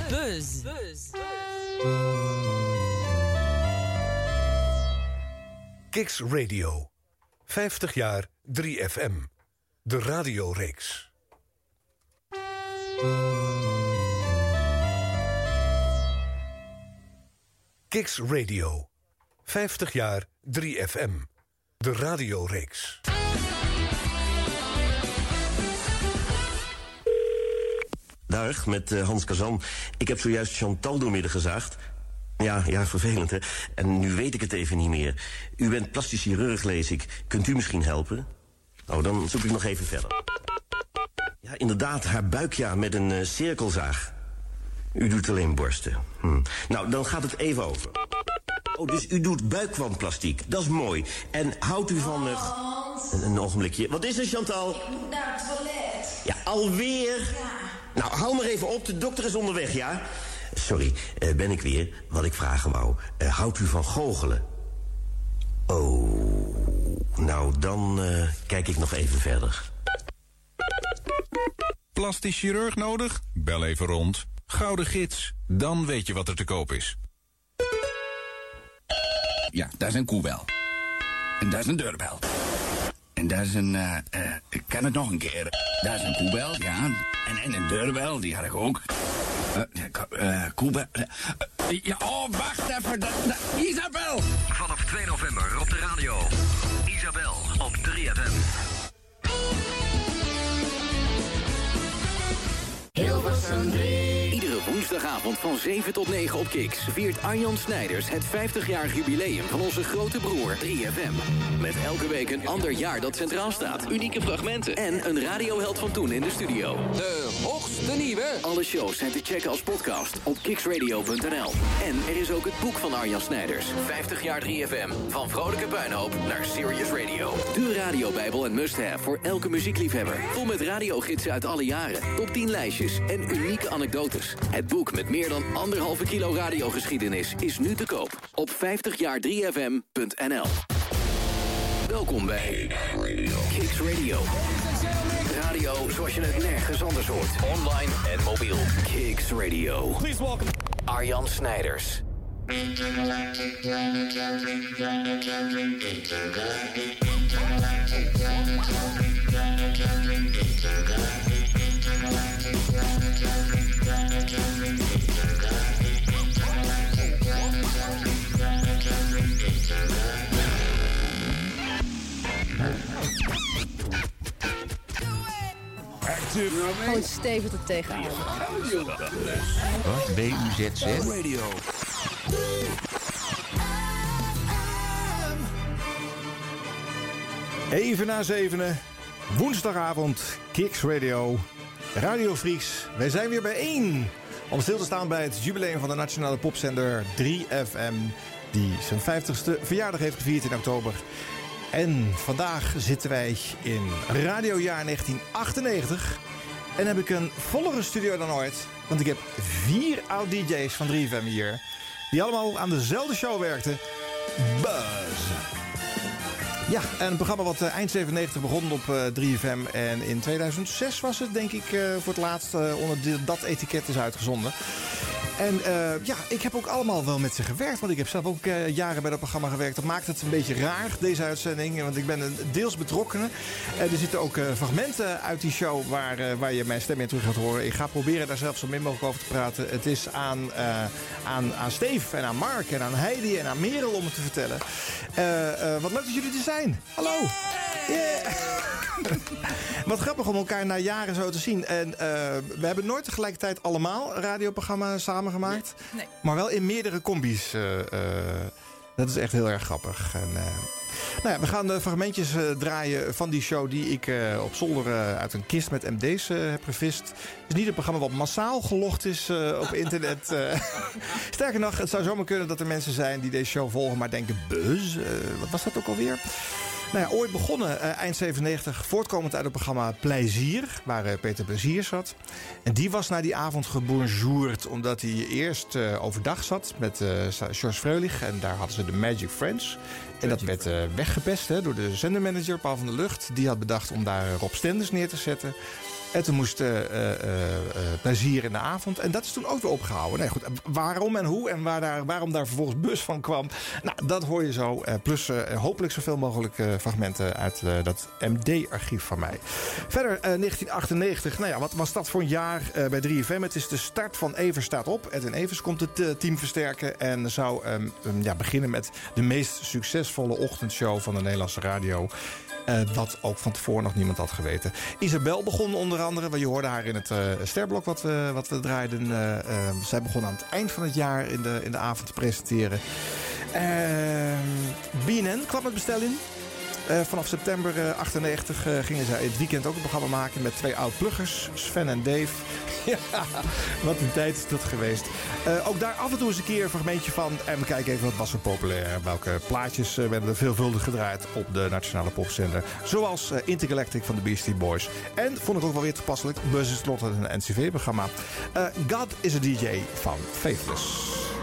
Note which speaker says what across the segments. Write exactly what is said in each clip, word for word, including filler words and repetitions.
Speaker 1: Buzz. Buzz.
Speaker 2: Kicks Radio. vijftig jaar drie F M. De radioreeks. Kicks Radio. vijftig jaar drie F M. De radioreeks.
Speaker 3: Dag, met uh, Hans Kazan. Ik heb zojuist Chantal doormidden gezaagd. Ja, ja, vervelend, hè. En nu weet ik het even niet meer. U bent plastisch chirurg, lees ik. Kunt u misschien helpen? Oh, dan zoek ik nog even verder. Ja, inderdaad, haar buik, ja, met een uh, cirkelzaag. U doet alleen borsten. Hm. Nou, dan gaat het even over. Oh, dus u doet buikwandplastiek. Dat is mooi. En houdt u van... Uh, een, een ogenblikje. Wat is er, Chantal?
Speaker 4: Ik moet naar het toilet.
Speaker 3: Ja, alweer?
Speaker 4: Ja.
Speaker 3: Nou, hou maar even op. De dokter is onderweg, ja? Sorry, uh, ben ik weer. Wat ik vragen wou. Uh, houdt u van goochelen? Oh, nou, dan uh, kijk ik nog even verder.
Speaker 5: Plastisch chirurg nodig? Bel even rond. Gouden gids, dan weet je wat er te koop is.
Speaker 6: Ja, daar is een koebel. En daar is een deurbel. En daar is een... Uh, uh, ik kan het nog een keer. Daar is een koebel, ja. En, en een deurbel, die had ik ook. Uh, uh, koebel... Uh, ja, oh, wacht even. Da, da, Isabel!
Speaker 7: Vanaf twee november op de radio. Isabel op drie F M.
Speaker 8: Hilversum drie. Iedere woensdagavond van zeven tot negen op Kicks viert Arjan Snijders het vijftigjarig jubileum van onze grote broer drie F M. Met elke week een ander jaar dat centraal staat, unieke fragmenten en een radioheld van toen in de studio.
Speaker 9: De hoogste nieuwe.
Speaker 8: Alle shows zijn te checken als podcast op kicksradio punt n l. En er is ook het boek van Arjan Snijders, vijftig jaar drie F M. Van vrolijke puinhoop naar Serious Radio. De radiobijbel en must-have voor elke muziekliefhebber. Vol met radiogidsen uit alle jaren, top tien lijstjes en unieke anekdotes. Het boek met meer dan anderhalve kilo radiogeschiedenis is nu te koop op vijftig jaar drie F M punt n l. Welkom bij Kicks Radio. Radio zoals je het nergens anders hoort. Online en mobiel. Kicks Radio.
Speaker 10: Please welcome
Speaker 8: Arjan Snijders.
Speaker 11: Gewoon stevig er tegenaan.
Speaker 12: Wat? B U Z Z?
Speaker 3: Radio.
Speaker 13: Even na zevenen, woensdagavond, Kicks Radio, Radio Freaks. Wij zijn weer bijeen om stil te staan bij het jubileum van de nationale popzender drie F M... die zijn vijftigste verjaardag heeft gevierd in oktober. En vandaag zitten wij in radiojaar negentien achtennegentig... en heb ik een vollere studio dan ooit. Want ik heb vier oud-D J's van drie F M hier, die allemaal aan dezelfde show werkten. Buzz! Ja, een programma wat uh, eind zevenennegentig begon op uh, drie F M. En in tweeduizend zes was het, denk ik, uh, voor het laatst uh, onder de, dat etiket is uitgezonden. En uh, ja, ik heb ook allemaal wel met ze gewerkt. Want ik heb zelf ook uh, jaren bij dat programma gewerkt. Dat maakt het een beetje raar, deze uitzending. Want ik ben een deels betrokkenen. Uh, er zitten ook uh, fragmenten uit die show waar, uh, waar je mijn stem in terug gaat horen. Ik ga proberen daar zelf zo min mogelijk over te praten. Het is aan, uh, aan, aan Steve en aan Mark en aan Heidi en aan Merel om het te vertellen. Uh, uh, wat leuk dat jullie er zijn. Hallo. Yeah. Wat grappig om elkaar na jaren zo te zien. En uh, we hebben nooit tegelijkertijd allemaal radioprogramma's samengemaakt. Nee, nee. Maar wel in meerdere combi's. Uh, uh, dat is echt heel erg grappig. En, uh, nou ja, we gaan de fragmentjes uh, draaien van die show die ik uh, op zolder uh, uit een kist met M D's uh, heb gevist. Het is niet een programma wat massaal gelogd is uh, op internet. Uh, sterker nog, het zou zomaar kunnen dat er mensen zijn die deze show volgen, maar denken, buzz, uh, wat was dat ook alweer? Nou ja, ooit begonnen, uh, eind zevenennegentig, voortkomend uit het programma Plezier, waar uh, Peter Plezier zat. En die was na die avond gebonjourd, omdat hij eerst uh, overdag zat met uh, George Freulich. En daar hadden ze de Magic Friends. En dat werd uh, weggepest hè, door de zendermanager Paul van der Lucht. Die had bedacht om daar Rob Stenders neer te zetten. En toen moest uh, uh, uh, Plezier in de avond. En dat is toen ook weer opgehouden. Nee, goed, waarom en hoe en waar daar, waarom daar vervolgens bus van kwam... Nou, dat hoor je zo. Uh, plus uh, hopelijk zoveel mogelijk uh, fragmenten uit uh, dat M D-archief van mij. Verder, uh, negentien achtennegentig. Nou ja, wat was dat voor een jaar uh, bij drie F M? Het is de start van Evers staat op. Edwin Evers komt het uh, team versterken. En zou um, um, ja, beginnen met de meest succesvolle ochtendshow van de Nederlandse radio. Uh, wat ook van tevoren nog niemand had geweten. Isabel begon onder andere, want je hoorde haar in het uh, sterblok wat we, wat we draaiden. Uh, uh, zij begon aan het eind van het jaar in de, in de avond te presenteren. Uh, B N N kwam het bestel in. Uh, vanaf september uh, achtennegentig uh, gingen zij het weekend ook een programma maken met twee oud-pluggers, Sven en Dave. Ja, wat een tijd is dat geweest. Uh, ook daar af en toe eens een keer een fragmentje van. En we kijken even wat was er populair. Welke plaatjes uh, werden er veelvuldig gedraaid op de nationale popzender. Zoals uh, Intergalactic van de Beastie Boys. En vond ik ook wel weer toepasselijk. Buzz is tenslotte een N C V-programma. Uh, God is a D J van Faithless.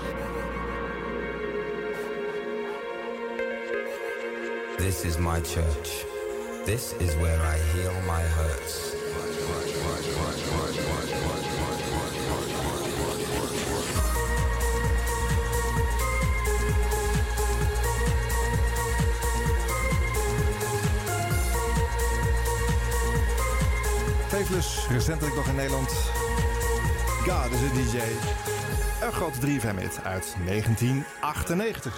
Speaker 1: This is my church. This is where I heal my hurts.
Speaker 13: Faithless, recentelijk nog in Nederland. God is a D J. Een grote drie F M-hit uit negentien achtennegentig.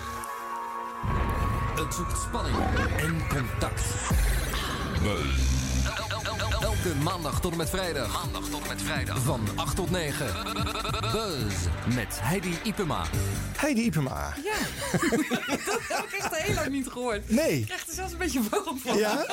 Speaker 9: Het zoekt spanning en contact. Buzz. Elke maandag tot en met vrijdag. Maandag tot en met vrijdag. Van acht tot negen. Buzz met Heidi Ipema.
Speaker 13: Heidi Ipema.
Speaker 10: Ja, dat heb ik echt heel lang niet gehoord.
Speaker 13: Nee.
Speaker 10: Ik krijg er zelfs een beetje warm van.
Speaker 13: Ja?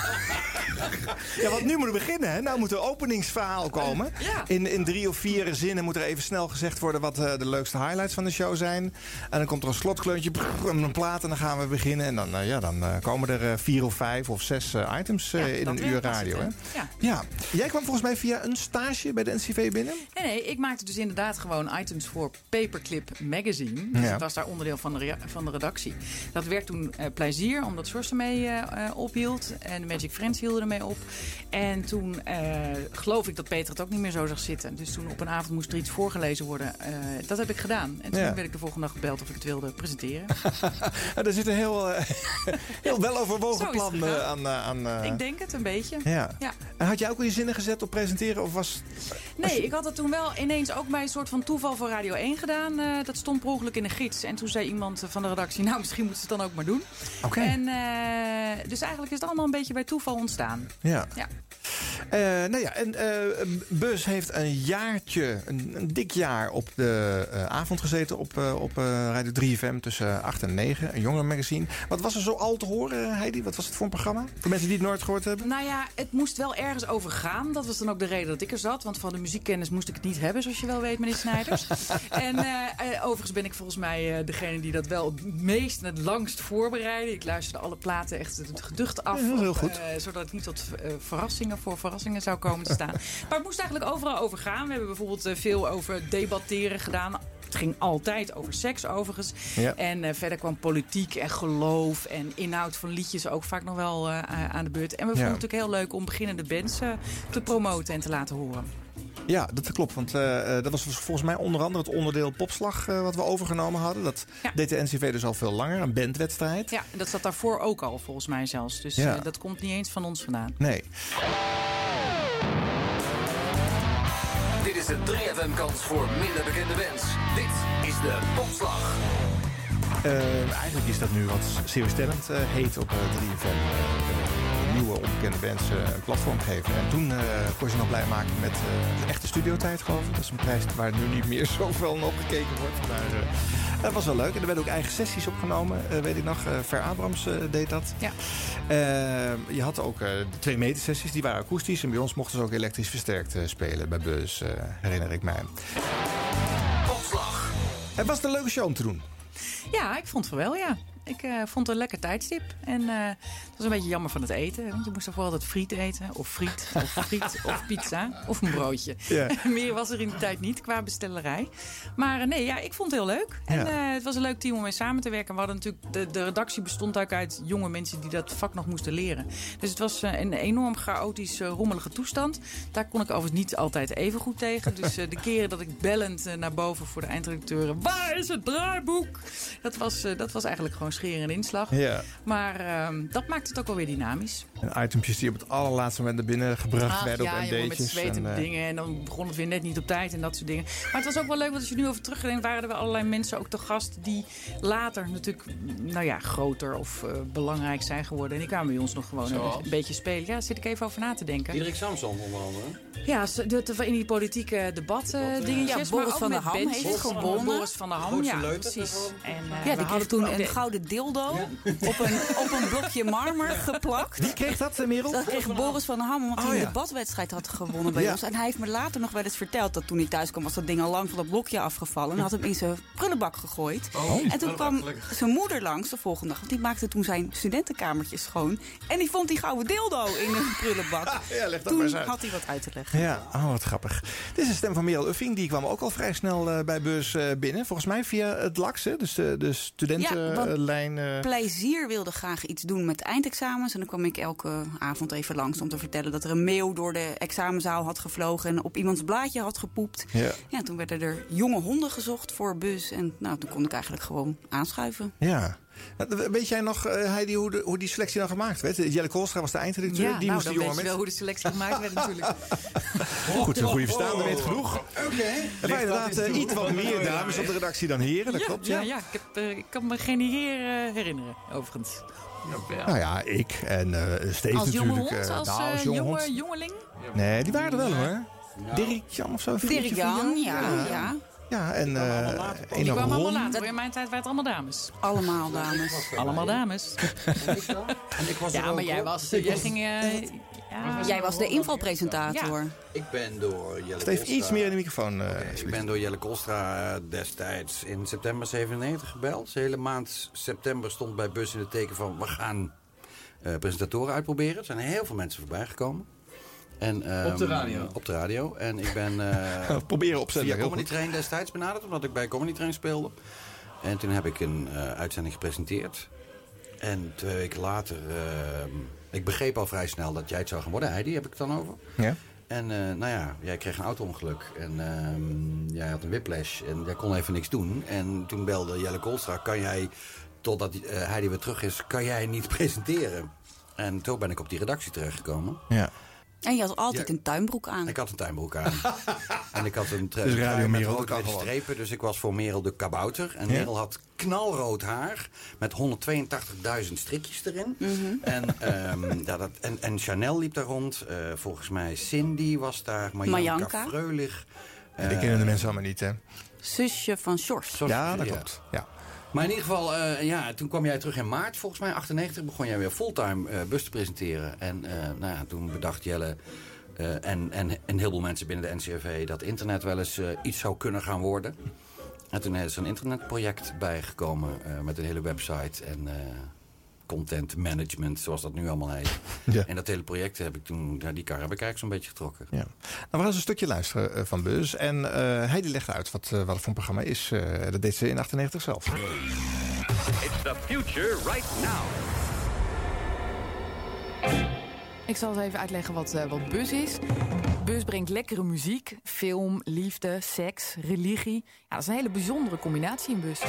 Speaker 13: Ja, want nu moeten we beginnen. Hè? Nou moet er openingsverhaal komen.
Speaker 10: Ja.
Speaker 13: In, in drie of vier zinnen moet er even snel gezegd worden wat uh, de leukste highlights van de show zijn. En dan komt er een slotkleuntje, brrr, een plaat en dan gaan we beginnen. En dan, uh, ja, dan uh, komen er uh, vier of vijf of zes uh, items uh, ja, in een uur radio. Hè?
Speaker 10: Ja.
Speaker 13: Ja. Jij kwam volgens mij via een stage bij de N C V binnen?
Speaker 10: Nee, nee, ik maakte dus inderdaad gewoon items voor Paperclip Magazine. Dus
Speaker 13: ja.
Speaker 10: ik was daar onderdeel van de, rea- van de redactie. Dat werd toen uh, Plezier, omdat Sjors ermee uh, uh, ophield. En de Magic Friends hielden ermee op. En toen uh, geloof ik dat Peter het ook niet meer zo zag zitten. Dus toen op een avond moest er iets voorgelezen worden. Uh, dat heb ik gedaan. En toen ja. werd ik de volgende dag gebeld of ik het wilde presenteren.
Speaker 13: Er zit een heel, uh, heel weloverwogen plan uh, aan... Uh, aan uh...
Speaker 10: Ik denk het een beetje.
Speaker 13: Ja.
Speaker 10: Ja.
Speaker 13: En had jij ook al je zinnen gezet op presenteren? Of was...
Speaker 10: Nee, ik had het toen wel ineens ook bij een soort van toeval voor Radio één gedaan. Uh, dat stond per ongeluk in de gids. En toen zei iemand van de redactie, nou misschien moeten ze het dan ook maar doen.
Speaker 13: Oké.
Speaker 10: En uh, dus eigenlijk is het allemaal een beetje bij toeval ontstaan.
Speaker 13: Ja.
Speaker 10: Ja.
Speaker 13: Uh, nou ja, en uh, Buzz heeft een jaartje, een, een dik jaar op de uh, avond gezeten op, uh, op uh, Radio drie F M tussen acht en negen, een jongerenmagazine. Wat was er zo al te horen, Heidi? Wat was het voor een programma? Voor mensen die het nooit gehoord hebben?
Speaker 10: Nou ja, het moest wel ergens over gaan. Dat was dan ook de reden dat ik er zat. Want van de muziekkennis moest ik het niet hebben, zoals je wel weet, meneer Snijders. En uh, uh, overigens ben ik volgens mij uh, degene die dat wel het meest en het langst voorbereidde. Ik luisterde alle platen echt het geducht af.
Speaker 13: Ja, heel goed.
Speaker 10: Uh, zodat het niet tot uh, verrassingen voor verrassingen zou komen te staan. Maar het moest eigenlijk overal over gaan. We hebben bijvoorbeeld uh, veel over debatteren gedaan. Het ging altijd over seks overigens.
Speaker 13: Ja.
Speaker 10: En uh, verder kwam politiek en geloof en inhoud van liedjes ook vaak nog wel uh, aan de beurt. En we vonden
Speaker 13: ja.
Speaker 10: het natuurlijk heel leuk om beginnende bands uh, te promoten en te laten horen.
Speaker 13: Ja, dat klopt. Want uh, dat was volgens mij onder andere het onderdeel Popslag uh, wat we overgenomen hadden. Dat ja. deed de N C V dus al veel langer, een bandwedstrijd.
Speaker 10: Ja, en dat zat daarvoor ook al volgens mij zelfs. Dus ja. uh, dat komt niet eens van ons vandaan.
Speaker 13: Nee.
Speaker 9: Dit is de drie F M-kans voor minder bekende bands. Dit is de Popslag.
Speaker 13: Uh, eigenlijk is dat nu wat Serious Talent uh, heet op uh, drie F M. Uh, nieuwe onbekende bands uh, een platform geven. En toen uh, kon je ze nog blij maken met uh, de echte studiotijd, geloof ik. Dat is een prijs waar nu niet meer zoveel naar opgekeken wordt. Maar uh, dat was wel leuk. En er werden ook eigen sessies opgenomen, uh, weet ik nog. Uh, Ver Abrams uh, deed dat.
Speaker 10: Ja.
Speaker 13: Uh, je had ook uh, twee metersessies, die waren akoestisch. En bij ons mochten ze ook elektrisch versterkt uh, spelen bij Buzz, uh, herinner ik mij.
Speaker 9: Popslag.
Speaker 13: Het was een leuke show om te doen.
Speaker 10: Ja, ik vond het wel, ja. ik uh, vond het een lekker tijdstip. En uh, het was een beetje jammer van het eten. Want je moest vooral altijd friet eten. Of friet, of friet, of pizza. Of een broodje. Ja. Meer was er in die tijd niet qua bestellerij. Maar uh, nee, ja, ik vond het heel leuk. En uh, het was een leuk team om mee samen te werken. We hadden natuurlijk, de, de redactie bestond ook uit jonge mensen die dat vak nog moesten leren. Dus het was uh, een enorm chaotisch, uh, rommelige toestand. Daar kon ik overigens niet altijd even goed tegen. Dus uh, de keren dat ik bellend uh, naar boven voor de eindredacteuren... Waar is het draaiboek? Dat was, uh, dat was eigenlijk gewoon scheren en inslag. Ja. Maar uh, dat maakt het ook wel weer dynamisch.
Speaker 13: En itempjes die op het allerlaatste moment naar binnen gebracht Ach, werden
Speaker 10: ja,
Speaker 13: op M D'tjes.
Speaker 10: met zweet en uh... dingen. En dan begon het weer net niet op tijd en dat soort dingen. Maar het was ook wel leuk, want als je nu over terugdenkt... waren er wel allerlei mensen ook te gast die later natuurlijk... nou ja, groter of uh, belangrijk zijn geworden. En die kwamen bij ons nog gewoon een, een beetje spelen. Ja, daar zit ik even over na te denken.
Speaker 12: Diederik Samson onder andere.
Speaker 10: Ja, in die politieke debatten dingetjes.
Speaker 11: Ja, Boris van der Ham heeft gewonnen.
Speaker 10: Boris van der Ham, ja, precies.
Speaker 11: En, uh, ja, die kreeg toen een de... gouden dildo ja. op, een, op een blokje marmer geplakt.
Speaker 13: Wie kreeg dat, uh, Merel?
Speaker 11: Dat kreeg Boris van der Ham, omdat oh, hij een ja. debatwedstrijd had gewonnen bij ja. ons. En hij heeft me later nog wel eens verteld dat toen hij thuis kwam... was dat ding al lang van dat blokje afgevallen. En had hem in zijn prullenbak gegooid. Oh, en toen kwam zijn moeder langs de volgende dag. Want die maakte toen zijn studentenkamertje schoon. En die vond die gouden dildo in een prullenbak. Ja, leg dat toen maar eens uit. Had hij wat uit te leggen.
Speaker 13: Ja, oh, wat grappig. Dit is de stem van Merel Uffing. Die kwam ook al vrij snel uh, bij Beurs uh, binnen. Volgens mij via het L A X, hè? Dus de, de studentenlijn. Ja, uh,
Speaker 11: Plezier wilde graag iets doen met eindexamens. En dan kwam ik elke avond even langs om te vertellen... dat er een meeuw door de examenzaal had gevlogen... en op iemands blaadje had gepoept. Ja. Ja, toen werden er jonge honden gezocht voor Bus. En nou, toen kon ik eigenlijk gewoon aanschuiven.
Speaker 13: Ja. Weet jij nog, uh, Heidi, hoe, de, hoe die selectie dan gemaakt werd? Jelle Koolstra was de eindredacteur.
Speaker 10: Ja,
Speaker 13: die
Speaker 10: nou,
Speaker 13: moest
Speaker 10: dan
Speaker 13: die
Speaker 10: weet je wel hoe de selectie gemaakt werd natuurlijk.
Speaker 13: Goed, een goede verstaande weet genoeg. Oké. Okay. Er waren inderdaad uh, iets wat meer dames op de redactie dan heren, dat
Speaker 10: ja,
Speaker 13: klopt. Ja,
Speaker 10: ja, ja ik, heb, uh, ik kan me geen heer uh, herinneren, overigens.
Speaker 13: Ja. Nou ja, ik en uh, Steve
Speaker 10: als
Speaker 13: natuurlijk.
Speaker 10: Jonge hond,
Speaker 13: uh,
Speaker 10: als,
Speaker 13: nou, als
Speaker 10: uh,
Speaker 13: jonge
Speaker 10: jonge
Speaker 13: hond.
Speaker 10: jongeling?
Speaker 13: Nee, die waren er wel hoor. Ja. Dirk Jan of zo.
Speaker 11: Dirk Jan, ja, ja. ja.
Speaker 13: Ja, en
Speaker 10: die
Speaker 13: uh,
Speaker 10: kwamen allemaal, allemaal later. In mijn tijd waren het allemaal dames.
Speaker 11: Allemaal dames.
Speaker 10: Allemaal dames.
Speaker 12: En ik dan? En ik was
Speaker 10: ja, maar jij was... Jij, was, ging, uh,
Speaker 11: ja. jij was de invalpresentator. Ja.
Speaker 12: Ik ben door Jelle
Speaker 13: Koolstra... Steef iets meer in de microfoon. Uh,
Speaker 12: okay, ik ben door Jelle Koolstra destijds in september zevenennegentig gebeld. De hele maand september stond bij Bus in het teken van... we gaan uh, presentatoren uitproberen. Er zijn heel veel mensen voorbij gekomen. En, um,
Speaker 14: op de radio?
Speaker 12: Op de radio. En ik ben uh,
Speaker 13: proberen opzetten,
Speaker 12: via Comedy Train destijds benaderd, omdat ik bij Comedy Train speelde. En toen heb ik een uh, uitzending gepresenteerd. En twee weken later, uh, ik begreep al vrij snel dat jij het zou gaan worden. Heidi, heb ik het dan over. Ja. En uh, nou ja, jij kreeg een auto-ongeluk. En uh, jij had een whiplash. En jij kon even niks doen. En toen belde Jelle Koolstra, kan jij, totdat uh, Heidi weer terug is, kan jij niet presenteren? En toen ben ik op die redactie terechtgekomen.
Speaker 13: Ja.
Speaker 11: En je had altijd ja, een tuinbroek aan.
Speaker 12: Ik had een tuinbroek aan. En ik had een
Speaker 13: dus radio met
Speaker 12: rood-witte strepen. Dus ik was voor Merel de kabouter. En ja. Merel had knalrood haar. Met honderdtweeëntachtigduizend strikjes erin. Mm-hmm. En, um, ja, dat, en, en Chanel liep daar rond. Uh, volgens mij Cindy was daar. Marjanka Freulich.
Speaker 13: Uh, Die kennen de mensen allemaal niet, hè?
Speaker 11: Zusje van Sjors.
Speaker 13: Ja, dat klopt. Ja.
Speaker 12: Maar in ieder geval, uh, ja, toen kwam jij terug in maart, volgens mij, achtennegentig, begon jij weer fulltime uh, Bus te presenteren. En uh, nou ja, toen bedacht Jelle uh, en, en een heleboel mensen binnen de N C R V dat internet wel eens uh, iets zou kunnen gaan worden. En toen is er een internetproject bijgekomen uh, met een hele website en uh, content management, zoals dat nu allemaal heet. Ja. En dat hele project heb ik toen, ja, die kar heb ik eigenlijk zo'n beetje getrokken.
Speaker 13: Ja. Nou, we gaan eens een stukje luisteren uh, van Bus. En uh, Heidi legt uit wat, uh, wat het voor een programma is. Uh, dat deed ze in achtennegentig zelf.
Speaker 7: It's the future right now.
Speaker 15: Ik zal eens even uitleggen wat, uh, wat Bus is. Bus brengt lekkere muziek, film, liefde, seks, religie. Ja, dat is een hele bijzondere combinatie in Bus.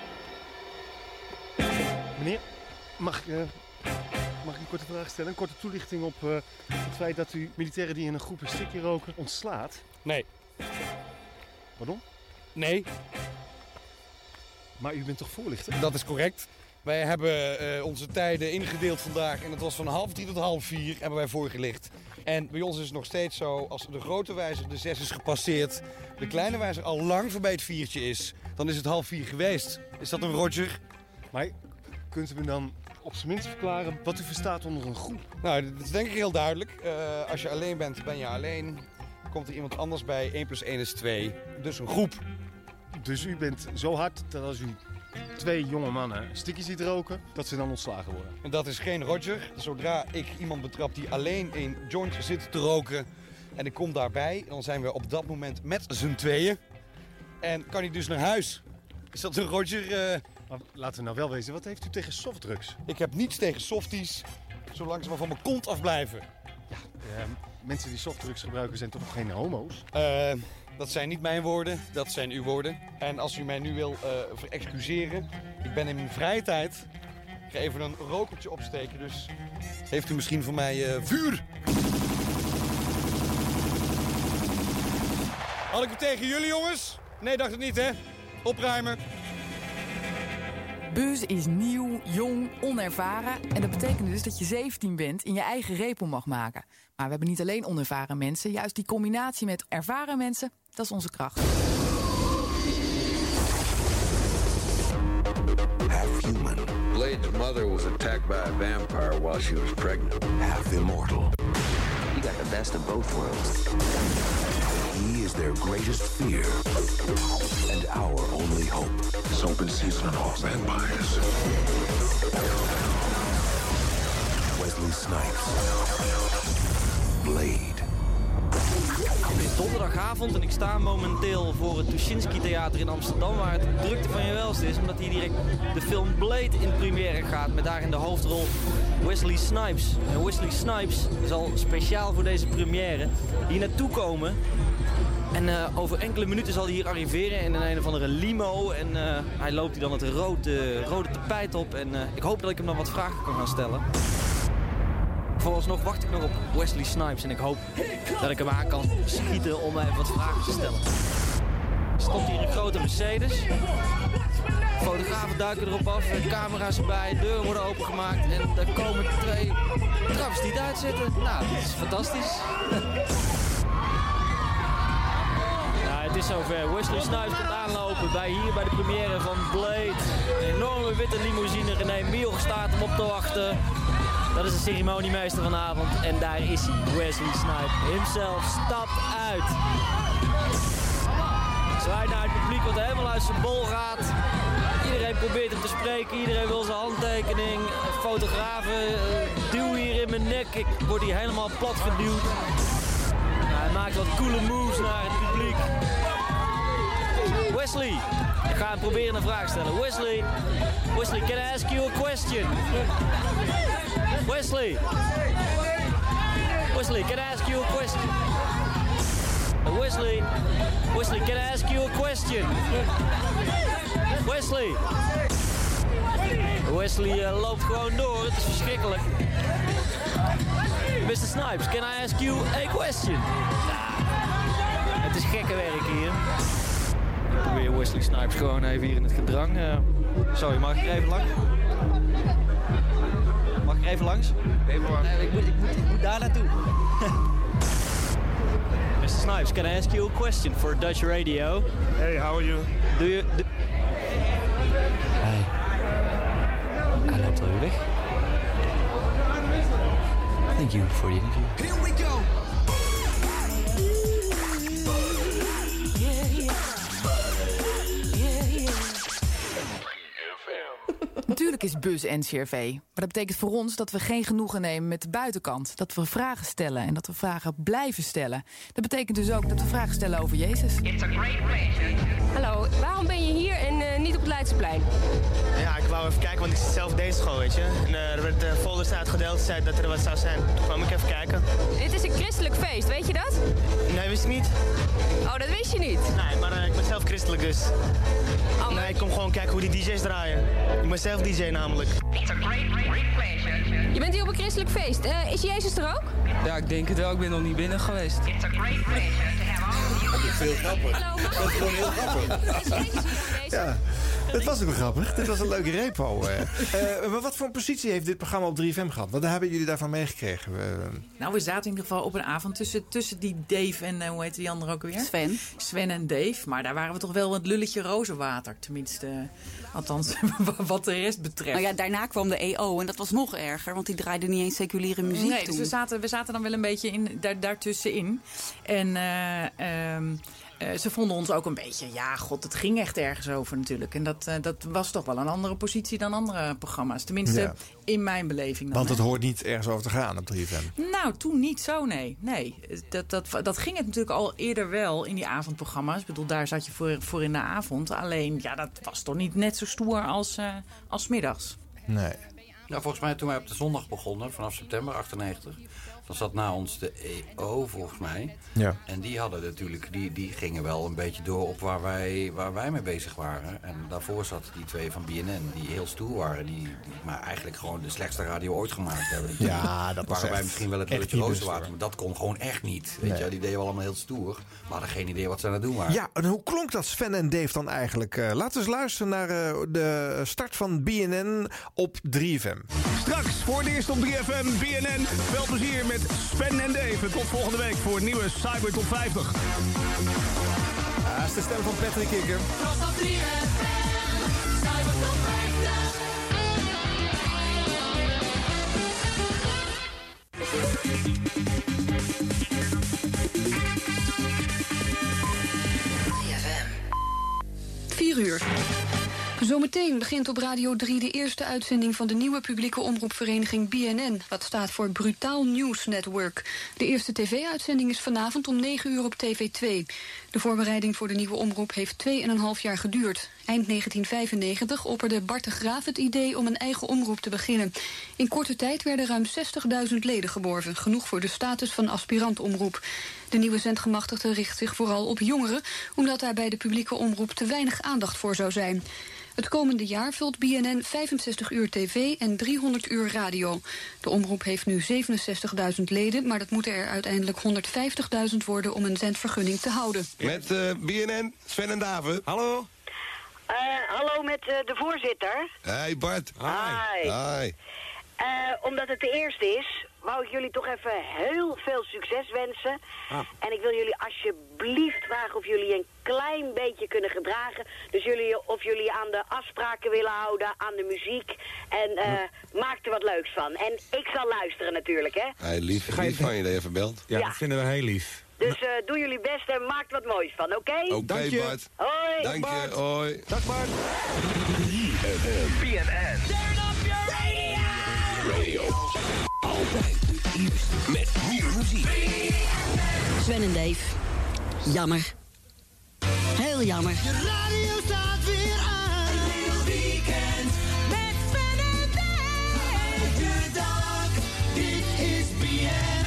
Speaker 14: Meneer, mag ik, uh, mag ik een korte vraag stellen? Een korte toelichting op uh, het feit dat u militairen die in een groep een stikje roken ontslaat?
Speaker 16: Nee.
Speaker 14: Pardon?
Speaker 16: Nee.
Speaker 14: Maar u bent toch voorlichter?
Speaker 16: Dat is correct. Wij hebben uh, onze tijden ingedeeld vandaag en het was van half drie tot half vier hebben wij voorgelicht. En bij ons is het nog steeds zo, als de grote wijzer de zes is gepasseerd, de kleine wijzer al lang voorbij het viertje is, dan is het half vier geweest. Is dat een Roger?
Speaker 14: Maar kunt u me dan op zijn minst verklaren wat u verstaat onder een groep?
Speaker 16: Nou, dat is denk ik heel duidelijk. Uh, als je alleen bent, ben je alleen. Komt er iemand anders bij, één plus één is twee. Dus een groep.
Speaker 14: Dus u bent zo hard dat als u twee jonge mannen stickies ziet roken, dat ze dan ontslagen worden.
Speaker 16: En dat is geen Roger. Zodra ik iemand betrap die alleen een joint zit te roken en ik kom daarbij, dan zijn we op dat moment met z'n tweeën. En kan ik dus naar huis. Is dat een Roger? Uh...
Speaker 14: Maar laten we nou wel wezen, wat heeft u tegen softdrugs?
Speaker 16: Ik heb niets tegen softies, zolang ze maar van mijn kont afblijven.
Speaker 14: Ja, uh, mensen die softdrugs gebruiken zijn toch geen homo's?
Speaker 16: Uh, dat zijn niet mijn woorden, dat zijn uw woorden. En als u mij nu wil uh, verexcuseren, ik ben in mijn vrije tijd. Ik ga even een rokertje opsteken, dus heeft u misschien voor mij uh, vuur? Had ik het tegen jullie, jongens? Nee, dacht het niet, hè? Opruimen.
Speaker 15: Buzz is nieuw, jong, onervaren. En dat betekent dus dat je zeventien bent en je eigen repo mag maken. Maar we hebben niet alleen onervaren mensen. Juist die combinatie met ervaren mensen, dat is onze kracht.
Speaker 17: Half human. Blade's mother was attacked by a vampire while she was pregnant. Half immortal. You got the best of both worlds. He is their greatest fear and our only hope. This open season on all vampires. Wesley Snipes. Blade.
Speaker 18: Het is donderdagavond en ik sta momenteel voor het Tuschinski Theater in Amsterdam, waar het drukte van je welste is, omdat hier direct de film Blade in première gaat, met daar in de hoofdrol Wesley Snipes. En Wesley Snipes zal speciaal voor deze première hier naartoe komen. En uh, over enkele minuten zal hij hier arriveren in een, een of andere limo. En uh, hij loopt hier dan het rode, rode tapijt op. En uh, ik hoop dat ik hem dan wat vragen kan gaan stellen. Vooralsnog wacht ik nog op Wesley Snipes. En ik hoop dat ik hem aan kan schieten om even wat vragen te stellen. Er stond hier een grote Mercedes. Fotografen duiken erop af, camera's erbij, deuren worden opengemaakt. En daar komen twee travestieten uitzetten. Nou, dat is fantastisch. Het is zover. Wesley Snipes komt aanlopen bij hier bij de première van Blade. Een enorme witte limousine. René Milch staat hem op te wachten. Dat is de ceremoniemeester vanavond. En daar is hij. Wesley Snipes himself stapt uit. Zwaait naar het publiek wat helemaal uit zijn bol gaat. Iedereen probeert hem te spreken. Iedereen wil zijn handtekening. Fotografen duwen hier in mijn nek. Ik word hier helemaal plat geduwd. Nou, hij maakt wat coole moves naar het publiek. Wesley, ik ga hem proberen een vraag stellen. Wesley, Wesley, can I ask you a question? Wesley, Wesley, can I ask you a question? Wesley, Wesley, can I ask you a question? Wesley, Wesley uh, loopt gewoon door. Het is verschrikkelijk. mister Snipes, can I ask you a question? Nah, het is gekke werk hier. Ik probeer Wesley Snipes gewoon even hier in het gedrang. Uh, sorry, mag ik er even langs? Mag ik er even langs? Even langs. Nee, ik, moet, ik, moet, ik moet daar naartoe. mister Snipes, can I ask you a question for Dutch radio?
Speaker 19: Hey, how are you?
Speaker 18: Do you... Do... Hey. Hij loopt alweer weg. Thank you for the interview. Here we go!
Speaker 15: Natuurlijk is Buzz N C R V. Maar dat betekent voor ons dat we geen genoegen nemen met de buitenkant. Dat we vragen stellen en dat we vragen blijven stellen. Dat betekent dus ook dat we vragen stellen over Jezus.
Speaker 20: It's a great pleasure. Hallo, waarom ben je hier en uh, niet op het Leidseplein?
Speaker 21: Ja, ik wou even kijken, want ik zit zelf op deze school, weet je. En uh, er werd uh, folders uitgedeeld, zei dat er wat zou zijn. Toen kwam ik even kijken.
Speaker 20: Dit is een christelijk feest, weet je dat?
Speaker 21: Nee, wist ik niet.
Speaker 20: Oh, dat wist je niet?
Speaker 21: Nee, maar uh, ik ben zelf christelijk dus. Oh, nee, ik kom gewoon kijken hoe die D J's draaien. Ik ben zelf D J namelijk.
Speaker 20: It's a great, great pleasure. Je bent hier op een christelijk feest. Uh, is Jezus er ook?
Speaker 22: Ja, ik denk het wel. Ik ben nog niet binnen geweest.
Speaker 20: It's a great pleasure to have all of you.
Speaker 13: Dat is heel grappig.
Speaker 20: Hallo,
Speaker 13: dat is gewoon heel grappig.
Speaker 20: Is Jezus hier aanwezig?
Speaker 13: Ja. Het was ook wel grappig. Dit was een leuke repo. Uh, uh, maar wat voor een positie heeft dit programma op drie F M gehad? Wat hebben jullie daarvan meegekregen? Uh,
Speaker 10: nou, we zaten in ieder geval op een avond tussen, tussen die Dave en, uh, hoe heet die andere ook weer?
Speaker 11: Sven.
Speaker 10: Sven en Dave. Maar daar waren we toch wel het lulletje rozenwater. Tenminste, uh, althans, wat de rest betreft.
Speaker 11: Nou ja, daarna kwam de E O en dat was nog erger. Want die draaide niet eens seculiere muziek
Speaker 10: Nee,
Speaker 11: toen.
Speaker 10: dus we zaten, we zaten dan wel een beetje in, daar, daartussenin. En... Uh, um, uh, ze vonden ons ook een beetje... Ja, god, het ging echt ergens over natuurlijk. En dat, uh, dat was toch wel een andere positie dan andere programma's. Tenminste, ja. in mijn beleving dan.
Speaker 13: Want het
Speaker 10: hè.
Speaker 13: hoort niet ergens over te gaan op drie F M.
Speaker 10: Nou, toen niet zo, nee. nee. Dat, dat, dat ging het natuurlijk al eerder wel in die avondprogramma's. Ik bedoel, daar zat je voor, voor in de avond. Alleen, ja, dat was toch niet net zo stoer als, uh, als 's middags.
Speaker 13: Nee.
Speaker 12: Nou, volgens mij toen wij op de zondag begonnen, vanaf september achtennegentig... dan zat na ons de E O, volgens mij.
Speaker 13: Ja.
Speaker 12: En die hadden natuurlijk, die, die gingen wel een beetje door op waar wij, waar wij mee bezig waren. En daarvoor zaten die twee van B N N, die heel stoer waren. Die, die maar eigenlijk gewoon de slechtste radio ooit gemaakt hebben. Die,
Speaker 13: ja, dat was
Speaker 12: waren wij
Speaker 13: echt,
Speaker 12: misschien wel het Lulletje Rozenwater, maar dat kon gewoon echt niet. Weet
Speaker 13: Nee.
Speaker 12: je, die deden wel allemaal heel stoer. Maar hadden geen idee wat ze aan het doen waren.
Speaker 13: Ja, en hoe klonk dat Sven en Dave dan eigenlijk? Uh, laten we eens luisteren naar uh, de start van B N N op drie F M.
Speaker 2: Straks voor het eerst op drie F M B N N. Veel plezier met Sven en Dave. Tot volgende week voor een nieuwe Cyber Top vijftig.
Speaker 13: Dat is de stem van Patrick Kikker.
Speaker 4: Op drie F M, Cyber Top vijftig.
Speaker 19: vier uur. Zometeen begint op Radio drie de eerste uitzending van de nieuwe publieke omroepvereniging B N N. Wat staat voor Brutaal News Network. De eerste tv-uitzending is vanavond om negen uur op T V twee. De voorbereiding voor de nieuwe omroep heeft twee en een half jaar geduurd. Eind negentien vijfennegentig opperde Bart de Graaf het idee om een eigen omroep te beginnen. In korte tijd werden ruim zestigduizend leden geworven. Genoeg voor de status van aspirantomroep. De nieuwe zendgemachtigde richt zich vooral op jongeren, omdat daar bij de publieke omroep te weinig aandacht voor zou zijn. Het komende jaar vult B N N vijfenzestig uur tv en driehonderd uur radio. De omroep heeft nu zevenenzestigduizend leden, maar dat moeten er uiteindelijk honderdvijftigduizend worden om een zendvergunning te houden.
Speaker 2: Met uh, B N N, Sven en David. Hallo.
Speaker 23: Uh, hallo met uh, de voorzitter.
Speaker 2: Hey Bart.
Speaker 23: Hi.
Speaker 2: Hi.
Speaker 23: Uh, omdat het de eerste is, wou ik jullie toch even heel veel succes wensen. Ah. En ik wil jullie alsjeblieft vragen of jullie een klein beetje kunnen gedragen. Dus jullie, of jullie aan de afspraken willen houden, aan de muziek. En uh, hm. maak er wat leuks van. En ik zal luisteren natuurlijk, hè.
Speaker 2: Hey, lief, lief van je dat je even belt.
Speaker 23: Ja,
Speaker 2: ja,
Speaker 23: dat
Speaker 2: vinden we heel lief.
Speaker 23: Dus uh, doe jullie best en maak er wat moois van, oké? Okay?
Speaker 2: Oké, okay, Bart.
Speaker 23: Hoi.
Speaker 2: Dank je, hoi.
Speaker 23: Dag Bart.
Speaker 7: B N N.
Speaker 4: Turn up your radio.
Speaker 7: Radio. Altijd het nieuws met nieuwe muziek.
Speaker 24: Sven en Dave. Jammer. Heel jammer.
Speaker 4: De radio staat weer aan. Een heel weekend met Sven en Dave. Elke dag, dit is B N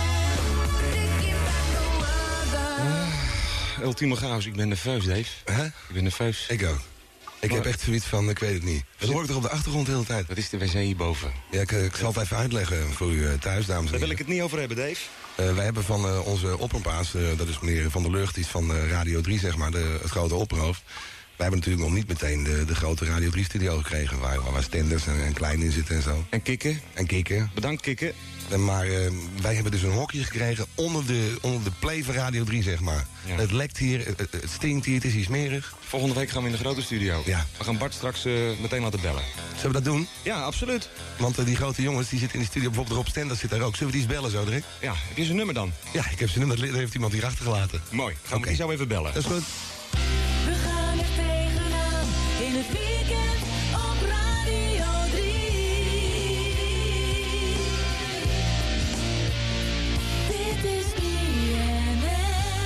Speaker 4: N.
Speaker 25: Ultieme chaos, ik ben nerveus, Dave.
Speaker 2: Huh?
Speaker 25: Ik ben nerveus.
Speaker 2: Ik ook. Ik
Speaker 25: maar,
Speaker 2: heb echt zoiets van, ik weet het niet. Dat hoor ik toch op de achtergrond de hele tijd.
Speaker 25: Wat is de wc hierboven?
Speaker 2: Ja, ik, ik zal het even uitleggen voor u thuis, dames en heren.
Speaker 25: Daar wil ik het niet over hebben, Dave.
Speaker 2: Uh, wij hebben van uh, onze opperpaas, uh, dat is meneer Van der Lucht, die is van uh, Radio drie, zeg maar, de, het grote opperhoofd. Wij hebben natuurlijk nog niet meteen de, de grote Radio drie studio gekregen, waar, waar standers en, en klein in zitten en zo.
Speaker 25: En Kikken?
Speaker 2: En Kikken.
Speaker 25: Bedankt, Kikken.
Speaker 2: En maar uh, wij hebben dus een hokje gekregen onder de, onder de play van Radio drie, zeg maar. Ja. Het lekt hier, het, het stinkt hier, het is hier smerig.
Speaker 25: Volgende week gaan we in de grote studio.
Speaker 2: Ja.
Speaker 25: We gaan Bart straks uh, meteen laten bellen.
Speaker 2: Zullen we dat doen?
Speaker 25: Ja, absoluut.
Speaker 2: Want uh, die grote jongens die zitten in de studio, bijvoorbeeld Rob Stenders zit daar ook. Zullen we die eens bellen zo direct?
Speaker 25: Ja, heb je zijn nummer dan?
Speaker 2: Ja, ik heb zijn nummer, dat heeft iemand hier achtergelaten.
Speaker 25: Mooi, gaan we okay. die zo even bellen.
Speaker 2: Dat is goed.
Speaker 4: We gaan er tegenaan in het weekend op Radio drie. Dit is B N N.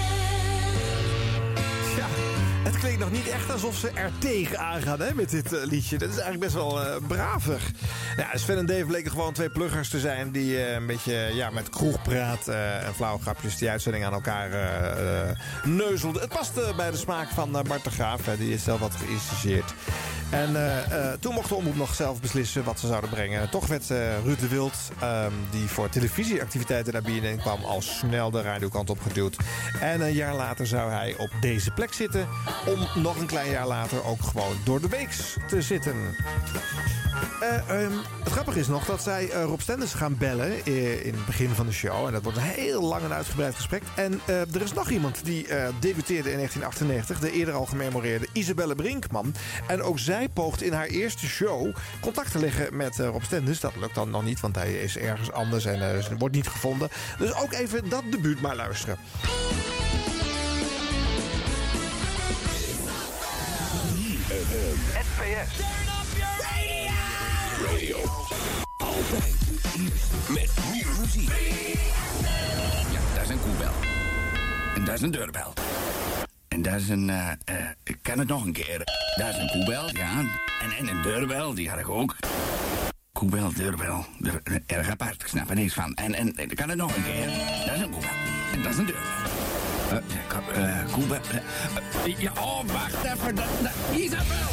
Speaker 13: Ja, het klinkt nog niet echt alsof ze er tegen aangaan hè, met dit uh, liedje. Dat is eigenlijk best wel uh, bravig. Ja, Sven en Dave bleken gewoon twee pluggers te zijn die uh, een beetje ja, met kroegpraat uh, en flauwe grapjes die uitzending aan elkaar uh, uh, neuzelden. Het paste bij de smaak van uh, Bart de Graaf, hè, die is zelf wat geïnstigeerd. En uh, uh, toen mocht de omroep nog zelf beslissen wat ze zouden brengen. Toch werd uh, Ruud de Wild, um, die voor televisieactiviteiten naar B N N kwam, al snel de radiokant opgeduwd. En een jaar later zou hij op deze plek zitten, om nog een klein jaar later ook gewoon door de weeks te zitten. Uh, um, het grappige is nog dat zij uh, Rob Stenders gaan bellen uh, in het begin van de show. En dat wordt een heel lang en uitgebreid gesprek. En uh, er is nog iemand die uh, debuteerde in negentien achtennegentig. De eerder al gememoreerde Isabelle Brinkman. En ook zij poogt in haar eerste show contact te leggen met uh, Rob Stenders. Dat lukt dan nog niet, want hij is ergens anders en uh, wordt niet gevonden. Dus ook even dat debuut maar luisteren.
Speaker 7: V S.
Speaker 4: Turn up your radio.
Speaker 17: Radio. Altijd het eerste met nieuwe muziek.
Speaker 1: Ja, daar is een koebel. En daar is een deurbel. En daar is een... Uh, uh, ik kan het nog een keer. Daar is een koebel, ja. En, en een deurbel, die had ik ook. Koebel, deurbel. De, de, erg apart, ik snap er niks van. En, en ik kan het nog een keer. Daar is een koebel. En dat is een deurbel. Uh, uh, koebel... Uh, uh, ja, oh, wacht even. Da, da, Isabel!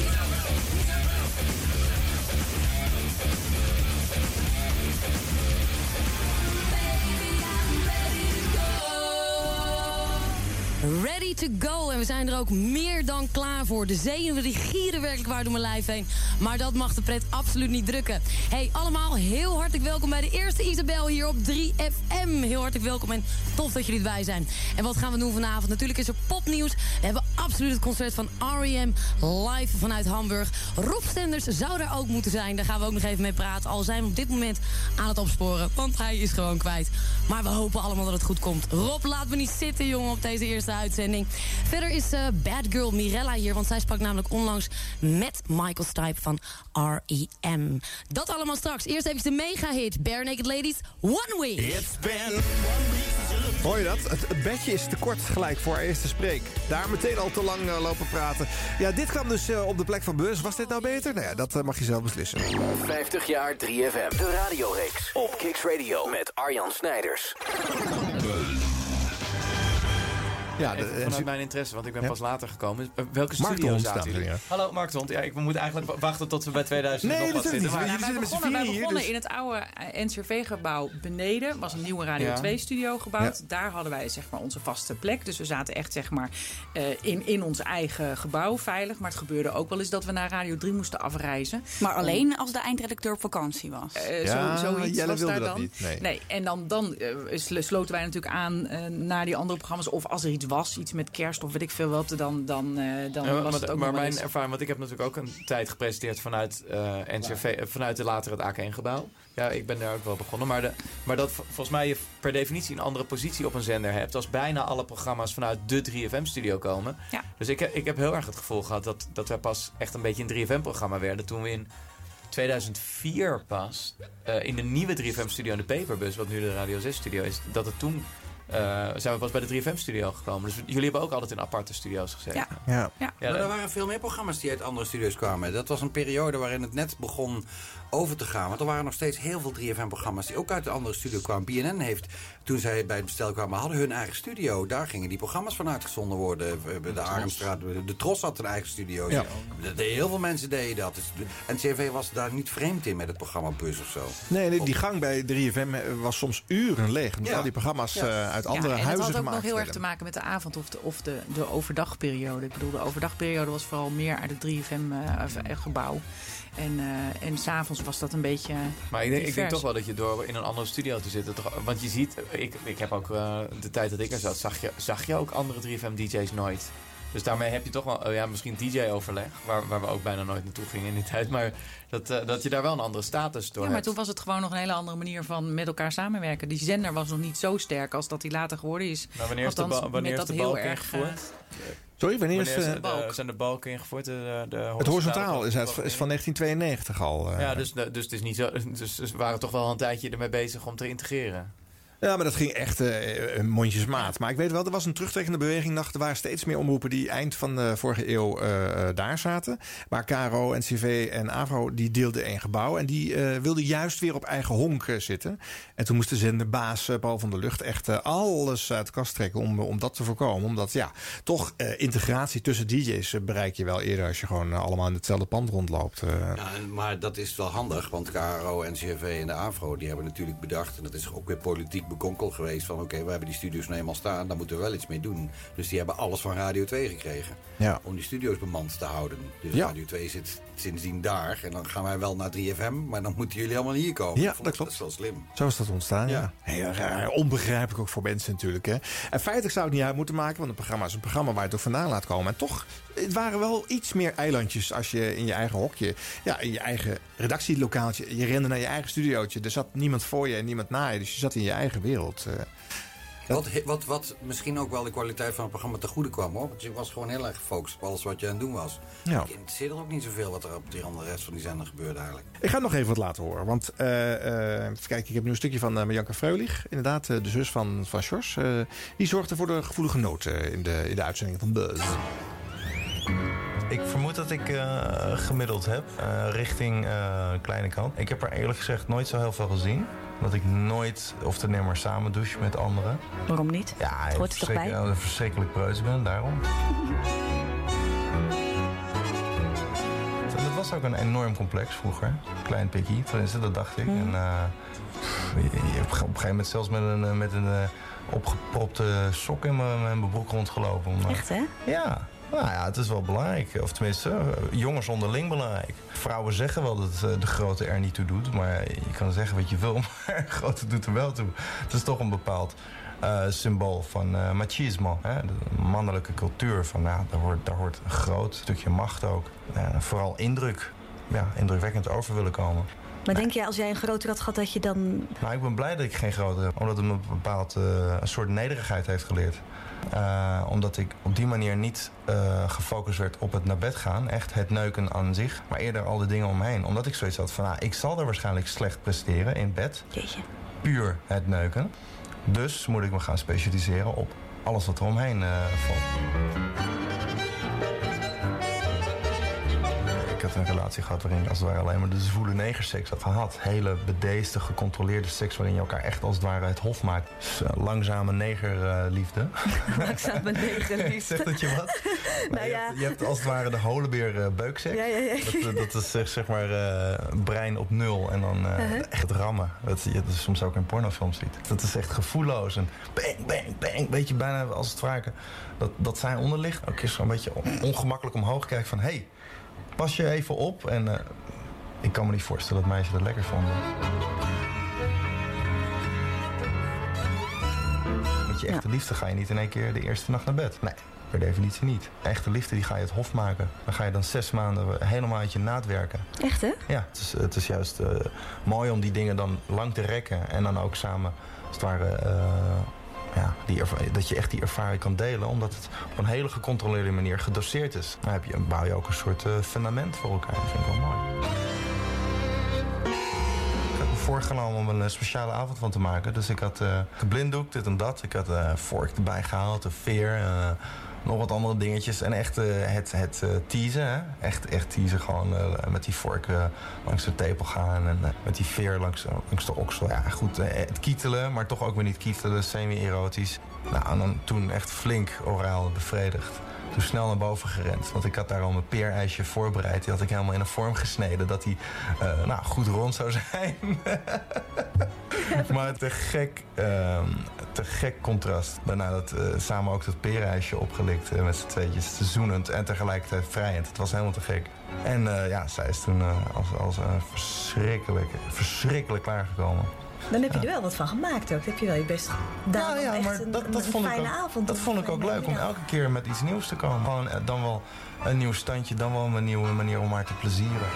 Speaker 3: Ready to go. En we zijn er ook meer dan klaar voor. De zenuwen die gieren werkelijk waar door mijn lijf heen. Maar dat mag de pret absoluut niet drukken. Hey, allemaal heel hartelijk welkom bij de eerste Isabel hier op drie F M. Heel hartelijk welkom en tof dat jullie erbij zijn. En wat gaan we doen vanavond? Natuurlijk is er popnieuws. We hebben absoluut het concert van R E M live vanuit Hamburg. Rob Stenders zou daar ook moeten zijn. Daar gaan we ook nog even mee praten. Al zijn we op dit moment aan het opsporen. Want hij is gewoon kwijt. Maar we hopen allemaal dat het goed komt. Rob, laat me niet zitten, jongen, op deze eerste uitzending. Verder is uh, Bad Girl Mirella hier, want zij sprak namelijk onlangs met Michael Stipe van R E M. Dat allemaal straks. Eerst even de mega-hit Bare Naked Ladies, One Week.
Speaker 13: It's been Hoor je dat? Het, het bedje is te kort gelijk voor haar eerste spreek. Daar meteen al te lang uh, lopen praten. Ja, dit kwam dus uh, op de plek van Bus. Was dit nou beter? Nou ja, dat uh, mag je zelf beslissen.
Speaker 17: vijftig jaar drie F M. De radioreeks op Kicks Radio met Arjan Snijders.
Speaker 5: Ja, de, Even vanuit mijn interesse, want ik ben ja. pas later gekomen. Welke
Speaker 13: Mark
Speaker 5: studio zaten
Speaker 13: jullie?
Speaker 5: jullie? Hallo, Mark Tont. Ja, ik moet eigenlijk wachten tot we bij tweeduizend
Speaker 13: nee,
Speaker 5: nog wat zitten.
Speaker 13: Niet.
Speaker 5: Maar,
Speaker 10: ja, wij
Speaker 13: zitten
Speaker 10: begonnen, wij begonnen
Speaker 13: hier, dus...
Speaker 10: in het oude N C R V-gebouw beneden. Was een nieuwe Radio
Speaker 5: ja.
Speaker 10: twee studio gebouwd.
Speaker 13: Ja.
Speaker 10: Daar hadden wij zeg maar onze vaste plek. Dus we zaten echt zeg maar uh, in, in ons eigen gebouw veilig. Maar het gebeurde ook wel eens dat we naar Radio drie moesten afreizen.
Speaker 11: Maar alleen als de eindredacteur op vakantie was.
Speaker 10: Uh,
Speaker 13: ja,
Speaker 10: zo, zoiets
Speaker 13: Jelle
Speaker 10: was
Speaker 13: wilde
Speaker 10: daar
Speaker 13: dat
Speaker 10: dan.
Speaker 13: niet. Nee.
Speaker 10: nee. En dan, dan uh, sloten wij natuurlijk aan uh, naar die andere programma's. Of als er iets was, iets met kerst of weet ik veel wat, dan, dan, uh, dan
Speaker 5: ja,
Speaker 10: was
Speaker 5: maar,
Speaker 10: het ook
Speaker 5: maar
Speaker 10: nog wel
Speaker 5: mijn
Speaker 10: eens.
Speaker 5: ervaring, want ik heb natuurlijk ook een tijd gepresenteerd vanuit uh, N C R V, uh, vanuit de later het A K N-gebouw. Ja, ik ben daar ook wel begonnen. Maar, de, maar dat volgens mij je per definitie een andere positie op een zender hebt als bijna alle programma's vanuit de drie F M-studio komen.
Speaker 10: Ja.
Speaker 5: Dus ik, ik heb heel erg het gevoel gehad dat, dat wij pas echt een beetje een drie F M-programma werden toen we in tweeduizend vier pas uh, in de nieuwe drie F M-studio in de Paperbus, wat nu de Radio zes-studio is, dat het toen... Uh, zijn we pas bij de drie F M-studio gekomen. Dus jullie hebben ook altijd in aparte studio's gezeten.
Speaker 10: Ja.
Speaker 13: Ja.
Speaker 10: ja.
Speaker 12: ja maar er waren veel meer programma's die uit andere studio's kwamen. Dat was een periode waarin het net begon over te gaan. Want er waren nog steeds heel veel drie F M-programma's die ook uit de andere studio kwamen. B N N heeft, toen zij bij het bestel kwamen, hadden hun eigen studio. Daar gingen die programma's van uitgezonden worden. De, de Arendstraat, de, de Tros had een eigen studio.
Speaker 13: Ja.
Speaker 12: De, de, heel veel mensen deden dat. Dus de, en C V was daar niet vreemd in met het programma Bus of zo.
Speaker 13: Nee, die, die gang bij drie F M was soms uren leeg. Omdat
Speaker 12: Ja.
Speaker 13: al die programma's
Speaker 12: Ja.
Speaker 13: uh, uit andere
Speaker 10: ja, en
Speaker 13: huizen
Speaker 10: het had ook
Speaker 13: gemaakt
Speaker 10: nog heel erg
Speaker 13: werden.
Speaker 10: te maken met de avond of de, of de, de overdagperiode. Ik bedoel, de overdagperiode was vooral meer uit het drie F M-gebouw. En, uh, en s'avonds was dat een beetje
Speaker 5: Maar ik denk, ik denk
Speaker 10: divers.
Speaker 5: toch wel dat je door in een andere studio te zitten... Toch, want je ziet, ik, ik heb ook uh, de tijd dat ik er zat... Zag je, zag je ook andere drie F M-D J's nooit. Dus daarmee heb je toch wel, uh, ja, misschien D J-overleg... Waar, waar we ook bijna nooit naartoe gingen in die tijd... maar dat, uh, dat je daar wel een andere status door
Speaker 10: Ja, maar
Speaker 5: hebt.
Speaker 10: toen was het gewoon nog een hele andere manier van met elkaar samenwerken. Die zender was nog niet zo sterk als dat die later geworden is.
Speaker 5: Maar wanneer is de,
Speaker 10: Althans,
Speaker 5: ba- wanneer
Speaker 10: met
Speaker 5: is de
Speaker 10: dat heel
Speaker 5: balk
Speaker 10: erg,
Speaker 5: ingevoerd?
Speaker 10: uh,
Speaker 13: Sorry, wanneer,
Speaker 5: Wanneer
Speaker 13: is
Speaker 5: zijn
Speaker 13: uh,
Speaker 5: de, de, zijn de balken ingevoerd? De, de, de
Speaker 13: het horizontaal is, uit, is van negentien tweeënnegentig al. Uh,
Speaker 5: Ja, dus, dus het is niet zo. Dus, dus we waren toch wel een tijdje ermee bezig om te integreren.
Speaker 13: Ja, maar dat ging echt uh, mondjesmaat. Maar ik weet wel, er was een terugtrekkende beweging. Dacht, er waren steeds meer omroepen die eind van de vorige eeuw uh, daar zaten. Maar K R O, N C V en AVRO die deelden één gebouw. En die uh, wilden juist weer op eigen honk uh, zitten. En toen moest de zenderbaas uh, Paul van der Lucht echt uh, alles uit de kast trekken om, om dat te voorkomen. Omdat ja, toch uh, integratie tussen D J's uh, bereik je wel eerder als je gewoon uh, allemaal in hetzelfde pand rondloopt. Uh.
Speaker 12: Ja, maar dat is wel handig, want K R O, N C R V en de AVRO die hebben natuurlijk bedacht, en dat is ook weer politiek bekonkel geweest, van oké, okay, we hebben die studio's nou eenmaal staan, daar moeten we wel iets mee doen. Dus die hebben alles van Radio twee gekregen.
Speaker 13: Ja.
Speaker 12: Om die studio's bemand te houden. Dus
Speaker 13: ja.
Speaker 12: Radio twee zit sindsdien daar. En dan gaan wij wel naar drie F M, maar dan moeten jullie allemaal hier komen.
Speaker 13: Ja, dat klopt.
Speaker 12: Dat is wel slim.
Speaker 13: Zo is dat ontstaan, ja. ja. Heel raar, onbegrijpelijk ook voor mensen natuurlijk. Hè. En feitelijk zou het niet uit moeten maken, want een programma is een programma waar je het ook vandaan laat komen. En toch, het waren wel iets meer eilandjes als je in je eigen hokje, ja, in je eigen redactielokaaltje, je rende naar je eigen studiootje. Er zat niemand voor je en niemand na je, dus je zat in je eigen wereld. Uh,
Speaker 12: Wat, wat, wat misschien ook wel de kwaliteit van het programma te goede kwam, hoor. Want je was gewoon heel erg gefocust op alles wat je aan het doen was.
Speaker 13: Ja.
Speaker 12: Ik interesseerde ook niet zoveel wat er op die andere rest van die zender gebeurde eigenlijk.
Speaker 13: Ik ga nog even wat laten horen. Want uh, uh, even kijken, ik heb nu een stukje van uh, Marjanka Freulich. Inderdaad, uh, de zus van, van Sjors. Uh, die zorgde voor de gevoelige noot uh, in, de, in de uitzending van Buzz.
Speaker 6: Ik vermoed dat ik uh, gemiddeld heb, uh, richting uh, kleine kant. Ik heb er eerlijk gezegd nooit zo heel veel gezien. Dat ik nooit of te nemen samen douche met anderen.
Speaker 11: Waarom niet?
Speaker 6: Ja,
Speaker 11: het hoort er toch bij?
Speaker 6: Een verschrikkelijk preuts ben, daarom. Dat was ook een enorm complex vroeger. Klein pikkie, tenminste, dat dacht ik. Hmm. En, uh, je, je hebt op een gegeven moment zelfs met een, met een uh, opgepropte sok in mijn broek rondgelopen. Om, uh,
Speaker 11: Echt, hè?
Speaker 6: Ja. Nou ja, het is wel belangrijk. Of tenminste, uh, jongens onderling belangrijk. Vrouwen zeggen wel dat uh, de grote er niet toe doet. Maar je kan zeggen wat je wil, maar de grote doet er wel toe. Het is toch een bepaald uh, symbool van uh, machismo. Hè? De mannelijke cultuur. Van, nou, daar, hoort, daar hoort een groot stukje macht ook. Ja, vooral indruk. Ja, indrukwekkend over willen komen.
Speaker 11: Maar denk jij, als jij een groter had gehad, dat je dan...
Speaker 6: Nou, ik ben blij dat ik geen groter heb. Omdat het me een bepaald uh, een soort nederigheid heeft geleerd. Uh, omdat ik op die manier niet uh, gefocust werd op het naar bed gaan. Echt het neuken aan zich. Maar eerder al de dingen omheen. Omdat ik zoiets had van, nou, ik zal er waarschijnlijk slecht presteren in bed.
Speaker 11: Jeetje.
Speaker 6: Puur het neuken. Dus moet ik me gaan specialiseren op alles wat er omheen uh, valt. Ik had een relatie gehad waarin ik als het ware alleen maar de zwoele negerseks had gehad. Hele bedeesde, gecontroleerde seks waarin je elkaar echt als het ware het hof maakt. Dus, uh, langzame negerliefde. Uh,
Speaker 11: langzame negerliefde.
Speaker 6: Zegt dat je wat?
Speaker 11: Nou,
Speaker 6: nou, je,
Speaker 11: ja.
Speaker 6: hebt, je hebt als het ware de holenbeer uh, beukseks.
Speaker 11: Ja, ja, ja.
Speaker 6: Dat, dat is zeg, zeg maar uh, brein op nul en dan uh, uh-huh. echt rammen. Dat je dat soms ook in pornofilms ziet. Dat is echt gevoelloos en bang, bang, bang. Weet je, bijna als het ware dat, dat zij onder ligt. Ook eens een beetje ongemakkelijk omhoog kijken van... Hey, pas je even op en uh, ik kan me niet voorstellen dat meisjes dat lekker vonden. Met je echte ja. liefde ga je niet in één keer de eerste nacht naar bed. Nee, per definitie niet. Echte liefde die ga je het hof maken. Dan ga je dan zes maanden helemaal uit je naad werken.
Speaker 11: Echt, hè?
Speaker 6: Ja, het is, het is juist uh, mooi om die dingen dan lang te rekken. En dan ook samen, als het ware... Uh, Ja, die dat je echt die ervaring kan delen, omdat het op een hele gecontroleerde manier gedoseerd is. Dan heb je, bouw je ook een soort uh, fundament voor elkaar. Dat vind ik wel mooi. Ik had me voorgenomen om een speciale avond van te maken. Dus ik had uh, geblinddoekt, dit en dat. Ik had uh, vork erbij gehaald, een veer, uh, nog wat andere dingetjes. En echt uh, het, het uh, teasen, hè? Echt, echt teasen, gewoon uh, met die vork uh, langs de tepel gaan. En uh, met die veer langs, uh, langs de oksel. Ja, goed, uh, het kietelen, maar toch ook weer niet kietelen, semi-erotisch. Nou, en dan toen echt flink oraal bevredigd. Toen snel naar boven gerend. Want ik had daar al mijn peerijsje voorbereid. Die had ik helemaal in een vorm gesneden. Dat die uh, nou, goed rond zou zijn. Maar te gek, uh, te gek contrast. Daarna dat, uh, samen ook dat peerijsje opgelikt. Uh, met z'n tweetjes. Te zoenend en tegelijkertijd vrijend. Het was helemaal te gek. En uh, ja, zij is toen uh, als, als uh, verschrikkelijk, verschrikkelijk klaargekomen.
Speaker 11: Dan heb je er wel wat van gemaakt ook. Dan heb je wel je best gedaan.
Speaker 6: Ja, ja,
Speaker 11: echt
Speaker 6: maar
Speaker 11: een,
Speaker 6: dat, dat
Speaker 11: een
Speaker 6: vond
Speaker 11: fijne
Speaker 6: ik ook,
Speaker 11: avond.
Speaker 6: dat vond ik ook leuk om elke keer met iets nieuws te komen. Gewoon dan wel een nieuw standje, dan wel een nieuwe manier om haar te plezieren.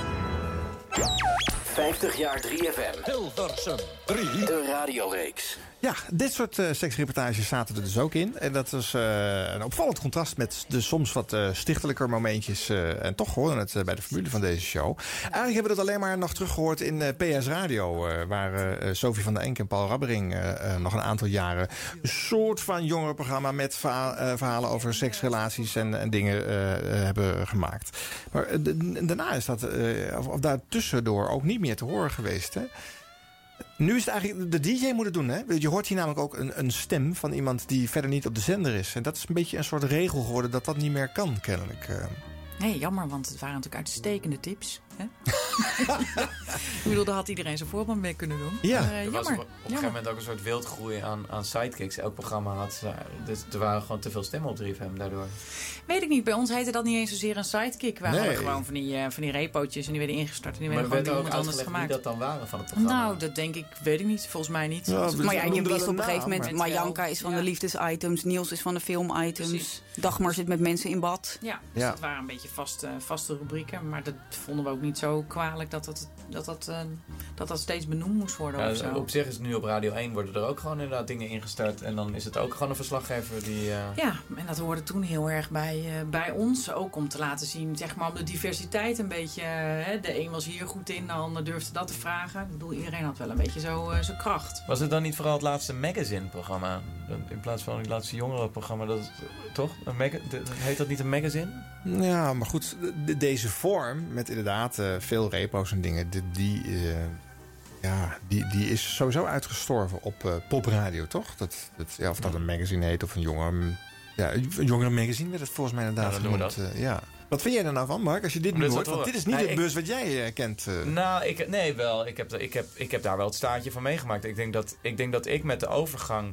Speaker 7: vijftig jaar drie F M. Hilversum drie. De radioreeks.
Speaker 13: Ja, dit soort uh, seksreportages zaten er dus ook in. En dat was uh, een opvallend contrast met de soms wat uh, stichtelijker momentjes. Uh, en toch hoorden het uh, bij de formule van deze show. Eigenlijk hebben we het alleen maar nog teruggehoord in uh, P S Radio. Uh, waar uh, Sophie van der Enk en Paul Rabbering uh, uh, nog een aantal jaren... een soort van jongerenprogramma met verha- uh, verhalen over seksrelaties en, en dingen uh, uh, hebben gemaakt. Maar uh, d- daarna is dat, uh, of, of daartussendoor ook niet meer te horen geweest, hè? Nu is het eigenlijk de D J moet het doen, hè? Je hoort hier namelijk ook een, een stem van iemand die verder niet op de zender is. En dat is een beetje een soort regel geworden dat dat niet meer kan, kennelijk.
Speaker 10: Nee, jammer, want het waren natuurlijk uitstekende tips. Hè? Ik bedoel, daar had iedereen zijn voorbeeld mee kunnen doen.
Speaker 13: Ja.
Speaker 10: Maar, uh,
Speaker 5: er was
Speaker 10: jammer.
Speaker 5: op, op een gegeven moment ook een soort wildgroei aan, aan sidekicks. Elk programma had... Dus er waren gewoon te veel stemmen op drie F M daardoor.
Speaker 10: Weet ik niet. Bij ons heette dat niet eens zozeer een sidekick. We
Speaker 5: Nee.
Speaker 10: hadden gewoon van die, uh, van die repootjes en die werden ingestart. En die
Speaker 5: Maar er
Speaker 10: werden
Speaker 5: werd
Speaker 10: gewoon
Speaker 5: ook
Speaker 10: door iemand anders
Speaker 5: uitgelegd wie
Speaker 10: gemaakt.
Speaker 5: dat dan waren van het programma.
Speaker 10: Nou, dat denk ik, weet ik niet. Volgens mij niet.
Speaker 11: Ja,
Speaker 10: Als-
Speaker 11: maar ja, je wist op een
Speaker 10: naam,
Speaker 11: gegeven moment...
Speaker 10: maar-
Speaker 11: Marjanka is van de liefdesitems, Niels is van de filmitems.
Speaker 10: Precies.
Speaker 11: Dagmar zit met mensen in bad.
Speaker 10: Ja, dus
Speaker 11: Ja.
Speaker 10: dat waren een beetje vaste, vaste rubrieken. Maar dat vonden we ook niet niet zo kwalijk dat dat, dat, dat, uh, dat, dat steeds benoemd moest worden.
Speaker 5: Ja,
Speaker 10: of zo.
Speaker 5: op zich is het nu op Radio één worden er ook gewoon inderdaad dingen ingestart. En dan is het ook gewoon een verslaggever die... Uh...
Speaker 10: Ja, en dat hoorde toen heel erg bij, uh, bij ons. Ook om te laten zien, zeg maar, om de diversiteit een beetje... Uh, hè, de een was hier goed in, de ander durfde dat te vragen. Ik bedoel, iedereen had wel een beetje zo uh, zijn kracht.
Speaker 5: Was het dan niet vooral het laatste magazine-programma? In plaats van het laatste jongerenprogramma, dat het, toch? Een maga- de, heet dat niet een magazine?
Speaker 13: Ja, maar goed, de, deze vorm met inderdaad uh, veel repo's en dingen, die, die, uh, ja, die, die is sowieso uitgestorven op uh, popradio, toch? Dat, dat, ja, of dat een magazine heet of een jonger, ja, een jongere magazine werd het volgens mij inderdaad
Speaker 5: ja,
Speaker 13: genoemd. Uh, ja. Wat vind jij er nou van, Mark, als je dit nu hoort? Want dit is niet
Speaker 5: nee,
Speaker 13: de bus wat jij uh, kent. Uh.
Speaker 5: Nou, ik, nee, wel. Ik heb, ik, heb, ik heb daar wel het staartje van meegemaakt. Ik denk dat ik, denk dat ik met de overgang...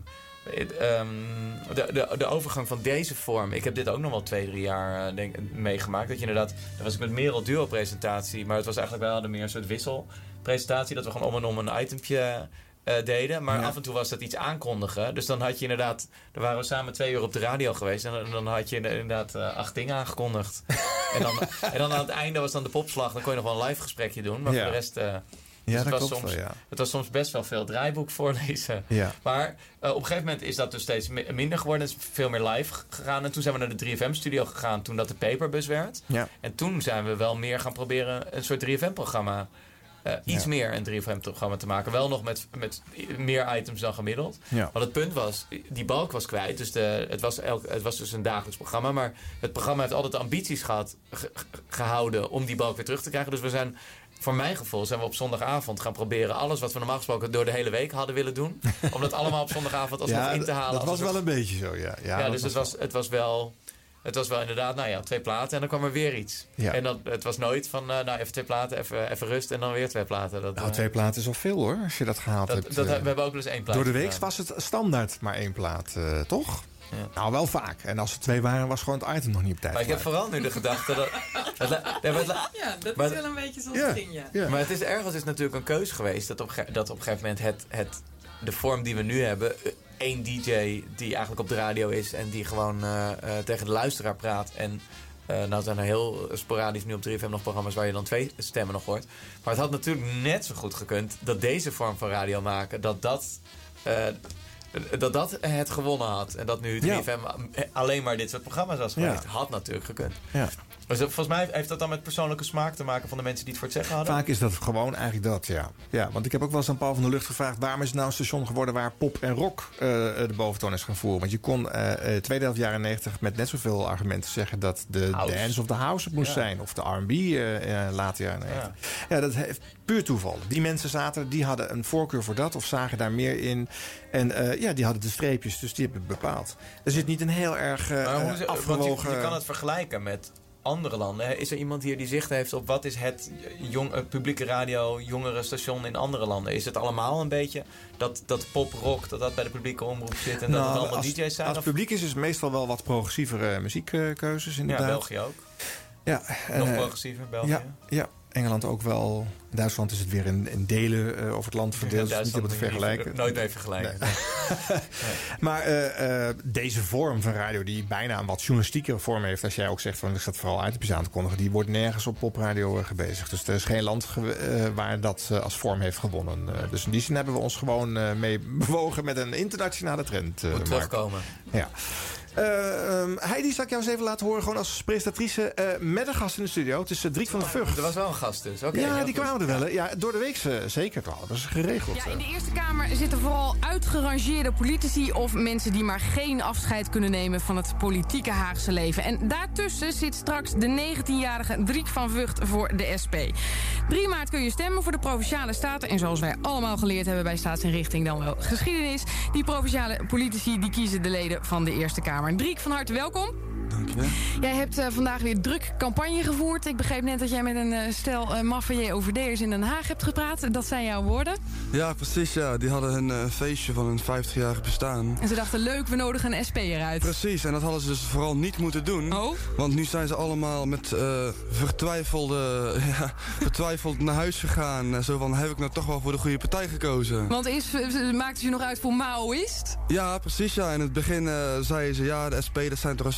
Speaker 5: Um, de, de, de overgang van deze vorm... Ik heb dit ook nog wel twee, drie jaar uh, denk, meegemaakt. Dat je inderdaad... Dat was ik met Merel duo presentatie. Maar het was eigenlijk wel meer een soort wisselpresentatie. Dat we gewoon om en om een itempje uh, deden. Maar ja. af en toe was dat iets aankondigen. Dus dan had je inderdaad... Dan waren we samen twee uur op de radio geweest. En dan, dan had je inderdaad uh, acht dingen aangekondigd. en, dan, en dan aan het einde was dan de popslag. Dan kon je nog wel een live gesprekje doen. Maar ja. voor de rest... Uh,
Speaker 13: Ja,
Speaker 5: dus
Speaker 13: dat
Speaker 5: het, was
Speaker 13: klopt
Speaker 5: soms,
Speaker 13: wel, ja.
Speaker 5: het was soms best wel veel draaiboek voorlezen.
Speaker 13: Ja.
Speaker 5: Maar uh, op een gegeven moment is dat dus steeds mi- minder geworden. Het is veel meer live gegaan. En toen zijn we naar de drie F M-studio gegaan toen dat de paperbus werd.
Speaker 13: Ja.
Speaker 5: En toen zijn we wel meer gaan proberen een soort drie F M-programma... Uh, iets
Speaker 13: ja.
Speaker 5: meer een drie F M-programma te maken. Wel nog met, met meer items dan gemiddeld.
Speaker 13: Ja.
Speaker 5: Want het punt was, die balk was kwijt. Dus de, het, was elk, het was dus een dagelijks programma. Maar het programma heeft altijd de ambities gehad, ge, gehouden om die balk weer terug te krijgen. Dus we zijn... Voor mijn gevoel zijn we op zondagavond gaan proberen... alles wat we normaal gesproken door de hele week hadden willen doen... om dat allemaal op zondagavond alsnog
Speaker 13: ja,
Speaker 5: in te halen.
Speaker 13: Dat was
Speaker 5: soort...
Speaker 13: wel een beetje zo, ja. Ja,
Speaker 5: ja dus het was, het, was wel, het was wel inderdaad, nou ja, twee platen... en dan kwam er weer iets.
Speaker 13: Ja.
Speaker 5: En dat, het was nooit van, uh, nou even twee platen, even, even rust... en dan weer twee platen. Dat,
Speaker 13: nou,
Speaker 5: uh,
Speaker 13: twee platen is al veel, hoor, als je dat gehaald
Speaker 5: dat,
Speaker 13: hebt.
Speaker 5: Dat,
Speaker 13: uh,
Speaker 5: we hebben ook wel eens één plaat
Speaker 13: Door de week
Speaker 5: gedaan.
Speaker 13: was het standaard maar één plaat, uh, toch?
Speaker 5: Ja.
Speaker 13: Nou, wel vaak. En als er twee waren, was gewoon het item nog niet op tijd.
Speaker 5: Maar ik heb vooral nu de gedachte dat... dat la, ja, maar la,
Speaker 10: ja, dat
Speaker 5: maar,
Speaker 10: is wel een beetje zoals
Speaker 13: ja,
Speaker 10: het ging, ja.
Speaker 13: ja.
Speaker 5: Maar het is ergens is natuurlijk een keuze geweest... dat op, ge, dat op een gegeven moment het, het, de vorm die we nu hebben... één D J die eigenlijk op de radio is... en die gewoon uh, uh, tegen de luisteraar praat... en uh, nou zijn er heel sporadisch nu op drie F M nog programma's... waar je dan twee stemmen nog hoort. Maar het had natuurlijk net zo goed gekund... dat deze vorm van radio maken... dat dat... Uh, dat dat het gewonnen had. En dat nu drie F M ja. alleen maar dit soort programma's was geweest. Ja. Had natuurlijk gekund.
Speaker 13: Ja.
Speaker 5: Dus volgens mij heeft dat dan met persoonlijke smaak te maken... van de mensen die het voor het zeggen hadden?
Speaker 13: Vaak is dat gewoon eigenlijk dat, ja. ja want ik heb ook wel eens aan Paul van der Lucht gevraagd... waarom is het nou een station geworden waar pop en rock uh, de boventoon is gaan voeren? Want je kon uh, uh, tweede helft jaren negentig met net zoveel argumenten zeggen... dat de dance of the house het moest ja. zijn. Of de R en B uh, uh, later jaren negentig. Ja. ja, dat heeft puur toeval. Die mensen zaten, die hadden een voorkeur voor dat... of zagen daar meer in. En uh, ja, die hadden de streepjes, dus die hebben het bepaald. Er zit niet een heel erg uh, maar hoe ze, afgewogen...
Speaker 5: Je, je kan het vergelijken met... andere landen. Is er iemand hier die zicht heeft op wat is het jong, uh, publieke radio, jongerenstation in andere landen? Is het allemaal een beetje dat, dat pop, rock, dat dat bij de publieke omroep zit en nou, dat het allemaal
Speaker 13: als,
Speaker 5: D J's zijn?
Speaker 13: Als het publiek is, is het meestal wel wat progressievere muziekkeuzes inderdaad.
Speaker 5: Ja, België ook.
Speaker 13: Ja,
Speaker 5: Nog
Speaker 13: uh,
Speaker 5: progressiever, België.
Speaker 13: Ja, ja, Engeland ook wel. In Duitsland is het weer in, in delen uh, over het land verdeeld. Ja, dus niet om te vergelijken.
Speaker 5: Nooit mee vergelijken. Nee.
Speaker 13: nee. Maar uh, uh, deze vorm van radio, die bijna een wat journalistieke vorm heeft... als jij ook zegt, van, ik zat vooral items aan te kondigen... die wordt nergens op popradio uh, gebezigd. Dus er is geen land ge- uh, waar dat uh, als vorm heeft gewonnen. Uh, dus in die zin hebben we ons gewoon uh, mee bewogen... met een internationale trend. Uh,
Speaker 5: Moet terugkomen.
Speaker 13: Ja. Uh, um, Heidi, zal ik jou eens even laten horen... gewoon als presentatrice uh, met een gast in de studio. Het is uh, Driek van der Vught.
Speaker 5: Er was wel een gast dus. Okay,
Speaker 13: ja, die kwamen er wel. Hè. Ja, door de week uh, zeker wel. Dat is geregeld.
Speaker 15: Ja, in de Eerste Kamer zitten vooral uitgerangeerde politici... of mensen die maar geen afscheid kunnen nemen... van het politieke Haagse leven. En daartussen zit straks de negentienjarige Driek van Vught voor de S P. drie maart kun je stemmen voor de Provinciale Staten. En zoals wij allemaal geleerd hebben bij Staatsinrichting... dan wel geschiedenis. Die provinciale politici die kiezen de leden van de Eerste Kamer. Driek, van harte welkom.
Speaker 8: Dank je.
Speaker 15: Jij hebt uh, vandaag weer druk campagne gevoerd. Ik begreep net dat jij met een uh, stel uh, maffier O V D'ers in Den Haag hebt gepraat. Dat zijn jouw woorden.
Speaker 8: Ja, precies. Ja. Die hadden een uh, feestje van hun vijftigjarig bestaan.
Speaker 15: En ze dachten, leuk, we nodigen een S P'er uit.
Speaker 8: Precies, en dat hadden ze dus vooral niet moeten doen.
Speaker 15: Oh?
Speaker 8: Want nu zijn ze allemaal met uh, vertwijfelde, ja, vertwijfeld naar huis gegaan. Zo van, heb ik nou toch wel voor de goede partij gekozen?
Speaker 15: Want is, maakten ze je nog uit voor Maoïst?
Speaker 8: Ja, precies. Ja. In het begin uh, zeiden ze, ja, de S P, dat zijn toch een stel Maoïsten.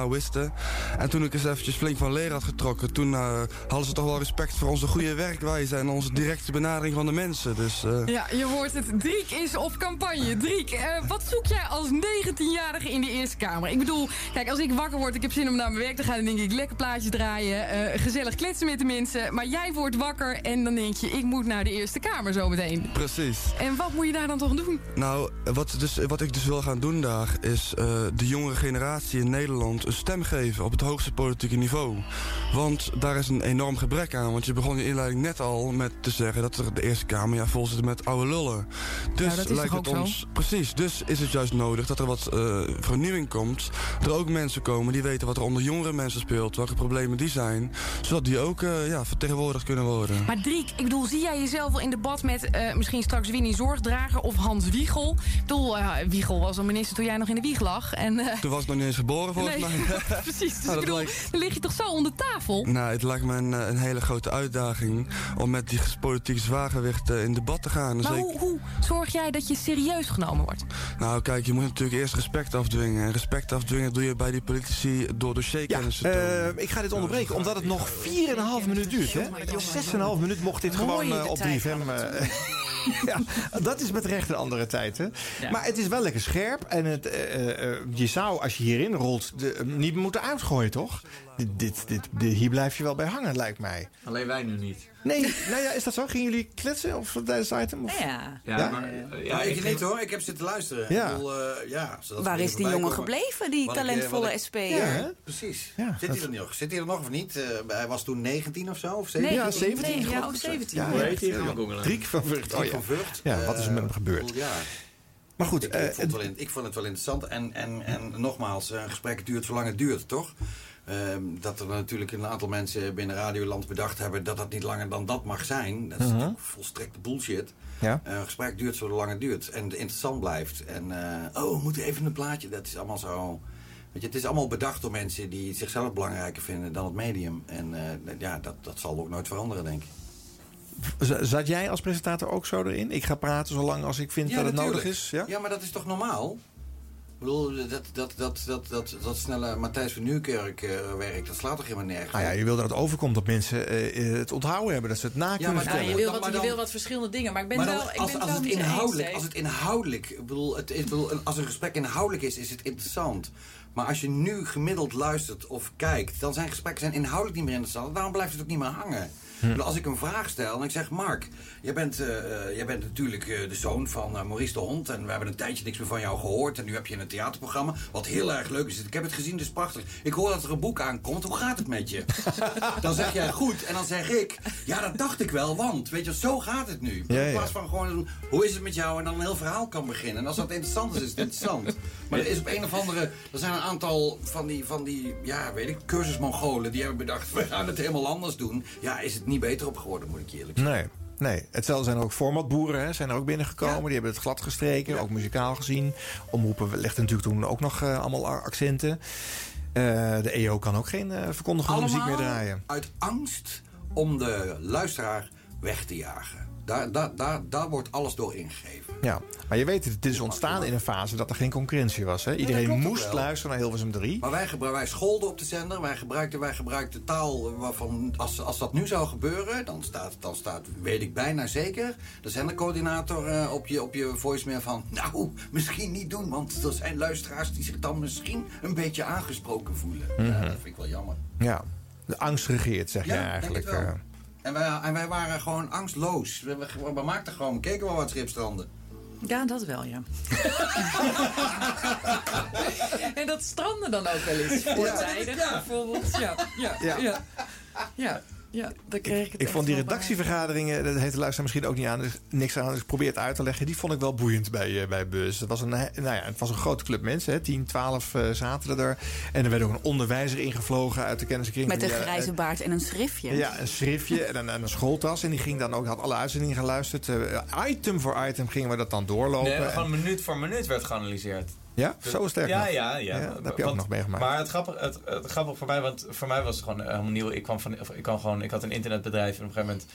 Speaker 8: nou wisten. En toen ik eens eventjes flink van leer had getrokken... toen uh, hadden ze toch wel respect voor onze goede werkwijze... en onze directe benadering van de mensen. Dus, uh...
Speaker 15: Ja, je hoort het. Driek is op campagne. Driek, uh, wat zoek jij als negentienjarige in de Eerste Kamer? Ik bedoel, kijk, als ik wakker word, ik heb zin om naar mijn werk te gaan... dan denk ik, lekker plaatje draaien, uh, gezellig kletsen met de mensen. Maar jij wordt wakker en dan denk je, ik moet naar de Eerste Kamer zometeen.
Speaker 8: Precies.
Speaker 15: En wat moet je daar dan toch doen?
Speaker 8: Nou, wat, dus, wat ik dus wil gaan doen daar... is uh, de jongere generatie in Nederland een stem geven... op het hoogste politieke niveau. Want daar is een enorm gebrek aan. Want je begon je inleiding net al met te zeggen... dat er de Eerste Kamer ja, vol zit met oude lullen. Dus
Speaker 15: ja, dat is
Speaker 8: lijkt
Speaker 15: toch
Speaker 8: het
Speaker 15: ook
Speaker 8: ons,
Speaker 15: zo?
Speaker 8: Precies, dus is het juist nodig dat er wat uh, vernieuwing komt. Er ook mensen komen die weten wat er onder jongere mensen speelt... welke problemen die zijn... zodat die ook uh, ja, vertegenwoordigd kunnen worden.
Speaker 15: Maar Driek, ik bedoel, zie jij jezelf al in debat met uh, misschien straks Winnie Zorgdrager of Hans Wiegel? Ik bedoel, uh, Wiegel was al minister toen jij nog in de wieg lag. En, uh...
Speaker 8: Toen was ik nog niet eens geboren, volgens
Speaker 15: nee.
Speaker 8: mij.
Speaker 15: Precies, dus
Speaker 8: nou,
Speaker 15: ik bedoel,
Speaker 8: lijkt...
Speaker 15: dan lig je toch zo onder tafel?
Speaker 8: Nou, het lijkt me een, een hele grote uitdaging... om met die politieke zwaargewicht uh, in debat te gaan.
Speaker 15: Maar
Speaker 8: dus
Speaker 15: hoe,
Speaker 8: ik...
Speaker 15: hoe zorg jij dat je serieus genomen wordt?
Speaker 8: Nou, kijk, je moet natuurlijk eerst respect afdwingen. En respect afdwingen doe je bij die politici door dossierkennis
Speaker 13: ja,
Speaker 8: te tonen.
Speaker 13: Uh, ik ga dit onderbreken, omdat het nog vier en een half minuut duurt. Hè? zes en een half minuut mocht dit gewoon uh, op drie F M... Uh, ja, dat is met recht een andere tijd. Hè? Ja. Maar het is wel lekker scherp. En het, uh, uh, je zou, als je hierin rolt, de, uh, niet moeten uitgooien, toch? Dit, dit, dit, dit, hier blijf je wel bij hangen, lijkt mij.
Speaker 5: Alleen wij nu niet.
Speaker 13: Nee, nou ja, is dat zo? Gingen jullie kletsen of tijdens het item? Of?
Speaker 11: Ja.
Speaker 12: Ja, ja? Maar, uh, ja, ik niet hoor. Ik heb zitten luisteren.
Speaker 13: Ja.
Speaker 12: Ik bedoel, uh, ja,
Speaker 11: waar is die jongen gebleven, die talentvolle
Speaker 12: ik,
Speaker 11: S P R?
Speaker 12: Ja, ja, precies. Ja, Zit hij er nog? Zit hij er nog of niet? Uh, hij was toen negentien of zo? Of zeventien?
Speaker 11: Nee,
Speaker 13: ja, zeventien.
Speaker 11: Nee, ja, ook zeventien.
Speaker 13: Ja,
Speaker 11: ja,
Speaker 13: ja. Driek van Vught. Oh, ja.
Speaker 12: van Vught.
Speaker 13: Ja, wat is er met hem gebeurd?
Speaker 12: Ja.
Speaker 13: Maar goed.
Speaker 12: Ik,
Speaker 13: uh,
Speaker 12: ik, vond het wel, ik vond het wel interessant. En, en, en nogmaals, een gesprek duurt zolang het duurt, toch? Uh, dat er natuurlijk een aantal mensen binnen Radioland bedacht hebben... dat dat niet langer dan dat mag zijn. Dat is uh-huh. natuurlijk volstrekte bullshit. Ja. Uh, een gesprek duurt zolang het duurt. En het interessant blijft. En, uh, oh, we moeten even een plaatje. Dat is allemaal zo... Weet je, het is allemaal bedacht door mensen die zichzelf belangrijker vinden dan het medium. En uh, ja, dat, dat zal ook nooit veranderen, denk ik.
Speaker 13: Zat jij als presentator ook zo erin? Ik ga praten zolang als ik vind
Speaker 12: ja,
Speaker 13: dat het
Speaker 12: natuurlijk.
Speaker 13: nodig is. Ja?
Speaker 12: ja, maar dat is toch normaal? Ik bedoel, dat, dat, dat, dat, dat, dat snelle Matthijs van Nieuwkerk uh, werk, dat slaat toch helemaal nergens?
Speaker 13: Ah ja, je wil dat het overkomt dat mensen uh, het onthouden hebben, dat ze het na ja, kunnen
Speaker 10: maar,
Speaker 13: vertellen.
Speaker 10: Nou, je, wil wat, dan, je wil wat verschillende dingen, maar ik ben
Speaker 12: maar dan,
Speaker 10: wel... Ik
Speaker 12: als,
Speaker 10: ben
Speaker 12: als,
Speaker 10: het
Speaker 12: het
Speaker 10: wel
Speaker 12: inhoudelijk,
Speaker 10: eens,
Speaker 12: als het inhoudelijk, ik bedoel, het is, bedoel, als een gesprek inhoudelijk is, is het interessant. Maar als je nu gemiddeld luistert of kijkt, dan zijn gesprekken zijn inhoudelijk niet meer interessant. Waarom blijft het ook niet meer hangen? Hm. Als ik een vraag stel en ik zeg... Mark, jij bent, uh, jij bent natuurlijk uh, de zoon van uh, Maurice de Hond... en we hebben een tijdje niks meer van jou gehoord... en nu heb je een theaterprogramma, wat heel erg leuk is. Ik heb het gezien, het is prachtig. Ik hoor dat er een boek aankomt, hoe gaat het met je? Dan zeg jij goed en dan zeg ik... ja, dat dacht ik wel, want, weet je, zo gaat het nu. Ja, in plaats van gewoon, hoe is het met jou? En dan een heel verhaal kan beginnen. En als dat interessant is, is het interessant. Maar er is op een of andere... er zijn een aantal van die, van die ja, weet ik, cursusmongolen... die hebben bedacht, we gaan het helemaal anders doen. Ja, is het niet beter op geworden, moet ik je eerlijk zeggen.
Speaker 13: Nee. Nee, hetzelfde zijn er ook formatboeren, hè, zijn er ook binnengekomen. Ja. Die hebben het glad gestreken, ja. ook muzikaal gezien. Omroepen legde natuurlijk toen ook nog uh, allemaal accenten. Uh, de E O kan ook geen uh, verkondigende muziek meer draaien.
Speaker 12: Uit angst om de luisteraar weg te jagen. Daar, daar, daar, daar wordt alles door ingegeven.
Speaker 13: Ja, maar je weet, het is ontstaan in een fase dat er geen concurrentie was. Hè? Iedereen ja, moest luisteren naar Hilversum drie.
Speaker 12: Maar wij, wij scholden op de zender. Wij gebruikten, wij gebruikten taal waarvan... Als, als dat nu zou gebeuren, dan staat, dan staat, weet ik bijna zeker... de zendercoördinator uh, op, je, op je voicemail van... nou, misschien niet doen, want er zijn luisteraars... die zich dan misschien een beetje aangesproken voelen. Mm-hmm. Ja, dat vind ik wel jammer.
Speaker 13: Ja, de angst regeert, zeg
Speaker 12: ja,
Speaker 13: je eigenlijk.
Speaker 12: Denk het wel. En wij, en wij waren gewoon angstloos. We, we, we maakten gewoon, we keken wel wat schipstranden.
Speaker 10: Ja, dat wel, ja. En dat stranden dan ook wel eens. Voortijdig, ja, bijvoorbeeld. Ja, ja, ja. ja. ja. Ja, dan kreeg ik het
Speaker 13: ik vond die redactievergaderingen, dat heeft de luisteraar misschien ook niet aan, dus niks aan, dus ik probeer het uit te leggen. Die vond ik wel boeiend bij, uh, bij Buzz. Het was, een, nou ja, het was een grote club mensen, hè, tien, twaalf uh, zaten er. En er werd ook een onderwijzer ingevlogen uit de kenniskring.
Speaker 11: Met een grijze baard en een schriftje.
Speaker 13: Ja, een schriftje en een, en een schooltas. En die ging dan ook, had alle uitzendingen geluisterd. Uh, item voor item gingen we dat dan doorlopen.
Speaker 5: Nee, gewoon minuut voor minuut werd geanalyseerd.
Speaker 13: Ja, zo sterk.
Speaker 5: Ja,
Speaker 13: nog.
Speaker 5: ja, ja.
Speaker 13: ja dat heb je ook
Speaker 5: want,
Speaker 13: nog meegemaakt.
Speaker 5: Maar het grappige, het, het grappige voor mij, want voor mij was het gewoon helemaal nieuw. Ik kwam van, ik kwam gewoon, ik had een internetbedrijf en op een gegeven moment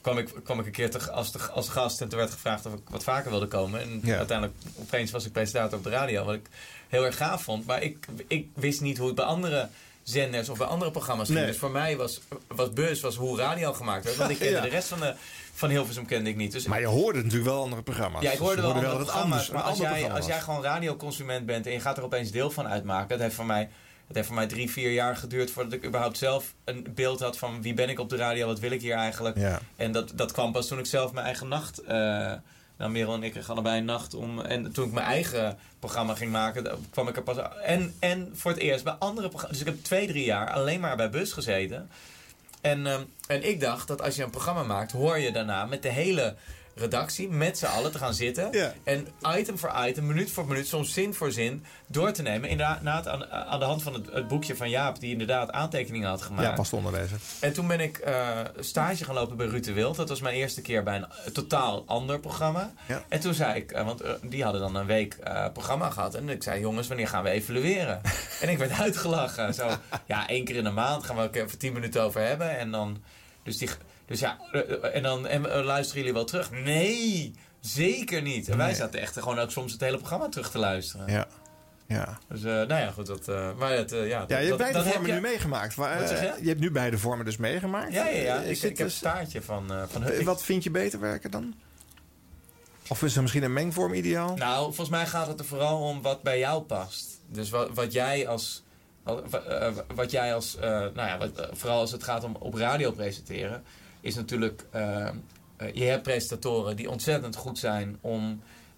Speaker 5: kwam ik, kwam ik een keer te, als, te, als gast en toen werd gevraagd of ik wat vaker wilde komen. En
Speaker 13: Ja.
Speaker 5: uiteindelijk opeens was ik presentator op de radio, wat ik heel erg gaaf vond. Maar ik, ik wist niet hoe het bij andere zenders of bij andere programma's ging.
Speaker 13: Nee.
Speaker 5: Dus voor mij was, was Bus was hoe radio gemaakt werd. Want ik kende
Speaker 13: Ja.
Speaker 5: de rest van, de, van Hilversum kende ik niet. Dus
Speaker 13: Maar je hoorde natuurlijk wel andere programma's.
Speaker 5: ja, ik hoorde
Speaker 13: Dus
Speaker 5: wel
Speaker 13: je
Speaker 5: andere
Speaker 13: dat het
Speaker 5: programma's.
Speaker 13: anders-
Speaker 5: Maar
Speaker 13: een
Speaker 5: als
Speaker 13: ander
Speaker 5: jij,
Speaker 13: programma
Speaker 5: als jij
Speaker 13: was.
Speaker 5: gewoon radioconsument bent en je gaat er opeens deel van uitmaken. Het heeft voor mij, het heeft voor mij drie, vier jaar geduurd voordat ik überhaupt zelf een beeld had van wie ben ik op de radio, wat wil ik hier eigenlijk.
Speaker 13: Ja.
Speaker 5: En dat, dat kwam pas toen ik zelf mijn eigen nacht... Uh, nou, Merel en ik kregen allebei een nacht om... En toen ik mijn eigen programma ging maken, dan kwam ik er pas... En, en voor het eerst bij andere programma's... Dus ik heb twee, drie jaar alleen maar bij Bus gezeten. En, um, en ik dacht dat als je een programma maakt, hoor je daarna met de hele redactie, met z'n allen te gaan zitten.
Speaker 13: Ja.
Speaker 5: En item voor item, minuut voor minuut, soms zin voor zin, door te nemen. Inderdaad aan, aan de hand van het, het boekje van Jaap, die inderdaad aantekeningen had gemaakt.
Speaker 13: Ja, pas te onderlezen.
Speaker 5: En toen ben ik uh, stage gaan lopen bij Ruud de Wild. Dat was mijn eerste keer bij een uh, totaal ander programma.
Speaker 13: Ja.
Speaker 5: En toen zei ik, uh, want uh, die hadden dan een week uh, programma gehad. En ik zei, jongens, wanneer gaan we evalueren? En ik werd uitgelachen. Zo, ja, één keer in de maand gaan we er even tien minuten over hebben. En dan, dus die... Dus ja, en dan en, uh, luisteren jullie wel terug? Nee, zeker niet. En wij
Speaker 13: Nee.
Speaker 5: zaten echt gewoon ook soms het hele programma terug te luisteren.
Speaker 13: Ja. Ja.
Speaker 5: Dus uh, nou ja, goed. Dat, uh, maar het, uh, ja,
Speaker 13: Ja, je hebt
Speaker 5: dat,
Speaker 13: beide
Speaker 5: dat
Speaker 13: vormen
Speaker 5: heb
Speaker 13: nu
Speaker 5: je...
Speaker 13: meegemaakt. Maar,
Speaker 5: Wat zeg je?
Speaker 13: uh, je hebt nu beide vormen dus meegemaakt.
Speaker 5: Ja, ja, ja.
Speaker 13: Uh,
Speaker 5: Ik,
Speaker 13: zit
Speaker 5: ik heb
Speaker 13: dus-
Speaker 5: een staartje van, uh, van
Speaker 13: Uh, Wat vind je beter werken dan? Of is er misschien een mengvorm ideaal?
Speaker 5: Nou, volgens mij gaat het er vooral om wat bij jou past. Dus wat, wat jij als... Wat, uh, wat jij als... Uh, nou ja, wat, uh, vooral als het gaat om op radio presenteren... is natuurlijk... Uh, uh, je hebt presentatoren die ontzettend goed zijn om...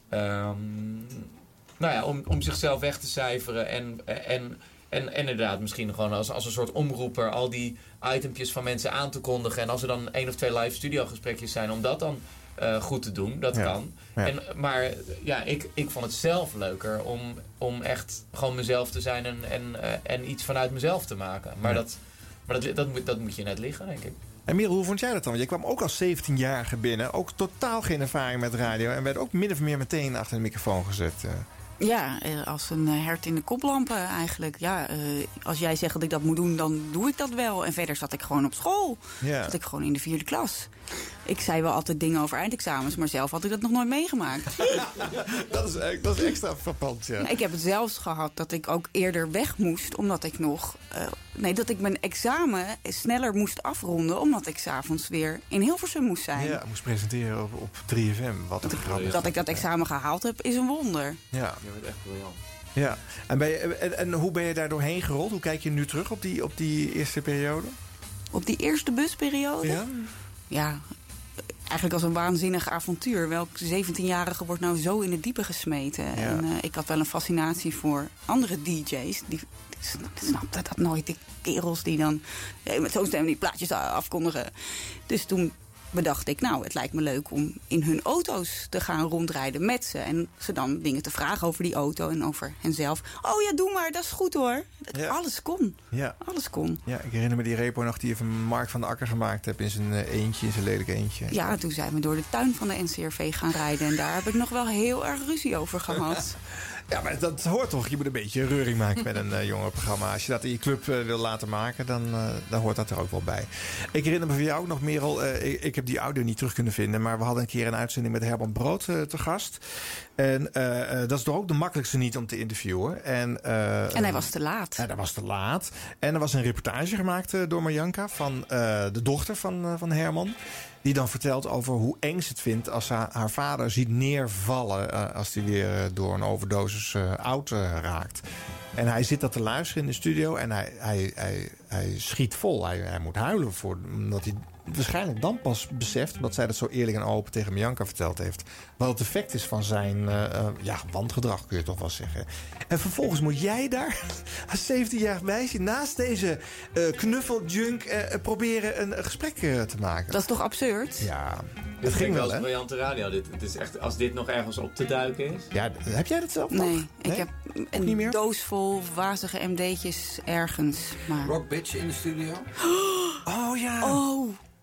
Speaker 5: Um, nou ja, om, om zichzelf weg te cijferen. En, en, en, en inderdaad misschien gewoon als, als een soort omroeper... al die itempjes van mensen aan te kondigen. En als er dan één of twee live studiogesprekjes zijn... om dat dan uh, goed te doen. Dat
Speaker 13: Ja.
Speaker 5: kan.
Speaker 13: Ja.
Speaker 5: En, maar ja, ik, ik vond het zelf leuker om, om echt gewoon mezelf te zijn... en, en, uh, en iets vanuit mezelf te maken. Maar,
Speaker 13: Ja.
Speaker 5: dat, maar dat, dat, moet, dat moet je net liggen, denk ik.
Speaker 13: En Merel, hoe vond jij dat dan? Want je kwam ook als zeventienjarige binnen. Ook totaal geen ervaring met radio. En werd ook min of meer meteen achter de microfoon gezet. Uh.
Speaker 11: Ja, eh, als een eh, hert in de koplampen eigenlijk. Ja, eh, als jij zegt dat ik dat moet doen, dan doe ik dat wel. En verder zat ik gewoon op school.
Speaker 13: Ja.
Speaker 11: Zat ik gewoon in de vierde klas. Ik zei wel altijd dingen over eindexamens, maar zelf had ik dat nog nooit meegemaakt.
Speaker 13: dat, is, dat is extra frappant, ja.
Speaker 11: Ik heb het zelfs gehad dat ik ook eerder weg moest, omdat ik nog... Uh, nee, dat ik mijn examen sneller moest afronden, omdat ik 's avonds weer in Hilversum moest zijn.
Speaker 13: Ja, moest presenteren op, op drie F M. Wat een grap.
Speaker 11: Dat ik dat examen gehaald heb, is een wonder.
Speaker 13: Ja.
Speaker 5: Je bent echt briljant.
Speaker 13: Ja. En, ben je, en, en hoe ben je daar doorheen gerold? Hoe kijk je nu terug op die, op die eerste periode?
Speaker 11: Op die eerste busperiode?
Speaker 13: Ja.
Speaker 11: Ja, eigenlijk als een waanzinnig avontuur. Welk zeventienjarige wordt nou zo in het diepe gesmeten? Ja. En uh, ik had wel een fascinatie voor andere D J's. Die, die snapten dat nooit. Die kerels die dan eh, met zo'n stem die plaatjes afkondigen. Dus toen bedacht ik, nou, het lijkt me leuk om in hun auto's te gaan rondrijden met ze. En ze dan dingen te vragen over die auto en over henzelf. Oh ja, doe maar, dat is goed hoor. Ja. Alles kon.
Speaker 13: Ja.
Speaker 11: Alles kon.
Speaker 13: Ja, ik herinner me die repo nog die je van Mark van de Akker gemaakt hebt in zijn uh, eentje, in zijn lelijk eentje.
Speaker 11: Ja, toen zijn we door de tuin van de N C R V gaan rijden. En daar heb ik nog wel heel erg ruzie over gehad.
Speaker 13: Ja, maar dat hoort toch. Je moet een beetje reuring maken met een uh, jongerenprogramma. Als je dat in je club uh, wil laten maken, dan, uh, dan hoort dat er ook wel bij. Ik herinner me van jou ook nog, Merel. Uh, ik, ik heb die audio niet terug kunnen vinden. Maar we hadden een keer een uitzending met Herman Brood uh, te gast. En uh, uh, dat is toch ook de makkelijkste niet om te interviewen. En, uh,
Speaker 11: en hij was te laat.
Speaker 13: Ja, dat was te laat. En er was een reportage gemaakt uh, door Marjanka van uh, de dochter van, uh, van Herman. Die dan vertelt over hoe eng ze het vindt als ze haar vader ziet neervallen uh, als hij weer uh, door een overdosis uh, oud uh, raakt. En hij zit dat te luisteren in de studio en hij, hij, hij, hij schiet vol. Hij, hij moet huilen, voor, omdat hij waarschijnlijk dan pas beseft, omdat zij dat zo eerlijk en open tegen Marjanka verteld heeft, wat het effect is van zijn uh, uh, ja, wangedrag, kun je toch wel zeggen. En vervolgens moet jij daar als zeventienjarig meisje naast deze uh, knuffeljunk uh, proberen een, een gesprek uh, te maken.
Speaker 11: Dat is toch absurd?
Speaker 13: Ja,
Speaker 5: Dit
Speaker 13: dat ging wel, hè?
Speaker 5: briljante radio. Dit, dit is echt, als dit nog ergens op te duiken is.
Speaker 13: Ja, heb jij dat zelf nog?
Speaker 11: Nee,
Speaker 13: Nee?
Speaker 11: ik heb een
Speaker 13: niet meer?
Speaker 11: doos vol wazige M D'tjes ergens. Maar...
Speaker 12: Rock Bitch in de studio?
Speaker 13: Oh ja.
Speaker 11: Oh.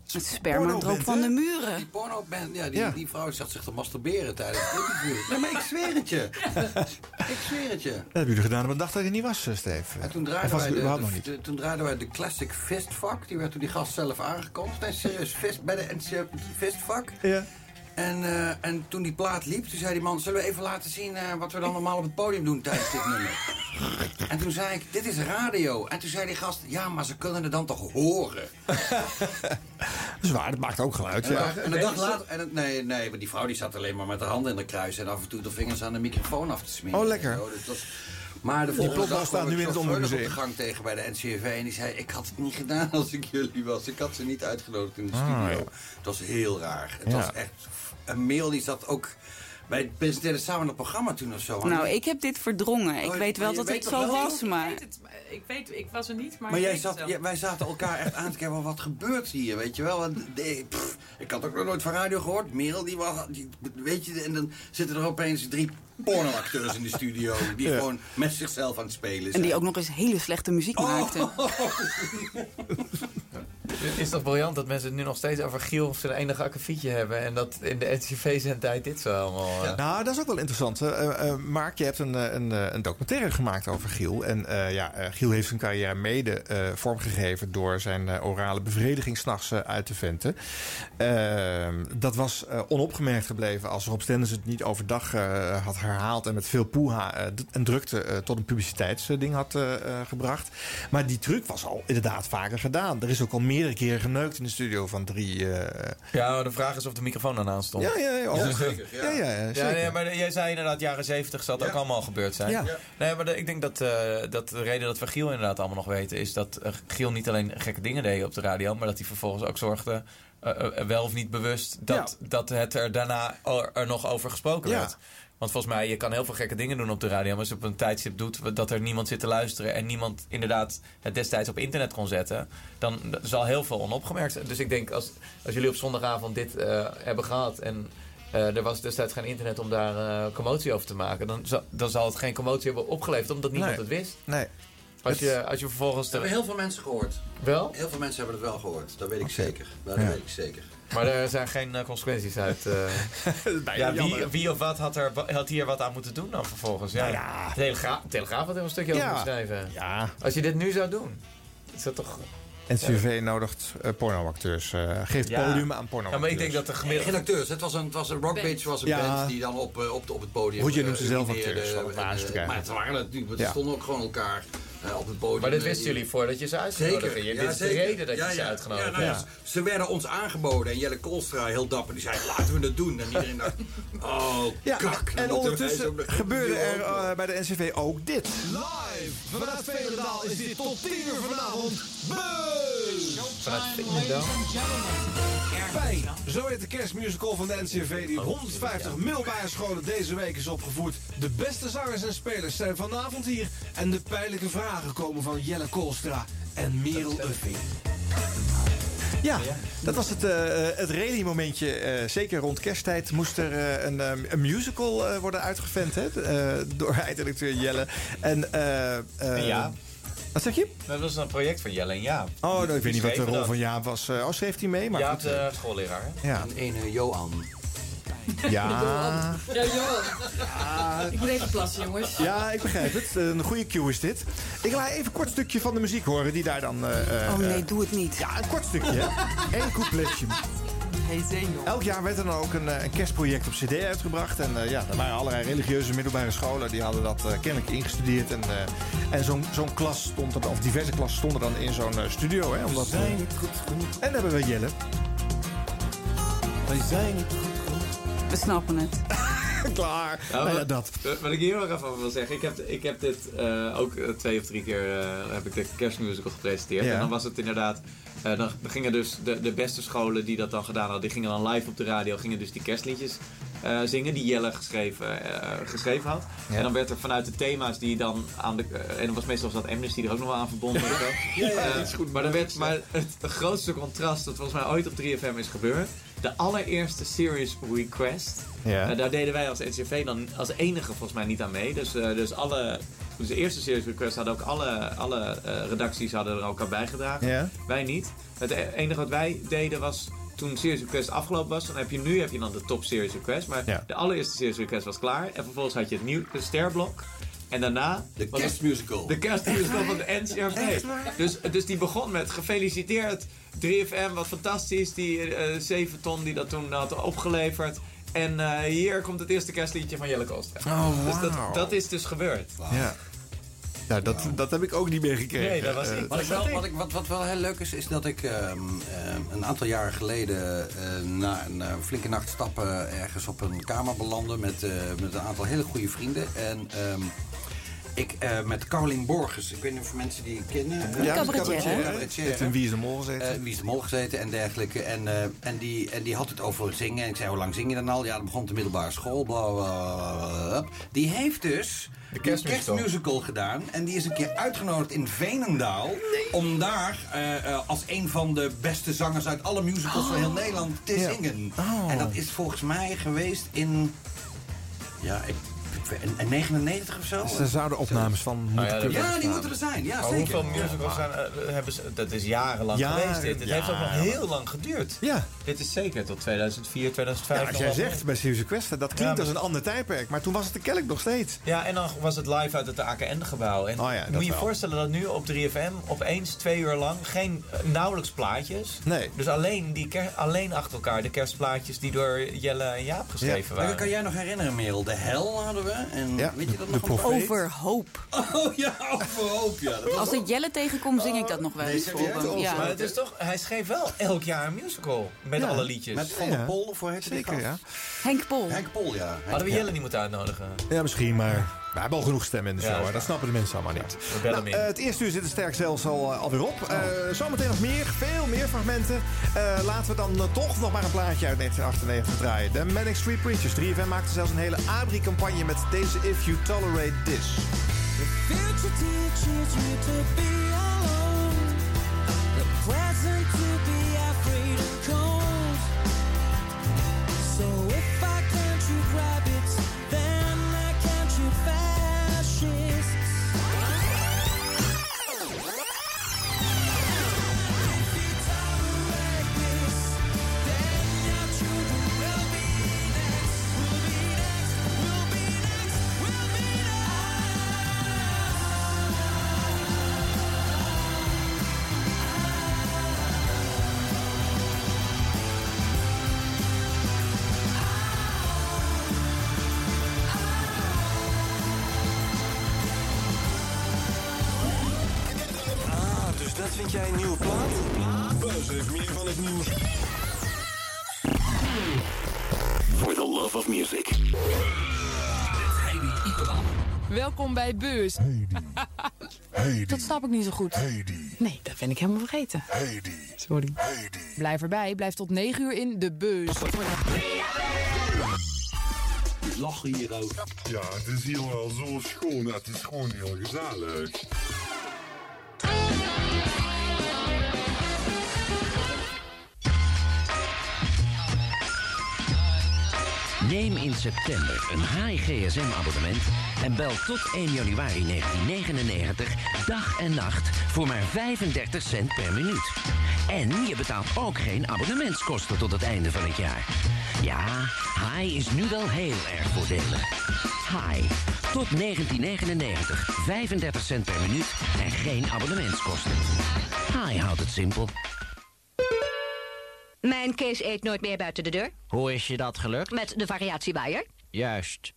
Speaker 11: Het sperma-droop van de muren.
Speaker 12: Die porno-band, ja, die, ja. die vrouw zat zich te masturberen tijdens het interview. Nee, maar ik zweer het je. Ik zweer het je.
Speaker 13: Dat hebben jullie gedaan op een dag dat je niet was, Steve.
Speaker 12: En toen draaiden, wij de, de, de, de, toen draaiden wij de classic fistfuck. Die werd door die gast zelf aangekondigd. Nee, serieus, fist, bij de N C fistfuck.
Speaker 13: Ja.
Speaker 12: En, uh, en toen die plaat liep, toen zei die man... zullen we even laten zien uh, wat we dan normaal op het podium doen tijdens dit nummer? En toen zei ik, dit is radio. En toen zei die gast, ja, maar ze kunnen het dan toch horen?
Speaker 13: Dat is waar, dat maakt ook geluid.
Speaker 12: En,
Speaker 13: ja.
Speaker 12: en een dag later... En het, nee, nee, maar die vrouw die zat alleen maar met haar handen in de kruis... en af en toe de vingers aan de microfoon af te smeren.
Speaker 13: Oh, lekker.
Speaker 12: Zo, dus dat, maar de volgende
Speaker 13: die
Speaker 12: dag
Speaker 13: staat nu in het ondermuseum
Speaker 12: op de gang tegen bij de N C R V... en die zei, ik had het niet gedaan als ik jullie was. Ik had ze niet uitgenodigd in de studio.
Speaker 13: Ah, ja.
Speaker 12: Het was heel raar. Het
Speaker 13: ja.
Speaker 12: was echt... Een mail die zat ook... Wij presenteerden samen een programma toen of zo.
Speaker 11: Nou, ik heb dit verdrongen. Ik
Speaker 12: oh,
Speaker 11: weet wel dat
Speaker 12: weet
Speaker 11: het zo
Speaker 12: wel,
Speaker 11: was, maar...
Speaker 10: Ik weet, het, ik weet, ik was er niet, maar...
Speaker 12: Maar
Speaker 10: ik
Speaker 12: jij
Speaker 10: weet
Speaker 12: zat,
Speaker 10: het
Speaker 12: ja, wij zaten elkaar echt aan te kijken, wat gebeurt hier, weet je wel? Want, nee, pff, ik had ook nog nooit van radio gehoord. Merel, die was, die, weet je, en dan zitten er opeens drie pornoacteurs in de studio... die ja. gewoon met zichzelf aan het spelen zijn.
Speaker 11: En die ook nog eens hele slechte muziek
Speaker 12: oh.
Speaker 11: maakten.
Speaker 5: Het is toch briljant dat mensen het nu nog steeds over Giel zijn enige akkefietje hebben... en dat in de N C V-zendtijd dit zo allemaal...
Speaker 13: Ja. Nou, dat is ook wel interessant. Uh, uh, Mark, je hebt een, een, een documentaire gemaakt over Giel. En uh, ja, uh, Giel heeft zijn carrière mede uh, vormgegeven... door zijn uh, orale bevrediging 's nachts uh, uit te venten. Uh, dat was uh, onopgemerkt gebleven als Rob Stenders het niet overdag uh, had herhaald... en met veel poeha uh, en drukte uh, tot een publiciteitsding had uh, uh, gebracht. Maar die truc was al inderdaad vaker gedaan. Er is ook al meerdere keren geneukt in de studio van drie... Uh...
Speaker 5: Ja, de vraag is of de microfoon daarnaast stond.
Speaker 13: Ja, ja, ja.
Speaker 12: ja, zeker, ja.
Speaker 13: ja, ja, ja,
Speaker 5: ja nee, maar jij zei inderdaad, jaren zeventig zal het ja. ook allemaal gebeurd zijn.
Speaker 13: Ja.
Speaker 5: Nee, maar de, ik denk dat, uh, dat de reden dat we Giel inderdaad allemaal nog weten... is dat uh, Giel niet alleen gekke dingen deed op de radio... maar dat hij vervolgens ook zorgde, uh, uh, wel of niet bewust... dat, ja. dat het er daarna er, er nog over gesproken
Speaker 13: ja.
Speaker 5: werd. Want volgens mij, je kan heel veel gekke dingen doen op de radio... maar als je op een tijdstip doet dat er niemand zit te luisteren... en niemand inderdaad het destijds op internet kon zetten... dan zal heel veel onopgemerkt zijn. Dus ik denk, als, als jullie op zondagavond dit uh, hebben gehad... en uh, er was destijds geen internet om daar uh, commotie over te maken... Dan, dan zal het geen commotie hebben opgeleverd... omdat niemand
Speaker 13: nee.
Speaker 5: het wist.
Speaker 13: Nee.
Speaker 5: Als je, als je vervolgens...
Speaker 12: Dat hebben heel veel mensen gehoord.
Speaker 5: Wel?
Speaker 12: Heel veel mensen hebben het wel gehoord. Dat weet ik
Speaker 13: okay.
Speaker 12: zeker. Dat
Speaker 13: ja.
Speaker 12: weet ik zeker.
Speaker 5: Maar er zijn geen uh, consequenties uit. Uh... ja, wie, wie of wat had, er, had hier wat aan moeten doen dan vervolgens? Ja,
Speaker 13: nou ja.
Speaker 5: De Telegraaf, Telegraaf had er een stukje ja. over geschreven.
Speaker 13: Ja.
Speaker 5: Als je dit nu zou doen, is dat toch...
Speaker 13: N C V ja. nodigt uh, pornoacteurs. Uh, geeft ja. podium aan pornoacteurs.
Speaker 5: Ja, maar ik denk dat de gemiddelde...
Speaker 12: Geen acteurs. Het was een, het was een rockbitch, was een ja. band die dan op, uh, op, de, op het podium...
Speaker 13: Moet je noemt ze
Speaker 12: uh,
Speaker 13: zelf acteurs.
Speaker 12: Uh, uh, maar het waren natuurlijk, ze ja. stonden ook gewoon elkaar... Uh, op het podium.
Speaker 5: Maar dit wisten jullie voordat je ze uitgenodigd. Je ja, wist de reden dat ja, je ze ja, uitgenodigd
Speaker 12: ja, nou, ja. Ze werden ons aangeboden en Jelle Koolstra, heel dapper, die zei laten we dat doen. En iedereen dacht, oh
Speaker 13: ja,
Speaker 12: kak.
Speaker 13: En ondertussen gebeurde er uh, bij de N C V ook dit.
Speaker 4: Live vanuit Veenendaal is dit tot tien uur vanavond. Buzz!
Speaker 5: Vanuit Veenendaal?
Speaker 4: Fijn. Zo heet de kerstmusical van de N C V die honderdvijftig middelbare scholen deze week is opgevoerd. De beste zangers en spelers zijn vanavond hier en de pijnlijke vragen komen van Jelle Koolstra en Merel Uffing.
Speaker 13: Ja, dat was het, uh, het rally-momentje. Uh, zeker rond kersttijd moest er uh, een, um, een musical uh, worden uitgevent, hè? Uh, door eindredacteur Jelle. En, uh, uh,
Speaker 5: en ja.
Speaker 13: Wat zeg je?
Speaker 5: Dat was een project van Jelle en Jaap.
Speaker 13: Oh, nou, ik weet niet wat de rol dat? van Jaap was. Uh, oh, schreef hij mee? Maar
Speaker 5: Jaap, de schoolleraar. Hè?
Speaker 13: Ja.
Speaker 12: En ene Johan.
Speaker 13: Ja.
Speaker 10: Ja, Johan. Ja. Ik moet even plassen, jongens.
Speaker 13: Ja, ik begrijp het. Een goede cue is dit. Ik laat even een kort stukje van de muziek horen die daar dan... Uh,
Speaker 11: oh nee, doe het niet.
Speaker 13: Ja, een kort stukje. Eén coupletje. Elk jaar werd er dan ook een, een kerstproject op cd uitgebracht. En uh, ja, er waren allerlei religieuze middelbare scholen. Die hadden dat uh, kennelijk ingestudeerd. En, uh, en zo'n zo'n klas stond er, of diverse klassen stonden dan in zo'n uh, studio. Hè, omdat, uh, en dan hebben we Jelle.
Speaker 4: Wij zijn niet goed.
Speaker 11: We snappen het.
Speaker 13: Klaar.
Speaker 5: Nou,
Speaker 13: nou ja,
Speaker 5: wat,
Speaker 13: dat.
Speaker 5: Wat ik hier nog even over wil zeggen. Ik heb, ik heb dit uh, ook uh, twee of drie keer uh, heb ik de kerstmusical gepresenteerd. Ja. En dan was het inderdaad... Uh, dan gingen dus de, de beste scholen die dat dan gedaan hadden... die gingen dan live op de radio... gingen dus die kerstliedjes uh, zingen, die Jelle geschreven, uh, geschreven had. Ja. En dan werd er vanuit de thema's die dan aan de... Uh, en dan was meestal dat Amnesty er ook nog wel aan verbonden. ja, ja, ja, dat is goed. Maar, dan werd, maar het, het grootste contrast dat volgens mij ooit op drie F M is gebeurd. De allereerste Serious Request. Ja. Uh, daar deden wij als N C R V dan als enige volgens mij niet aan mee. Dus, uh, dus alle... Dus de eerste Serious Request hadden ook alle, alle uh, redacties hadden er ook aan bijgedragen. Ja. Wij niet. Het enige wat wij deden was... Toen Serious Request afgelopen was, dan heb je nu heb je dan de top Serious Request. Maar ja. de allereerste Serious Request was klaar. En vervolgens had je het nieuw, de sterblok. En daarna...
Speaker 12: De kerstmusical.
Speaker 5: De kerstmusical van de N C R V. Dus, dus die begon met gefeliciteerd drie F M, wat fantastisch. Die uh, zeven ton die dat toen had opgeleverd. En uh, hier komt het eerste kerstliedje van Jelle Koolstra.
Speaker 13: Oh, wow.
Speaker 5: Dus dat, dat is dus gebeurd.
Speaker 13: Wow. Ja. Ja, dat, wow. dat heb ik ook niet meegekregen.
Speaker 5: Nee, dat was niet. Uh,
Speaker 12: wat, ik wel, wat, ik, wat, wat wel heel leuk is, is dat ik um, um, een aantal jaren geleden uh, na een uh, flinke nacht stappen ergens op een kamer belandde met, uh, met een aantal hele goede vrienden. En um, ik uh, met Carolien Borgers, ik weet niet of mensen die kennen.
Speaker 11: Ja, cabaretier.
Speaker 13: Heeft in Wie is de Mol gezeten.
Speaker 12: Uh, Wie is de Mol gezeten en dergelijke. En, uh, en, die, en die had het over zingen. En ik zei, hoe lang zing je dan al? Ja, dat begon op de middelbare school. Bla, bla, bla, bla. Die heeft dus... De kerstmusical. kerstmusical gedaan. En die is een keer uitgenodigd in Veenendaal. Nee. Om daar uh, uh, als een van de beste zangers uit alle musicals oh. van heel Nederland te ja. zingen. Oh. En dat is volgens mij geweest in... Ja, ik... En negenennegentig of zo?
Speaker 13: Dus er zouden opnames van moeten
Speaker 12: oh, ja,
Speaker 13: kunnen
Speaker 12: Ja, die moeten er zijn. Ja, zeker.
Speaker 5: Hoeveel musicals zijn, uh, hebben ze... Dat is jarenlang ja, geweest dit. Het ja, heeft ook nog heel lang geduurd. Ja. Dit is zeker tot tweeduizend vier, tweeduizend vijf.
Speaker 13: Ja, als jij zegt bij Serious Request, dat klinkt ja, als een ander tijdperk. Maar toen was het de Kelk nog steeds.
Speaker 5: Ja, en dan was het live uit het A K N-gebouw. En oh ja, moet je je voorstellen dat nu op drie F M opeens twee uur lang geen uh, nauwelijks plaatjes. Nee. Dus alleen, die ker- alleen achter elkaar de kerstplaatjes die door Jelle en Jaap geschreven ja. waren.
Speaker 12: Kan jij nog herinneren, Merel? De Hel hadden we. En
Speaker 13: ja.
Speaker 12: weet je dat nog?
Speaker 11: Overhoop.
Speaker 12: Oh ja, Overhoop. Ja, dat
Speaker 11: als ik Jelle tegenkom, zing ik dat nog wel eens.
Speaker 12: Nee,
Speaker 11: voor
Speaker 5: ja. Maar het is toch, hij schreef wel elk jaar een musical. Met ja. alle liedjes.
Speaker 12: Met Van der Pol, voor het
Speaker 13: zeker, ja.
Speaker 11: Henk Pol.
Speaker 12: Henk Pol, ja. Henk,
Speaker 5: Hadden we Jelle
Speaker 12: ja.
Speaker 5: niet moeten uitnodigen?
Speaker 13: Ja, misschien, maar... We hebben al genoeg stemmen in de show, ja, dat, dat snappen de mensen allemaal niet.
Speaker 5: We bellen nou,
Speaker 13: uh, het eerste uur zit er sterk zelfs al, uh, alweer op. Uh, zometeen nog meer, veel meer fragmenten. Uh, laten we dan uh, toch nog maar een plaatje uit negentien achtennegentig draaien. De Manic Street Preachers. drie F M maakte zelfs een hele Abri-campagne met deze If You Tolerate This. The future teaches you to be alone. The present to be afraid of cold. So if I can't you grab it, then I can't you fascists. If you tolerate this, then your children will be next, will be next, will be next, will be
Speaker 9: Dat vind jij een nieuwe plaat? Buzz heeft meer van het nieuws. For the love of music.
Speaker 15: Welkom bij Buzz.
Speaker 9: Heidi. Heidi.
Speaker 15: Dat snap ik niet zo goed.
Speaker 9: Heidi.
Speaker 15: Nee, dat ben ik helemaal vergeten.
Speaker 9: Heidi.
Speaker 15: Sorry.
Speaker 9: Heidi.
Speaker 15: Blijf erbij, blijf tot negen uur in de Buzz.
Speaker 9: Lachen hier ook. Ja, het is hier wel zo schoon. Het is gewoon heel gezellig.
Speaker 14: Neem in september een H I G S M-abonnement en bel tot één januari negentien negenennegentig dag en nacht voor maar vijfendertig cent per minuut. En je betaalt ook geen abonnementskosten tot het einde van het jaar. Ja, H I is nu wel heel erg voordelig. H I, tot negentien negenennegentig, vijfendertig cent per minuut en geen abonnementskosten. H I houdt het simpel.
Speaker 16: Mijn Kees eet nooit meer buiten de deur.
Speaker 14: Hoe is je dat gelukt?
Speaker 16: Met de variatiewaaier.
Speaker 14: Juist.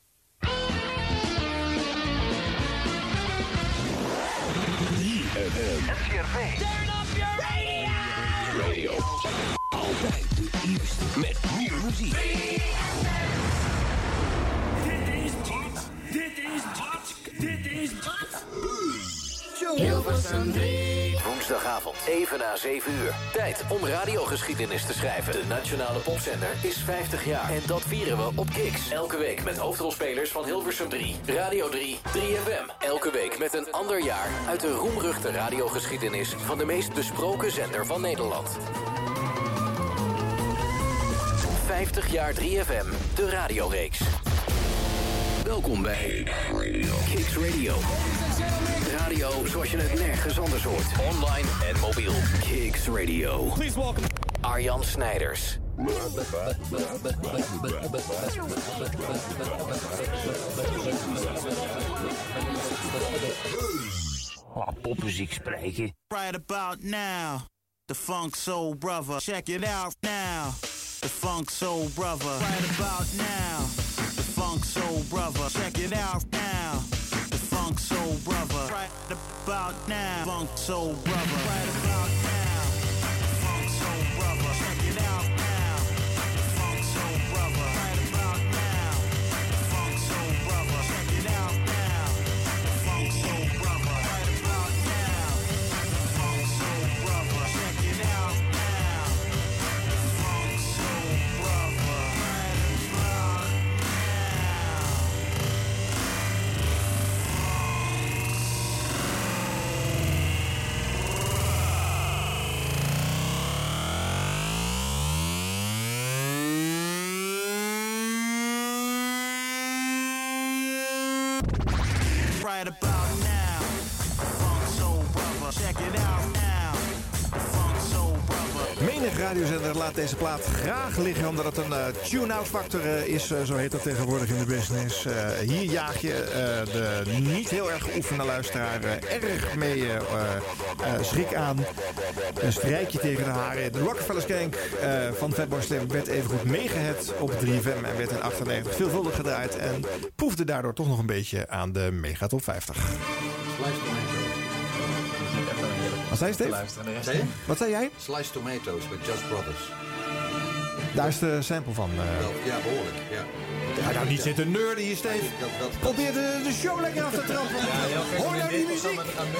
Speaker 9: drie F M.
Speaker 7: N C R V.
Speaker 9: Turn up your radio. Radio. Altijd de eerste met nieuwe muziek.
Speaker 18: Dit is wat. Dit is wat. Dit is wat.
Speaker 9: Hilversum drie.
Speaker 18: Woensdagavond, even na zeven uur. Tijd om radiogeschiedenis te schrijven. De nationale popzender is vijftig jaar. En dat vieren we op Kix. Elke week met hoofdrolspelers van Hilversum drie. Radio drie, drie F M. Elke week met een ander jaar uit de roemruchte radiogeschiedenis van de meest besproken zender van Nederland. vijftig jaar drie F M, de radioreeks. Welkom bij Kix Radio. Radio zoals je het nergens anders hoort. Online en mobiel. Kix Radio. Please welcome Arjan Snijders.
Speaker 19: Oh, popmuziek spreken. Right about now, the Funk Soul Brother. Check it out now, the Funk Soul Brother. Right about now, the Funk Soul Brother. Check it out now, the Funk Soul Brother. Right about now, Funk Soul Brother. Right about now, the Funk Soul Brother. Check it out now, the Funk Soul Brother. Right about now, the Funk Soul Brother. Check it out now, the Funk Soul Brother. Right about now, the Funk Soul Brother. Check it out now, the Funk Soul Brother. Right about right about now, Funk Soul Brother. Check it out now, Funk Soul Brother.
Speaker 13: Menig radiozender laat deze plaat graag liggen omdat het een uh, tune-out factor uh, is, uh, zo heet dat tegenwoordig in de business. Uh, hier jaag je uh, de niet heel erg geoefende luisteraar uh, erg mee uh, uh, schrik aan. Een strijkje tegen de haren. De Rockefeller Skank uh, van Fatboy Slim werd evengoed meegehet op drie F M en werd in achtennegentig veelvuldig gedraaid en proefde daardoor toch nog een beetje aan de Mega Top vijftig. Wat zei je, Steve? Wat zei jij?
Speaker 12: Sliced Tomatoes met Just Brothers.
Speaker 13: Daar is de sample van. Uh...
Speaker 12: Ja, behoorlijk. Ja.
Speaker 13: Ga nou niet zitten nerden hier, Steve.
Speaker 12: Dat, dat, dat,
Speaker 13: Probeer de, de show lekker af te trappen. Ja, hoor nou die muziek.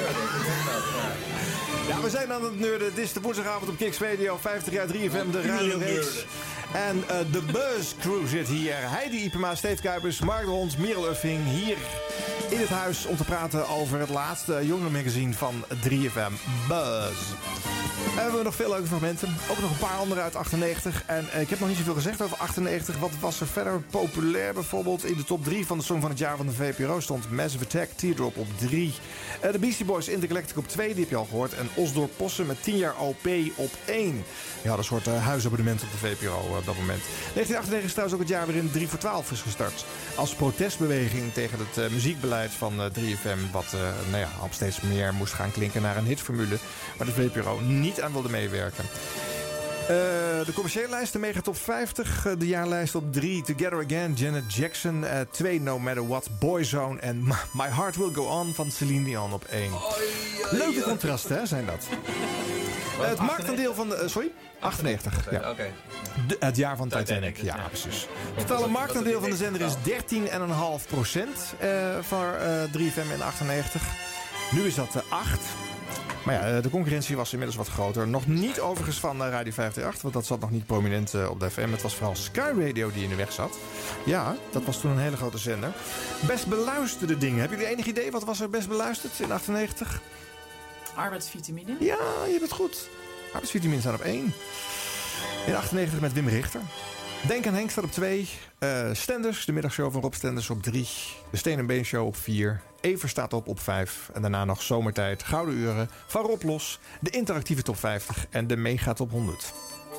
Speaker 13: Ja, we zijn aan het nerden. Het is de woensdagavond op Kix Radio. vijftig jaar drie F M, de radioreeks. En uh, de Buzz Crew zit hier. Heidi Ipema, Steve Kuipers, Mark de Hond, Merel Uffing. Hier in het huis om te praten over het laatste jongerenmagazine van drie F M. Buzz. En we hebben nog veel leuke fragmenten. Ook nog een paar andere uit achtennegentig. En uh, ik heb nog niet zoveel gezegd over achtennegentig. Wat was er verder populair? Bijvoorbeeld in de top drie van de Song van het Jaar van de V P R O stond Massive Attack, Teardrop op drie. Uh, de Beastie Boys, Intergalactic op twee, die heb je al gehoord. En Osdorp Possen met tien jaar O P op één. Die hadden een soort uh, huisabonnement op de V P R O uh, op dat moment. negentien achtennegentig is trouwens ook het jaar waarin drie voor twaalf is gestart. Als protestbeweging tegen het uh, muziekbeleid van uh, drie F M. Wat uh, nou ja, al steeds meer moest gaan klinken naar een hitformule. Waar de V P R O niet aan wilde meewerken. Uh, de commerciële lijst, de Mega Top vijftig. Uh, de jaarlijst op drie, Together Again, Janet Jackson. Uh, twee, No Matter What, Boyzone. En My Heart Will Go On van Celine Dion op één. Leuke contrasten, hè, zijn dat. Uh, het marktaandeel van de... Uh, sorry? achtennegentig, ja.
Speaker 5: Okay.
Speaker 13: De, het jaar van Titanic, ja, ja, precies. Het totale marktaandeel van de zender is dertien komma vijf procent uh, voor uh, drie F M in achtennegentig. Nu is dat uh, acht. Maar ja, de concurrentie was inmiddels wat groter. Nog niet overigens van Radio vijf twee acht, want dat zat nog niet prominent uh, op de F M. Het was vooral Sky Radio die in de weg zat. Ja, dat was toen een hele grote zender. Best beluisterde dingen. Hebben jullie enig idee wat was er best beluisterd in achtennegentig?
Speaker 10: Arbeidsvitamine.
Speaker 13: Ja, je hebt het goed. Arbeidsvitamine staan op één. In achtennegentig met Wim Richter. Denk aan Henk staat op twee. Uh, Stenders, de middagshow van Rob Stenders op drie. De Steen en Been Show op vier. Ever staat op op vijf. En daarna nog Zomertijd, Gouden Uren, Van Rob Los. De interactieve top vijftig en de Mega Top honderd.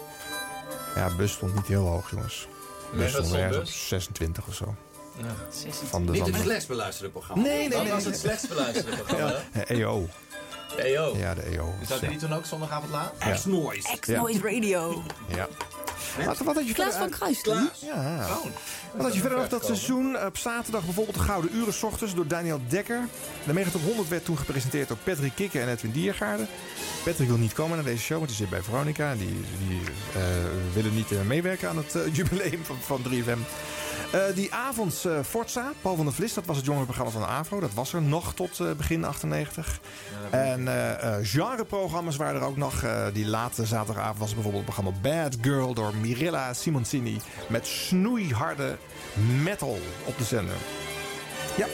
Speaker 13: Ja, Bus stond niet heel hoog, jongens. Bus nee, stond ergens op zesentwintig of zo.
Speaker 12: Ja. Van de niet het slechtst beluisterde programma.
Speaker 13: Nee, nee, nee.
Speaker 5: Wat was het slechtst beluisterde programma?
Speaker 13: Ja, E O.
Speaker 5: De E O?
Speaker 13: Ja, de E O.
Speaker 5: Zat die toen ook zondagavond laat?
Speaker 13: Ja.
Speaker 11: X-Noise. X-Noise Radio.
Speaker 13: Ja. Wat, wat had je
Speaker 11: Klaas van Kruisten.
Speaker 13: Ja. Wat had je verder nog dat seizoen? Op zaterdag bijvoorbeeld de Gouden Uren 's ochtends door Daniel Dekker. De Mega Top honderd werd toen gepresenteerd door Patrick Kikke en Edwin Diergaarde. Patrick wil niet komen naar deze show, want hij zit bij Veronica. Die, die uh, willen niet uh, meewerken aan het uh, jubileum van, van drie F M. Uh, die avond uh, Forza, Paul van der Vlis, dat was het jongerenprogramma van de AVRO. Dat was er nog tot uh, begin achtennegentig. Ja, en uh, uh, genreprogramma's waren er ook nog. Uh, die late zaterdagavond was er bijvoorbeeld het programma Bad Girl door Mirella Simoncini. Met snoeiharde metal op de zender. Ja.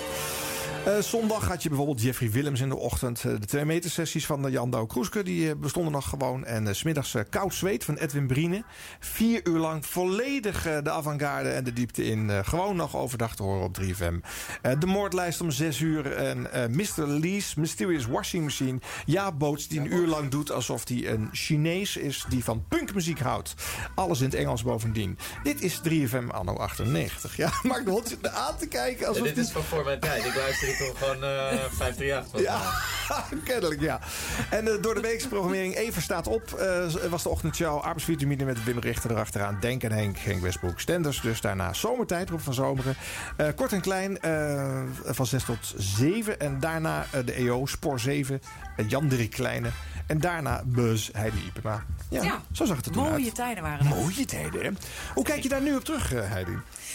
Speaker 13: Uh, zondag had je bijvoorbeeld Jeffrey Willems in de ochtend. Uh, de twee meter sessies van uh, Jan Douw Kroeske, die uh, bestonden nog gewoon. En uh, 's middags uh, Koud Zweet van Edwin Briene. Vier uur lang volledig uh, de avant-garde en de diepte in. Uh, gewoon nog overdag te horen op drie F M. Uh, de moordlijst om zes uur. En uh, mister Lee's Mysterious Washing Machine. Jaap Boots die een uur lang doet alsof hij een Chinees is die van punkmuziek houdt. Alles in het Engels bovendien. Dit is drie F M anno achtennegentig. Ja, Mark de Hond zit me aan te kijken. Alsof
Speaker 5: ja, dit
Speaker 13: die...
Speaker 5: is van voor mijn tijd. Ik luister dit toch gewoon uh, vijf drie acht.
Speaker 13: Ja, kennelijk ja. En uh, door de weekse programmering Even staat op uh, was de ochtendshow Arbeidsvitamine met Wim Richter erachteraan. Denk en Henk, Henk Westbroek, Stenders. Dus daarna Zomertijd, Rob van Zomeren. Uh, kort en klein, uh, van zes tot zeven. En daarna uh, de E O, Spoor zeven, uh, Jan Dirk Kleine. En daarna Buzz, Heidi Ipema. Ja, ja, zo zag het er toen
Speaker 10: mooie
Speaker 13: uit.
Speaker 10: Mooie tijden waren dat.
Speaker 13: Mooie tijden, hè? Hoe kijk je daar nu op terug, uh, Heidi?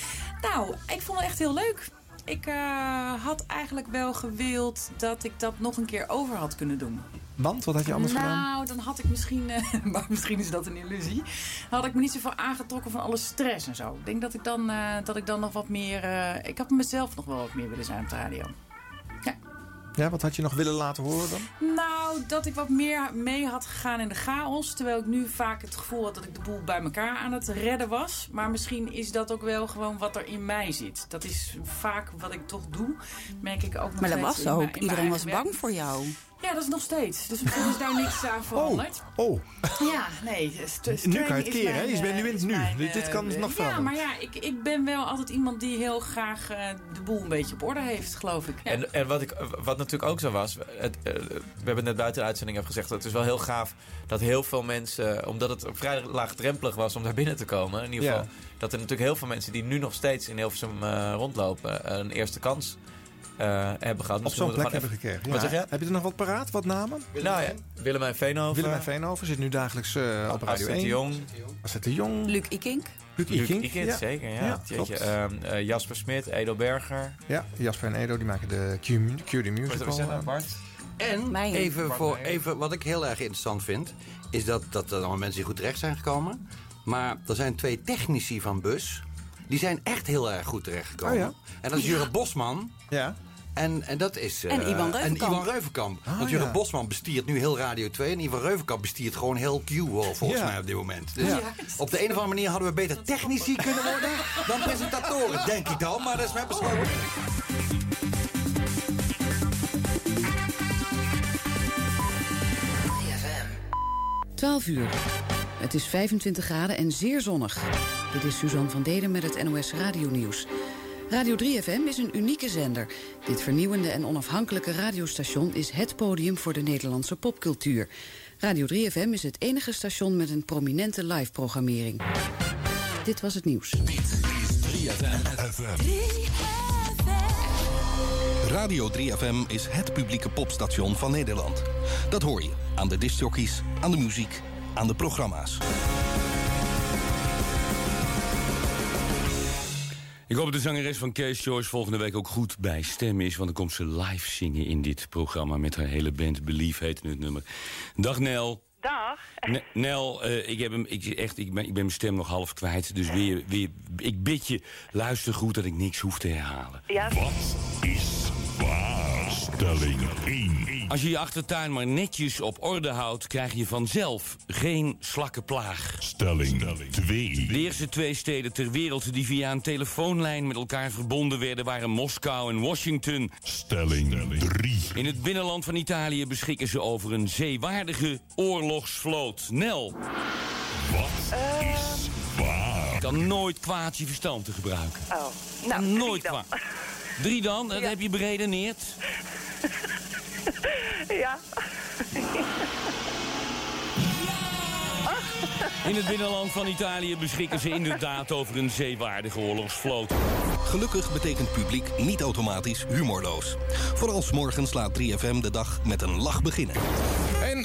Speaker 10: Nou, ik vond het echt heel leuk. Ik uh, had eigenlijk wel gewild dat ik dat nog een keer over had kunnen doen.
Speaker 13: Want? Wat had je anders
Speaker 10: nou,
Speaker 13: gedaan?
Speaker 10: Nou, dan had ik misschien... Uh, maar misschien is dat een illusie. Dan had ik me niet zoveel aangetrokken van alle stress en zo. Ik denk dat ik dan, uh, dat ik dan nog wat meer... Uh, ik had mezelf nog wel wat meer willen zijn op de radio. Ja.
Speaker 13: Ja, wat had je nog willen laten horen dan?
Speaker 10: Nou, dat ik wat meer mee had gegaan in de chaos. Terwijl ik nu vaak het gevoel had dat ik de boel bij elkaar aan het redden was. Maar misschien is dat ook wel gewoon wat er in mij zit. Dat is vaak wat ik toch doe. Merk ik ook nog
Speaker 11: maar dat
Speaker 10: steeds
Speaker 11: was ook.
Speaker 10: In mijn, in
Speaker 11: Iedereen was
Speaker 10: werk.
Speaker 11: bang voor jou.
Speaker 10: Ja, dat is nog steeds. Dus misschien is daar niks aan veranderd.
Speaker 13: Oh, oh.
Speaker 10: Ja, nee. St-
Speaker 13: nu kan je het keren, hè? Je bent nu in het nu.
Speaker 10: Mijn,
Speaker 13: dit, dit kan uh, nog veranderen.
Speaker 10: Ja, maar ja, ik, ik ben wel altijd iemand die heel graag uh, de boel een beetje op orde heeft, geloof ik. Ja.
Speaker 5: En, en wat, ik, wat natuurlijk ook zo was... Het, uh, we hebben net buiten de uitzending al gezegd... dat het is wel heel gaaf dat heel veel mensen... omdat het vrij laagdrempelig was om daar binnen te komen... in ieder geval, ja. dat er natuurlijk heel veel mensen... die nu nog steeds in Hilversum uh, rondlopen... Uh, een eerste kans... Uh, hebben gehad.
Speaker 13: Op zo'n plek hebben gekregen. Ja.
Speaker 5: Wat zeg je?
Speaker 13: Heb je er nog wat paraat? Wat namen?
Speaker 5: Nou ja, Willemijn Veenhoven.
Speaker 13: Willemijn Veenhoven zit nu dagelijks uh, op Radio één.
Speaker 5: de Jong.
Speaker 13: Asset de Jong.
Speaker 11: Luc Ikink.
Speaker 13: Luc
Speaker 5: Luc
Speaker 13: Ikink,
Speaker 5: Ikink ja. zeker. Ja. Ja,
Speaker 13: ja,
Speaker 5: uh, uh, Jasper Smit, Edo Berger.
Speaker 13: Ja, Jasper en Edo die maken de Q The Musical.
Speaker 5: Wat zeggen, Bart?
Speaker 12: En
Speaker 11: Meijer.
Speaker 12: even, voor, even wat ik heel erg interessant vind... is dat, dat er allemaal mensen die goed terecht zijn gekomen. Maar er zijn twee technici van Bus... die zijn echt heel erg goed terechtgekomen.
Speaker 13: Oh ja?
Speaker 12: En dat is Jurre Bosman...
Speaker 13: Ja.
Speaker 12: En, en dat is... Uh,
Speaker 11: en Ivan Reuvenkamp.
Speaker 12: En Ivan Reuvenkamp.
Speaker 13: Oh,
Speaker 12: Want Jurre
Speaker 13: ja.
Speaker 12: Bosman bestiert nu heel Radio twee... en Ivan Reuvenkamp bestiert gewoon heel Q volgens
Speaker 13: ja.
Speaker 12: mij op dit moment. Dus
Speaker 13: ja.
Speaker 12: op de een of andere manier hadden we beter technici kunnen worden... dan presentatoren, denk ik dan. Maar dat is mijn besluit.
Speaker 20: twaalf uur. Het is vijfentwintig graden en zeer zonnig. Dit is Suzanne van Deden met het N O S Radio Nieuws. Radio drie F M is een unieke zender. Dit vernieuwende en onafhankelijke radiostation is het podium voor de Nederlandse popcultuur. Radio drie F M is het enige station met een prominente live-programmering. Dit was het nieuws.
Speaker 21: Dit is drie F M. Radio drie F M is het publieke popstation van Nederland. Dat hoor je aan de discjockeys, aan de muziek, aan de programma's.
Speaker 22: Ik hoop dat de zangeres van Kees Joyce volgende week ook goed bij stem is... want dan komt ze live zingen in dit programma met haar hele band. Believe heet het nummer. Dag Nel.
Speaker 23: Dag.
Speaker 22: N- Nel, uh, ik, heb hem, ik, echt, ik, ben, ik ben mijn stem nog half kwijt. Dus weer, weer, ik bid je, luister goed dat ik niks hoef te herhalen.
Speaker 23: Ja.
Speaker 21: Wat is waar? Stelling één.
Speaker 22: Als je je achtertuin maar netjes op orde houdt... krijg je vanzelf geen slakkenplaag.
Speaker 21: Stelling twee.
Speaker 22: De eerste twee steden ter wereld die via een telefoonlijn met elkaar verbonden werden... waren Moskou en Washington.
Speaker 21: Stelling drie.
Speaker 22: In het binnenland van Italië beschikken ze over een zeewaardige oorlogsvloot. Nel.
Speaker 21: Wat uh... is waar?
Speaker 22: Dan nooit kwaad je verstand te gebruiken.
Speaker 23: Oh, nou,
Speaker 22: nooit
Speaker 23: drie dan.
Speaker 22: kwaad. Drie dan? Dat
Speaker 23: ja.
Speaker 22: heb je beredeneerd?
Speaker 23: Ja.
Speaker 22: In het binnenland van Italië beschikken ze inderdaad over een zeewaardige oorlogsvloot.
Speaker 21: Gelukkig betekent publiek niet automatisch humorloos. Vooral 's morgens laat drie F M de dag met een lach beginnen.
Speaker 13: En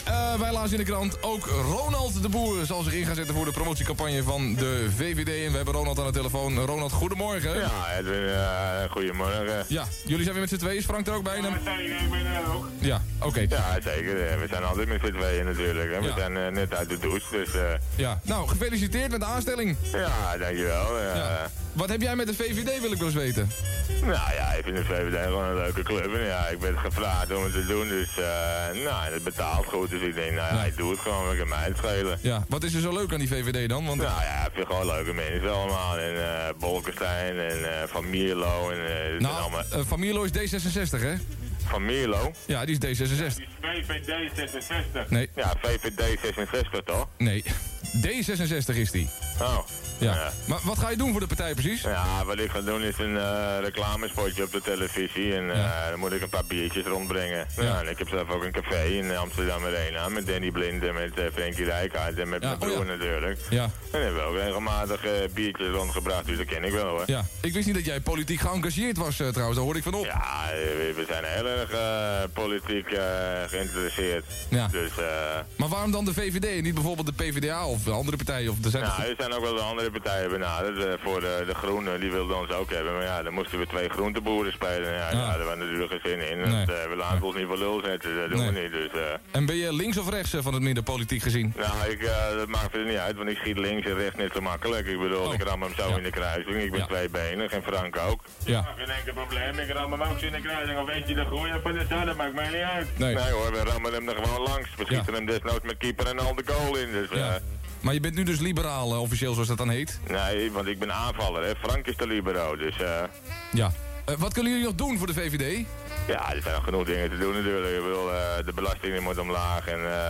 Speaker 1: uh, wij lazen in de krant. Ook Ronald de Boer zal zich in gaan zetten voor de promotiecampagne van de V V D. En we hebben Ronald aan de telefoon. Ronald, goedemorgen.
Speaker 2: Ja, Edwin, uh, goedemorgen.
Speaker 1: Ja, jullie zijn weer met z'n tweeën. Is Frank er ook bij?
Speaker 2: Ja, zeker, ik ben er ook.
Speaker 1: Ja, oké. Okay.
Speaker 2: Ja, zeker. We zijn altijd met z'n tweeën natuurlijk. Hè. We ja. zijn uh, net uit de douche, dus... Uh...
Speaker 1: Ja, nou, gefeliciteerd met de aanstelling.
Speaker 2: Ja, dankjewel. Uh...
Speaker 1: Ja. Wat heb jij met de V V D, wil ik wel eens weten?
Speaker 2: Nou ja, ik vind de V V D gewoon een leuke club. En ja, ik ben gevraagd om het te doen, dus uh, nou, het betaalt goed. Dus ik denk, nou ja, ja. ik doe het gewoon, ik kan mij het schelen.
Speaker 1: Ja, wat is er zo leuk aan die V V D dan? Want...
Speaker 2: Nou ja, ik vind gewoon leuke mensen allemaal. En uh, Bolkestein en uh, Van Mierlo. En, uh,
Speaker 1: nou,
Speaker 2: allemaal...
Speaker 1: uh, Van Mierlo is D zesenzestig, hè?
Speaker 2: Van Mierlo?
Speaker 1: Ja, die is D zesenzestig.
Speaker 2: Ja, die is V V D zesenzestig.
Speaker 1: Nee.
Speaker 2: Ja, V V D zesenzestig toch?
Speaker 1: Nee, D zesenzestig is die.
Speaker 2: Oh.
Speaker 1: Ja. ja. Maar wat ga je doen voor de partij precies?
Speaker 2: Ja, wat ik ga doen is een uh, reclamespotje op de televisie. En uh, ja. dan moet ik een paar biertjes rondbrengen. Ja. Ja, en ik heb zelf ook een café in Amsterdam Arena. Met Danny Blind en met uh, Frankie Rijkaard en met ja. mijn broer oh, ja. natuurlijk.
Speaker 1: Ja.
Speaker 2: En dan hebben we ook regelmatig uh, biertjes rondgebracht, dus dat ken ik wel hoor.
Speaker 1: Ja. Ik wist niet dat jij politiek geëngageerd was uh, trouwens, daar hoorde ik van op.
Speaker 2: Ja, we, we zijn heel erg uh, politiek uh, geïnteresseerd.
Speaker 1: Ja.
Speaker 2: Dus, uh,
Speaker 1: maar waarom dan de V V D en niet bijvoorbeeld de P v d A of de andere partijen? Of er zijn
Speaker 2: nou, er zijn ook wel de andere partijen benaderd. Uh, voor de, de groenen, die wilden ons ook hebben. Maar ja, dan moesten we twee groenteboeren spelen. Ja, ja. ja daar waren natuurlijk geen zin in. Nee. Dus, uh, we laten ons niet voor lul zetten, dat doen nee. we niet. Dus, uh...
Speaker 1: En ben je links of rechts uh, van het midden politiek gezien?
Speaker 2: Nou, ik, uh, dat maakt er niet uit, want ik schiet links en rechts net zo makkelijk. Ik bedoel, oh. ik ram hem zo ja. in de kruising. Ik ben ja. tweebenig en Frank ook.
Speaker 1: Ja.
Speaker 2: Geen enkel probleem, ik ram hem ook in de kruising. Of weet je de groei van de stad, dat maakt mij niet uit.
Speaker 1: Nee,
Speaker 2: nee hoor, we rammen hem er gewoon langs. We schieten ja. hem desnoods met keeper en al de goal in. Dus,
Speaker 1: ja. uh, Maar je bent nu dus liberaal, uh, officieel zoals dat dan heet?
Speaker 2: Nee, want ik ben aanvaller, hè. Frank is de liberaal, dus... Uh...
Speaker 1: Ja. Uh, wat kunnen jullie nog doen voor de V V D?
Speaker 2: Ja, er zijn nog genoeg dingen te doen natuurlijk. Ik bedoel, uh, de belastingen moet omlaag en... Uh...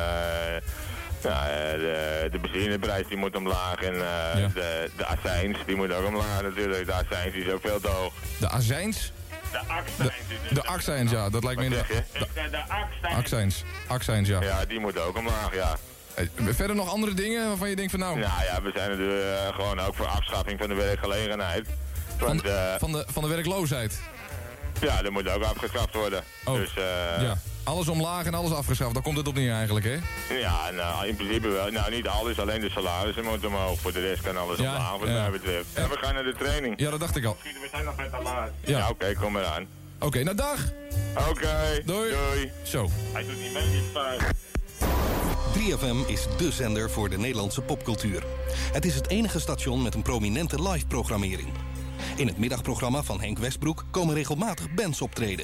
Speaker 2: Ja, de, de benzineprijs die moet omlaag en uh, ja. de, de azijns die moet ook omlaag natuurlijk. De azijns is ook veel te hoog.
Speaker 1: De azijns?
Speaker 2: De accijns.
Speaker 1: De, de accijns, ja, dat lijkt me...
Speaker 2: Wat
Speaker 1: in
Speaker 2: de,
Speaker 1: de,
Speaker 2: de, de accijns.
Speaker 1: Accijns, accijns, ja.
Speaker 2: Ja, die moet ook omlaag, ja.
Speaker 1: Verder nog andere dingen waarvan je denkt van nou...
Speaker 2: Nou ja, we zijn er uh, gewoon ook voor afschaffing van de werkgelegenheid. Want,
Speaker 1: van, uh, van, de, van de werkloosheid?
Speaker 2: Ja, dat moet ook afgeschaft worden.
Speaker 1: Oh,
Speaker 2: dus, uh,
Speaker 1: ja. Alles omlaag en alles afgeschaft, daar komt het op neer eigenlijk, hè?
Speaker 2: Ja, nou, in principe wel. Nou, niet alles, alleen de salarissen moeten omhoog. Voor de rest kan alles ja, omlaag, wat ja. mij betreft. Ja. En we gaan naar de training.
Speaker 1: Ja, dat dacht ik al.
Speaker 2: We zijn nog met de laat. Ja, ja oké, okay, kom eraan.
Speaker 1: Oké, okay, nou dag!
Speaker 2: Oké, okay,
Speaker 1: doei.
Speaker 2: doei.
Speaker 1: Zo.
Speaker 2: Hij doet niet mee, niet fijn.
Speaker 21: drie F M is dé zender voor de Nederlandse popcultuur. Het is het enige station met een prominente live-programmering. In het middagprogramma van Henk Westbroek komen regelmatig bands optreden.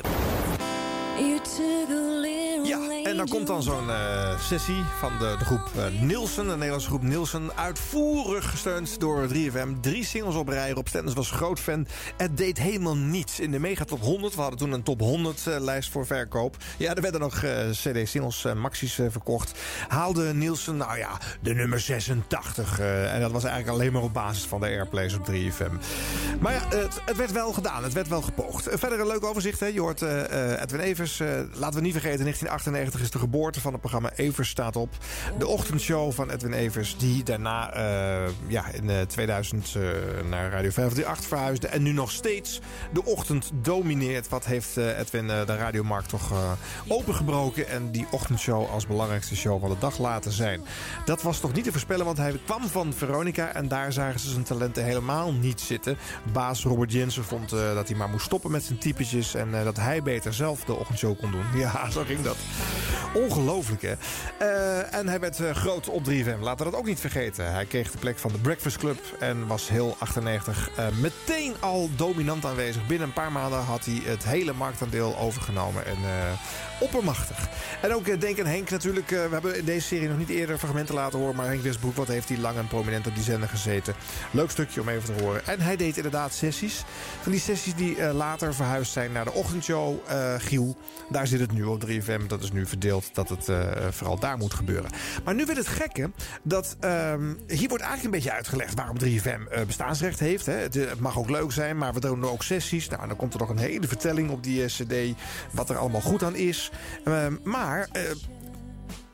Speaker 13: Ja, en dan komt dan zo'n uh, sessie van de, de groep uh, Nielsen, de Nederlandse groep Nielsen. Uitvoerig gesteund door drie F M. Drie singles op rij. Rob Stenders was groot fan. Het deed helemaal niets. In de Mega Top honderd, we hadden toen een Top honderd uh, lijst voor verkoop. Ja, er werden nog uh, C D-singles, uh, maxi's uh, verkocht. Haalde Nielsen, nou ja, de nummer zesentachtig. Uh, en dat was eigenlijk alleen maar op basis van de airplays op drie F M. Maar ja, het, het werd wel gedaan. Het werd wel gepoogd. Uh, verder een leuk overzicht, hè. Je hoort uh, uh, Edwin Evers. Uh, laten we niet vergeten, negentien achtennegentig is de geboorte van het programma Evers staat op. De ochtendshow van Edwin Evers, die daarna uh, ja, in uh, tweeduizend uh, naar Radio vijfhonderdachttien verhuisde. En nu nog steeds de ochtend domineert. Wat heeft uh, Edwin uh, de radiomarkt toch uh, opengebroken. En die ochtendshow als belangrijkste show van de dag laten zijn. Dat was toch niet te voorspellen, want hij kwam van Veronica. En daar zagen ze zijn talenten helemaal niet zitten. Baas Robert Jensen vond uh, dat hij maar moest stoppen met zijn typetjes. En uh, dat hij beter zelf de ochtendshow kon doen. Ja, zo ging dat. Ongelooflijk, hè? Uh, en hij werd uh, groot op drie F M. Laten we dat ook niet vergeten. Hij kreeg de plek van de Breakfast Club en was heel achtennegentig uh, meteen al dominant aanwezig. Binnen een paar maanden had hij het hele marktaandeel overgenomen. En uh, oppermachtig. En ook uh, denk aan Henk natuurlijk. Uh, we hebben in deze serie nog niet eerder fragmenten laten horen. Maar Henk Westbroek, wat heeft hij lang en prominent op die zender gezeten. Leuk stukje om even te horen. En hij deed inderdaad sessies. Van die sessies die uh, later verhuisd zijn naar de ochtendshow. Uh, Giel, daar zit het nu op drie F M. Dat is nu verdeeld dat het uh, vooral daar moet gebeuren. Maar nu werd het gekke dat um, hier wordt eigenlijk een beetje uitgelegd waarom drie F M uh, bestaansrecht heeft. Hè. Het, het mag ook leuk zijn, maar we doen ook sessies. Nou, dan komt er nog een hele vertelling op die uh, cd wat er allemaal goed aan is. Uh, maar... Uh,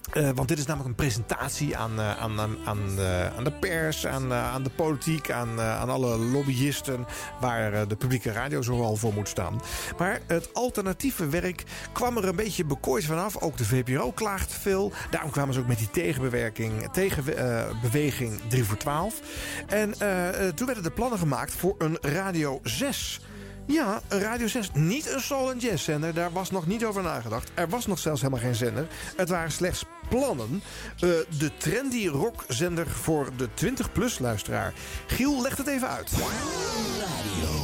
Speaker 13: Uh, want dit is namelijk een presentatie aan, uh, aan, aan, aan, uh, aan de pers, aan, uh, aan de politiek, aan, uh, aan alle lobbyisten, waar uh, de publieke radio zoal voor moet staan. Maar het alternatieve werk kwam er een beetje bekooid vanaf. Ook de V P R O klaagt veel. Daarom kwamen ze ook met die tegenbewerking, tegenbeweging uh, drie voor twaalf. En uh, uh, toen werden de plannen gemaakt voor een Radio zes. Ja, een Radio zes. Niet een soul- en jazz-zender. Daar was nog niet over nagedacht. Er was nog zelfs helemaal geen zender. Het waren slechts plannen. Uh, de trendy rockzender voor de twintig-plus luisteraar. Giel legt het even uit.
Speaker 3: Radio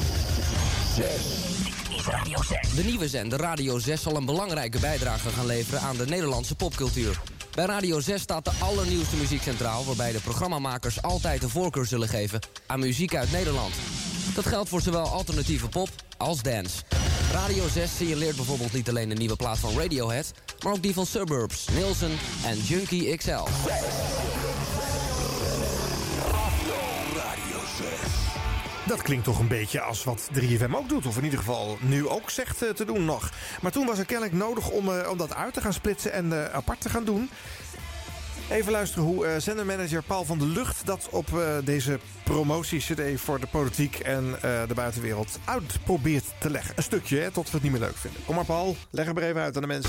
Speaker 3: zes. De nieuwe zender Radio zes zal een belangrijke bijdrage gaan leveren aan de Nederlandse popcultuur. Bij Radio zes staat de allernieuwste muziek centraal, waarbij de programmamakers altijd de voorkeur zullen geven aan muziek uit Nederland. Dat geldt voor zowel alternatieve pop als dance. Radio zes signaleert bijvoorbeeld niet alleen de nieuwe plaat van Radiohead, maar ook die van Suburbs, Nielsen en Junkie X L.
Speaker 13: Dat klinkt toch een beetje als wat drie F M ook doet. Of in ieder geval nu ook zegt uh, te doen nog. Maar toen was er kennelijk nodig om, uh, om dat uit te gaan splitsen en uh, apart te gaan doen. Even luisteren hoe uh, zendermanager Paul van der Lucht dat op uh, deze promotie-cd voor de politiek en uh, de buitenwereld uit probeert te leggen. Een stukje, hè, tot we het niet meer leuk vinden. Kom maar Paul, leg hem er even uit aan de mensen.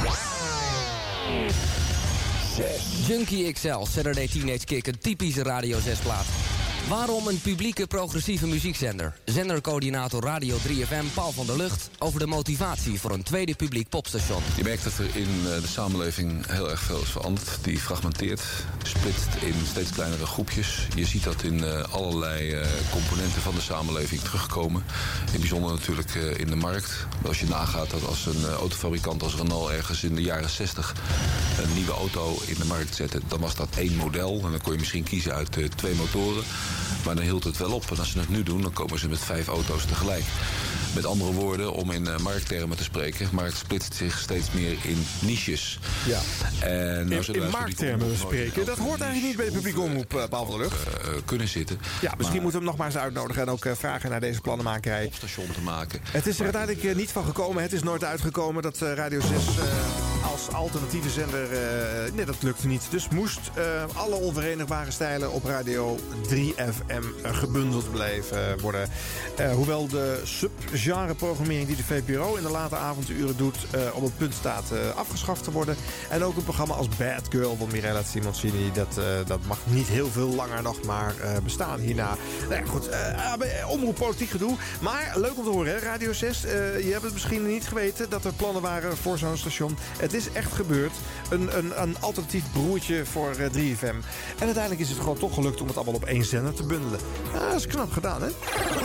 Speaker 3: Junkie X L, Saturday Teenage Kick, een typische Radio zes plaat. Waarom een publieke progressieve muziekzender? Zendercoördinator Radio drie F M Paul van der Lucht over de motivatie voor een tweede publiek popstation.
Speaker 17: Je merkt dat er in de samenleving heel erg veel is veranderd. Die fragmenteert, splitst in steeds kleinere groepjes. Je ziet dat in allerlei componenten van de samenleving terugkomen. In het bijzonder natuurlijk in de markt. Als je nagaat dat als een autofabrikant als Renault ergens in de jaren zestig een nieuwe auto in de markt zette, dan was dat één model. En dan kon je misschien kiezen uit twee motoren. Maar dan hield het wel op. En als ze het nu doen, dan komen ze met vijf auto's tegelijk. Met andere woorden, om in uh, markttermen te spreken, markt splitst zich steeds meer in niches.
Speaker 13: Ja.
Speaker 17: En nou,
Speaker 13: in in markttermen spreken, dat hoort eigenlijk niet bij de publieke omroep, uh, Paul van der Lucht.
Speaker 17: Uh, uh, kunnen zitten.
Speaker 13: Ja, misschien maar, moeten we hem nog maar eens uitnodigen en ook uh, vragen naar deze plannenmakerij.
Speaker 17: Station te maken.
Speaker 13: Het is er uiteindelijk uh, niet van gekomen. Het is nooit uitgekomen dat uh, Radio zes uh, als alternatieve zender, uh, nee, dat lukte niet. Dus moest uh, alle onverenigbare stijlen op Radio drie F M gebundeld blijven worden. Uh, hoewel de subgenreprogrammering die de V P R O in de late avonduren doet uh, op het punt staat uh, afgeschaft te worden. En ook een programma als Bad Girl van Mirella Simoncini, dat, uh, dat mag niet heel veel langer nog maar uh, bestaan hierna. Nou ja, goed, uh, omroep politiek gedoe. Maar leuk om te horen, hè? Radio zes. Uh, je hebt het misschien niet geweten dat er plannen waren voor zo'n station. Het is echt gebeurd. Een, een, een alternatief broertje voor uh, drie F M. En uiteindelijk is het gewoon toch gelukt om het allemaal op één zender te bundelen. Uh, dat is knap gedaan, hè?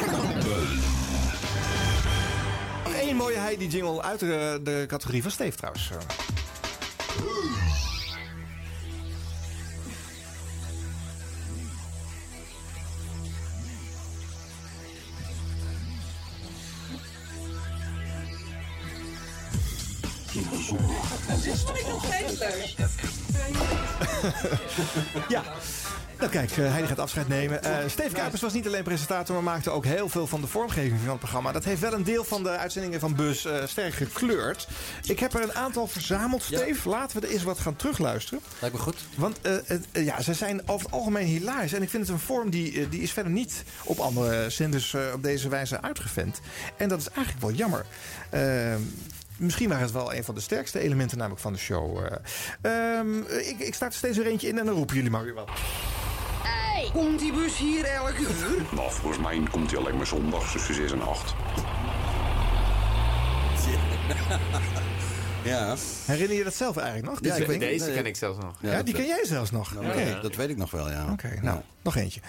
Speaker 13: Eén mooie Heidi-jingle uit de, de categorie van Steve trouwens. Ja. Nou kijk, uh, Heidi gaat afscheid nemen. Uh, Steve Kuipers was niet alleen presentator, maar maakte ook heel veel van de vormgeving van het programma. Dat heeft wel een deel van de uitzendingen van Buzz uh, sterk gekleurd. Ik heb er een aantal verzameld, Steve. Ja. Laten we er eens wat gaan terugluisteren.
Speaker 12: Lijkt me goed.
Speaker 13: Want uh, uh, ja, ze zijn over het algemeen hilarisch. En ik vind het een vorm die, uh, die is verder niet op andere zenders uh, op deze wijze uitgevent. En dat is eigenlijk wel jammer. Uh, Misschien waren het wel een van de sterkste elementen namelijk van de show. Uh, um, ik, ik start steeds er eentje in en dan roepen jullie maar weer wat.
Speaker 9: Hey, komt die bus hier elk uur?
Speaker 23: Nou, volgens mij komt hij alleen maar zondags tussen zes en acht.
Speaker 12: Ja.
Speaker 13: Herinner je dat zelf eigenlijk nog?
Speaker 5: Ja,
Speaker 13: ik
Speaker 5: weet, deze nee, ken ik zelfs nog.
Speaker 13: Ja, ja die ken jij zelfs nog?
Speaker 12: Nou,
Speaker 13: okay.
Speaker 12: ja, dat weet ik nog wel, ja.
Speaker 13: Oké, okay, nou, ja. nog eentje.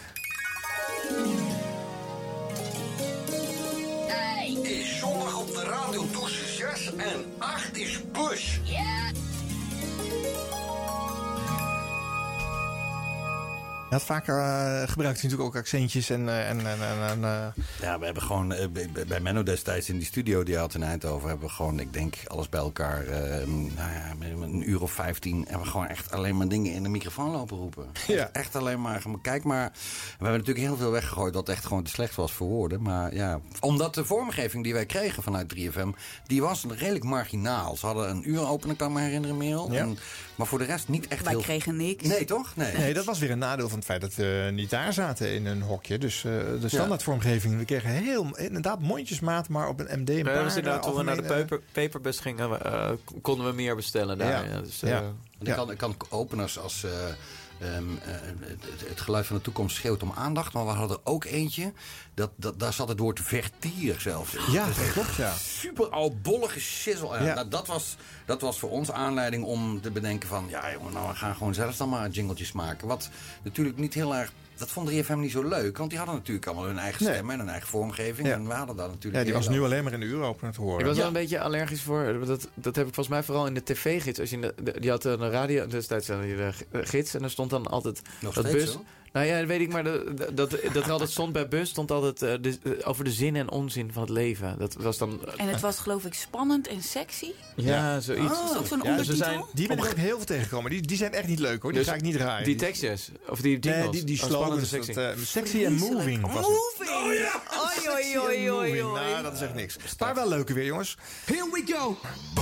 Speaker 9: Hey, is zondag op de radio tussen zes en acht is bus. Ja.
Speaker 13: Ja, vaak uh, gebruikt hij natuurlijk ook accentjes en... Uh, en, en, en uh...
Speaker 12: Ja, we hebben gewoon... Uh, bij, bij Menno destijds in die studio die hij had in Eindhoven... hebben we gewoon, ik denk, alles bij elkaar... Uh, nou ja, een uur of vijftien... hebben we gewoon echt alleen maar dingen in de microfoon lopen roepen. Ja. Echt alleen maar... Kijk maar... We hebben natuurlijk heel veel weggegooid... wat echt gewoon te slecht was voor woorden. Maar ja... Omdat de vormgeving die wij kregen vanuit drie F M... die was redelijk marginaal. Ze hadden een uur openen, kan ik me herinneren, Merel. Ja. En, maar voor de rest niet echt
Speaker 11: wij
Speaker 12: heel...
Speaker 11: Wij kregen niks.
Speaker 12: Nee, toch? Nee.
Speaker 13: nee, dat was weer een nadeel van het feit dat we niet daar zaten in een hokje. Dus uh, de standaardvormgeving, we kregen heel, inderdaad mondjesmaat, maar op een M D een paar.
Speaker 5: Ja, dus inderdaad, toen we naar de paper, paperbus gingen, uh, konden we meer bestellen daar. Ja. Ja, dus, uh,
Speaker 12: ja. Want ik, kan, ik kan openers als... Uh, Um, uh, het, het geluid van de toekomst schreeuwt om aandacht. Maar we hadden er ook eentje. Dat, dat, daar zat het woord vertier zelfs.
Speaker 13: Ja, dat, dat klopt, ja.
Speaker 12: Super oudbollige shizzle. Ja. Nou, dat, was, dat was voor ons aanleiding om te bedenken van... ja, jongen, nou, we gaan gewoon zelf dan maar jingletjes maken. Wat natuurlijk niet heel erg... Dat vond drie F M niet zo leuk, want die hadden natuurlijk allemaal hun eigen stem nee. en hun eigen vormgeving. Ja. En we hadden dat natuurlijk.
Speaker 13: Ja, die was nu alleen maar in de uuropener te horen.
Speaker 5: Ik was
Speaker 13: ja.
Speaker 5: wel een beetje allergisch voor. Dat, dat heb ik volgens mij vooral in de tv-gids. Als je in de, de, die had een radio, destijds de gids, en er stond dan altijd
Speaker 12: Nog
Speaker 5: dat
Speaker 12: steeds
Speaker 5: bus.
Speaker 12: Zo?
Speaker 5: Nou ja, dat weet ik, maar de, de, dat, dat er altijd stond bij bus, stond altijd uh, de, uh, over de zin en onzin van het leven. Dat was dan. Uh,
Speaker 11: en het was geloof ik spannend en sexy.
Speaker 5: Ja, ja zoiets.
Speaker 11: Oh. Is dat zo'n
Speaker 13: ja,
Speaker 11: ondertitel?
Speaker 13: Zijn, die ben ik ook heel veel tegengekomen. Die, die zijn echt niet leuk hoor. Die dus ga ik niet draaien.
Speaker 5: Die tekstjes of die jingles.
Speaker 13: Nee, die, die slogans. Sexy. Dat, uh, sexy en moving. Was
Speaker 11: moving.
Speaker 13: Oh ja.
Speaker 11: Oi, oi, oi, oi, oi.
Speaker 13: Nou, dat is echt niks. Maar wel leuke weer, jongens.
Speaker 9: Here we go.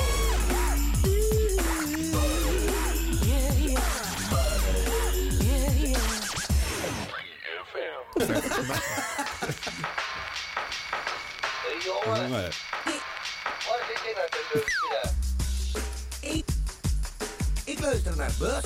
Speaker 9: Jongen, wat is dit nou te doen? Ik, ik luister naar Bus.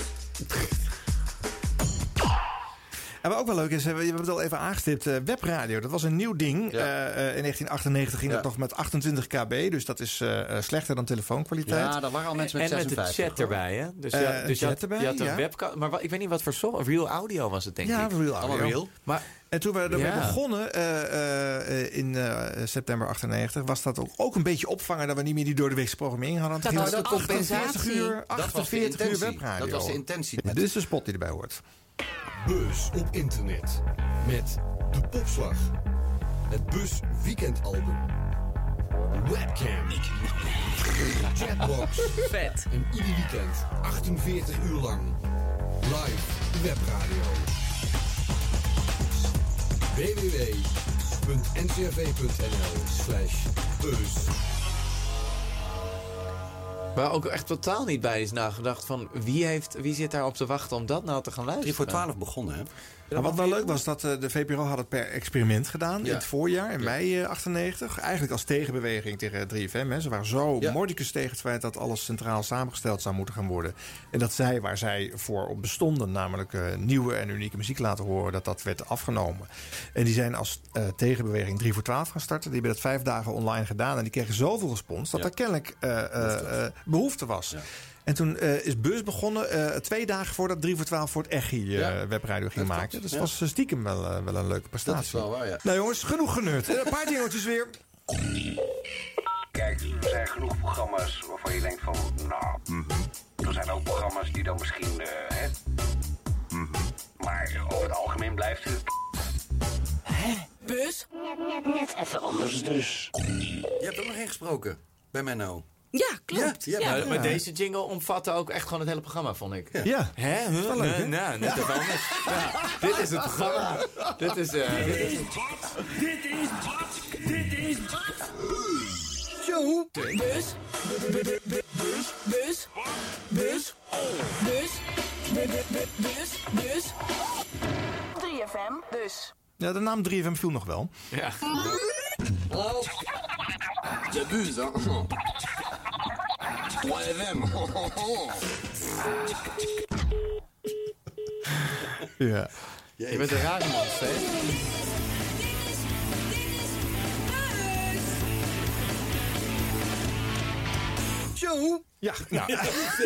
Speaker 13: En wat ook wel leuk is, we hebben het al even aangestipt, uh, webradio. Dat was een nieuw ding. Ja. Uh, in negentien achtennegentig ging ja. dat nog met achtentwintig kilobyte. Dus dat is uh, slechter dan telefoonkwaliteit.
Speaker 12: Ja, daar waren al mensen met
Speaker 5: en
Speaker 12: zesenvijftig.
Speaker 5: En met de chat erbij, hè? Dus,
Speaker 13: uh,
Speaker 5: je had, dus je had,
Speaker 13: erbij,
Speaker 5: je had een
Speaker 13: ja.
Speaker 5: webcam. Maar wat, ik weet niet wat voor software. Real Audio was het, denk
Speaker 13: ja,
Speaker 5: ik.
Speaker 13: Ja, Real Audio.
Speaker 12: Real.
Speaker 5: Maar,
Speaker 13: en toen we ermee
Speaker 5: ja.
Speaker 13: begonnen uh, uh, in uh, september achtennegentig... was dat ook, ook een beetje opvangen dat we niet meer die doordeweekse programmering hadden.
Speaker 11: Dat was de compensatie.
Speaker 13: Uur, achtenveertig uur webradio.
Speaker 12: Dat was de intentie.
Speaker 13: Ja, dit is de spot die erbij hoort.
Speaker 4: Bus op internet. Met de Popslag. Het Bus weekendalbum. Webcam. Chatbox.
Speaker 5: Vet.
Speaker 4: En ieder weekend achtenveertig uur lang. Live webradio. w w w punt n c r v punt n l slash bus.
Speaker 5: Waar ook echt totaal niet bij is nagedacht van wie, heeft, wie zit daar op te wachten om dat nou te gaan luisteren.
Speaker 12: drie voor twaalf begonnen, hè?
Speaker 13: Maar wat wel leuk was, dat uh, de V P R O had het per experiment gedaan ja. in het voorjaar, in ja. mei uh, achtennegentig. Eigenlijk als tegenbeweging tegen drie F M. Hè. Ze waren zo ja. mordicus tegen het feit dat alles centraal samengesteld zou moeten gaan worden. En dat zij, waar zij voor op bestonden, namelijk uh, nieuwe en unieke muziek laten horen, dat dat werd afgenomen. En die zijn als uh, tegenbeweging drie voor twaalf gaan starten. Die hebben dat vijf dagen online gedaan en die kregen zoveel respons dat ja. er kennelijk uh, uh, uh, behoefte was. Ja. En toen uh, is Bus begonnen, uh, twee dagen voordat drie voor twaalf voor het Echi uh, ja. webradio ging maken. Klopt. Dus het ja. was stiekem wel, uh, wel een leuke prestatie.
Speaker 12: Dat is wel waar, ja.
Speaker 13: Nou jongens, genoeg genut. Een paar dingetjes weer.
Speaker 6: Kijk, er zijn genoeg programma's waarvan je denkt van, nou, mm-hmm. er zijn ook programma's die dan misschien, uh, hè. Mm-hmm. Maar over het algemeen blijft het.
Speaker 11: Hè? Bus?
Speaker 6: Net, net, net even anders dus.
Speaker 12: Je hebt ook nog ingesproken bij Menno.
Speaker 11: Ja, klopt.
Speaker 12: Ja,
Speaker 5: ja,
Speaker 12: ja.
Speaker 5: Maar deze jingle omvatte ook echt gewoon het hele programma, vond ik.
Speaker 13: Ja. ja.
Speaker 5: Hè? Huh?
Speaker 13: Dat leuk,
Speaker 5: nee, nee, net even anders. Ja. Dit is het programma. Dit is... Uh, dit is
Speaker 9: Dit is wat? Dit is wat?
Speaker 11: Zo. Bus. Bus. Bus. Bus. Bus. Bus. Bus. drie F M. Dus.
Speaker 13: Ja, de naam drie F M viel nog wel.
Speaker 5: Ja.
Speaker 9: Hallo. De bus, hè? drie F M.
Speaker 13: Ja.
Speaker 5: Je bent een rare man, steeds.
Speaker 12: Zo.
Speaker 13: Ja, nou.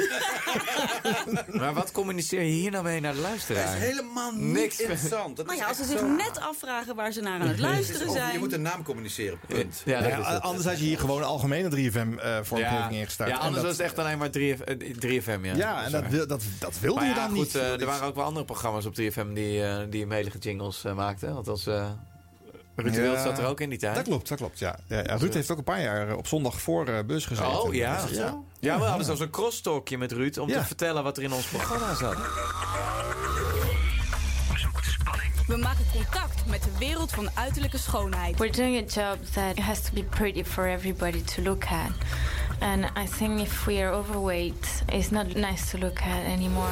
Speaker 5: Maar wat communiceer je hier nou mee naar de luisteraar?
Speaker 12: Dat is helemaal niet
Speaker 5: Niks.
Speaker 12: interessant. Dat
Speaker 11: Maar
Speaker 12: is
Speaker 11: ja, als ze
Speaker 12: echt
Speaker 11: zich
Speaker 12: zo-
Speaker 11: net afvragen waar ze naar aan het luisteren zijn.
Speaker 12: Je moet een naam communiceren, punt.
Speaker 5: Ja, dat
Speaker 13: Ja,
Speaker 5: is het.
Speaker 13: anders had je hier gewoon een algemene drie F M-vormgeving
Speaker 5: ja,
Speaker 13: ingestart.
Speaker 5: ja,
Speaker 13: En
Speaker 5: anders
Speaker 13: dat-
Speaker 5: was het echt alleen maar drie F M. Ja,
Speaker 13: Ja, en dat, wil, dat, dat wilde
Speaker 5: maar
Speaker 13: je
Speaker 5: ja,
Speaker 13: dan
Speaker 5: goed,
Speaker 13: niet.
Speaker 5: eh, er waren ook wel andere programma's op drie F M die, uh, die melige jingles uh, maakten. Althans, uh, Ruud de
Speaker 13: Ja,
Speaker 5: Wild zat er ook in die tijd.
Speaker 13: Dat klopt, dat klopt, ja. ja, ja Ruud heeft ook een paar jaar op zondag voor uh, bus gezeten.
Speaker 5: Oh ja,
Speaker 13: ja.
Speaker 5: ja. ja we hadden zelfs een crosstalkje met Ruud om
Speaker 13: Ja.
Speaker 5: te vertellen wat er in ons programma zat.
Speaker 11: We maken contact met de wereld van uiterlijke schoonheid.
Speaker 8: We're doing a job that has to be pretty for everybody to look at. And I think if we are overweight, it's not nice to look at anymore.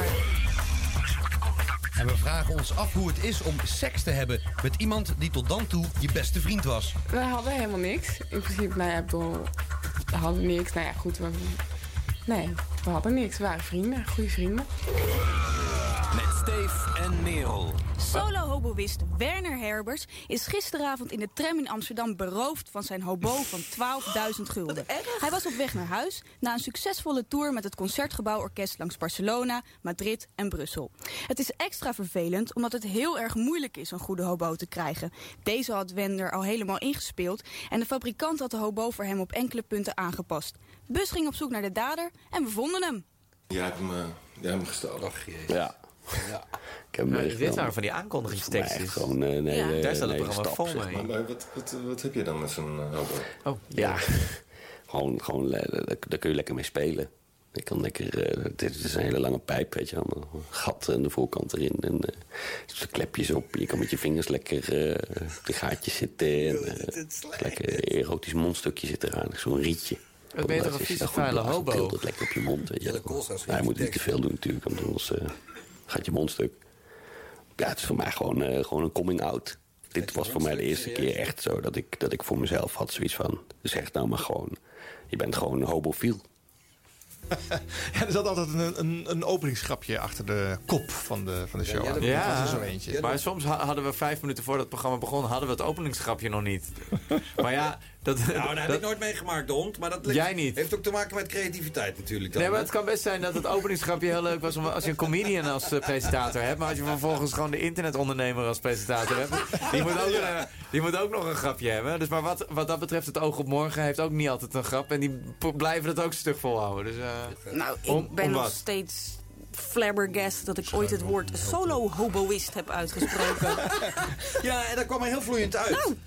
Speaker 15: En we vragen ons af hoe het is om seks te hebben met iemand die tot dan toe je beste vriend was.
Speaker 16: We hadden helemaal niks. In principe, nou ja, ik bedoel, we hadden niks. Nou ja, goed, we, nee, we hadden niks. We waren vrienden, goede vrienden.
Speaker 18: Met Steve en Merel.
Speaker 11: Solo-hoboïst Werner Herbers is gisteravond in de tram in Amsterdam beroofd van zijn hobo van twaalfduizend gulden. Hij was op weg naar huis na een succesvolle tour met het Concertgebouworkest langs Barcelona, Madrid en Brussel. Het is extra vervelend omdat het heel erg moeilijk is een goede hobo te krijgen. Deze had Werner al helemaal ingespeeld en de fabrikant had de hobo voor hem op enkele punten aangepast. Bus ging op zoek naar de dader en we vonden hem.
Speaker 24: Jij hebt hem, uh, jij hebt hem gestolen.
Speaker 25: Ja. Ja. Ik heb hem
Speaker 5: Ja, dit waren van die aankondigingstekstjes.
Speaker 25: Gewoon uh, een hele,
Speaker 5: Daar staat het
Speaker 25: een hele
Speaker 5: programma
Speaker 25: stap,
Speaker 5: vol
Speaker 25: zeg
Speaker 5: mee.
Speaker 24: Maar wat, wat, wat heb je dan met zo'n uh, hobo?
Speaker 5: Oh,
Speaker 25: ja. gewoon, gewoon uh, daar, daar kun je lekker mee spelen. Ik kan lekker, uh, dit is een hele lange pijp, weet je wel. Een gat aan de voorkant erin. En uh, er klepjes op. Je kan met je vingers lekker uh, op de gaatjes zitten. En, uh, lekker erotisch mondstukje zit eraan. Zo'n rietje.
Speaker 5: Wat ben je toch een vieze vuile hobo?
Speaker 25: Tilt het lekker op je mond, weet je wel. Ja, je moet niet te veel doen natuurlijk, want anders uh, gaat je mond stuk. Ja, het is voor mij gewoon, uh, gewoon een coming out. Dit was voor mij de eerste keer echt zo dat ik, dat ik voor mezelf had zoiets van... zeg nou maar gewoon, je bent gewoon een hobofiel.
Speaker 13: Ja, er zat altijd een, een, een openingsgrapje achter de kop van de, van de show. Ja,
Speaker 5: Ja,
Speaker 13: dat was er zo eentje.
Speaker 5: maar soms ha- hadden we vijf minuten voordat het programma begon... hadden we het openingsgrapje nog niet. Maar ja, dat...
Speaker 12: Nou, dat heb
Speaker 5: dat,
Speaker 12: ik nooit meegemaakt, de hond. Maar dat ligt,
Speaker 5: Jij niet.
Speaker 12: heeft ook te maken met creativiteit natuurlijk. Dan,
Speaker 5: Nee, maar
Speaker 12: hè?
Speaker 5: het kan best zijn dat het openingsgrapje heel leuk was... Om, als je een comedian als uh, presentator hebt... maar als je vervolgens gewoon de internetondernemer als presentator hebt... die moet ook, uh, die moet ook nog een grapje hebben. Dus maar wat, wat dat betreft, het Oog op Morgen heeft ook niet altijd een grap... en die p- blijven het ook stug volhouden. Dus, uh,
Speaker 11: Nou, ik
Speaker 5: om,
Speaker 11: ben
Speaker 5: om
Speaker 11: nog
Speaker 5: wat?
Speaker 11: steeds flabbergast dat ik ooit het woord solo-hoboïst heb uitgesproken.
Speaker 12: Ja, en dat kwam er heel vloeiend uit.
Speaker 11: Nou.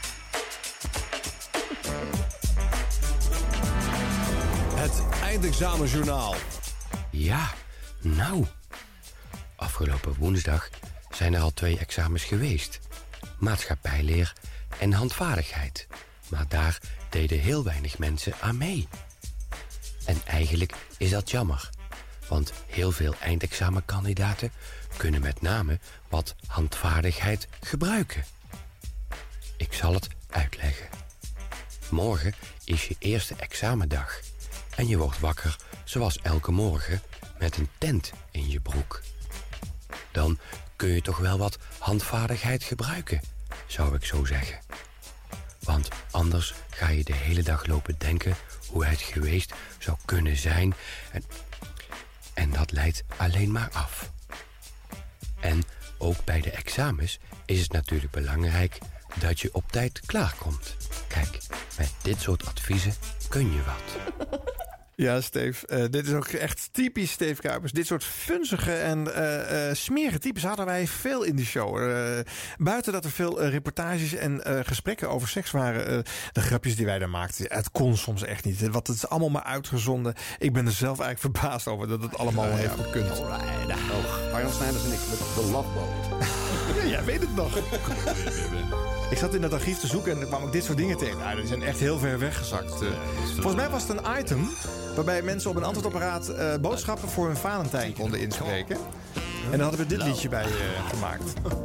Speaker 26: Het eindexamenjournaal.
Speaker 15: Ja, nou. Afgelopen woensdag zijn er al twee examens geweest. Maatschappijleer en handvaardigheid. Maar daar deden heel weinig mensen aan mee. En eigenlijk is dat jammer. Want heel veel eindexamenkandidaten kunnen met name wat handvaardigheid gebruiken. Ik zal het uitleggen. Morgen is je eerste examendag. En je wordt wakker zoals elke morgen met een tent in je broek. Dan kun je toch wel wat handvaardigheid gebruiken, zou ik zo zeggen. Want anders ga je de hele dag lopen denken hoe het geweest zou kunnen zijn. En, en dat leidt alleen maar af. En ook bij de examens is het natuurlijk belangrijk dat je op tijd klaarkomt. Kijk, met dit soort adviezen kun je wat.
Speaker 13: Ja, Steve, uh, dit is ook echt typisch Steve Kuipers. Dit soort funzige en uh, uh, smerige types hadden wij veel in de show. Uh, buiten dat er veel uh, reportages en uh, gesprekken over seks waren... Uh, de grapjes die wij daar maakten, het kon soms echt niet. Wat het is allemaal maar uitgezonden. Ik ben er zelf eigenlijk verbaasd over dat het allemaal ja, heeft gekund.
Speaker 12: Alright. Oh, Arjan Snijders en ik, de Love Boat.
Speaker 13: Ja, jij weet het nog. Ik zat in het archief te zoeken en er kwam ook dit soort dingen tegen. Nou, die zijn echt heel ver weggezakt. Uh, volgens mij was het een item waarbij mensen op een antwoordapparaat uh, boodschappen voor hun Valentijn konden inspreken. En dan hadden we dit liedje bij uh, gemaakt.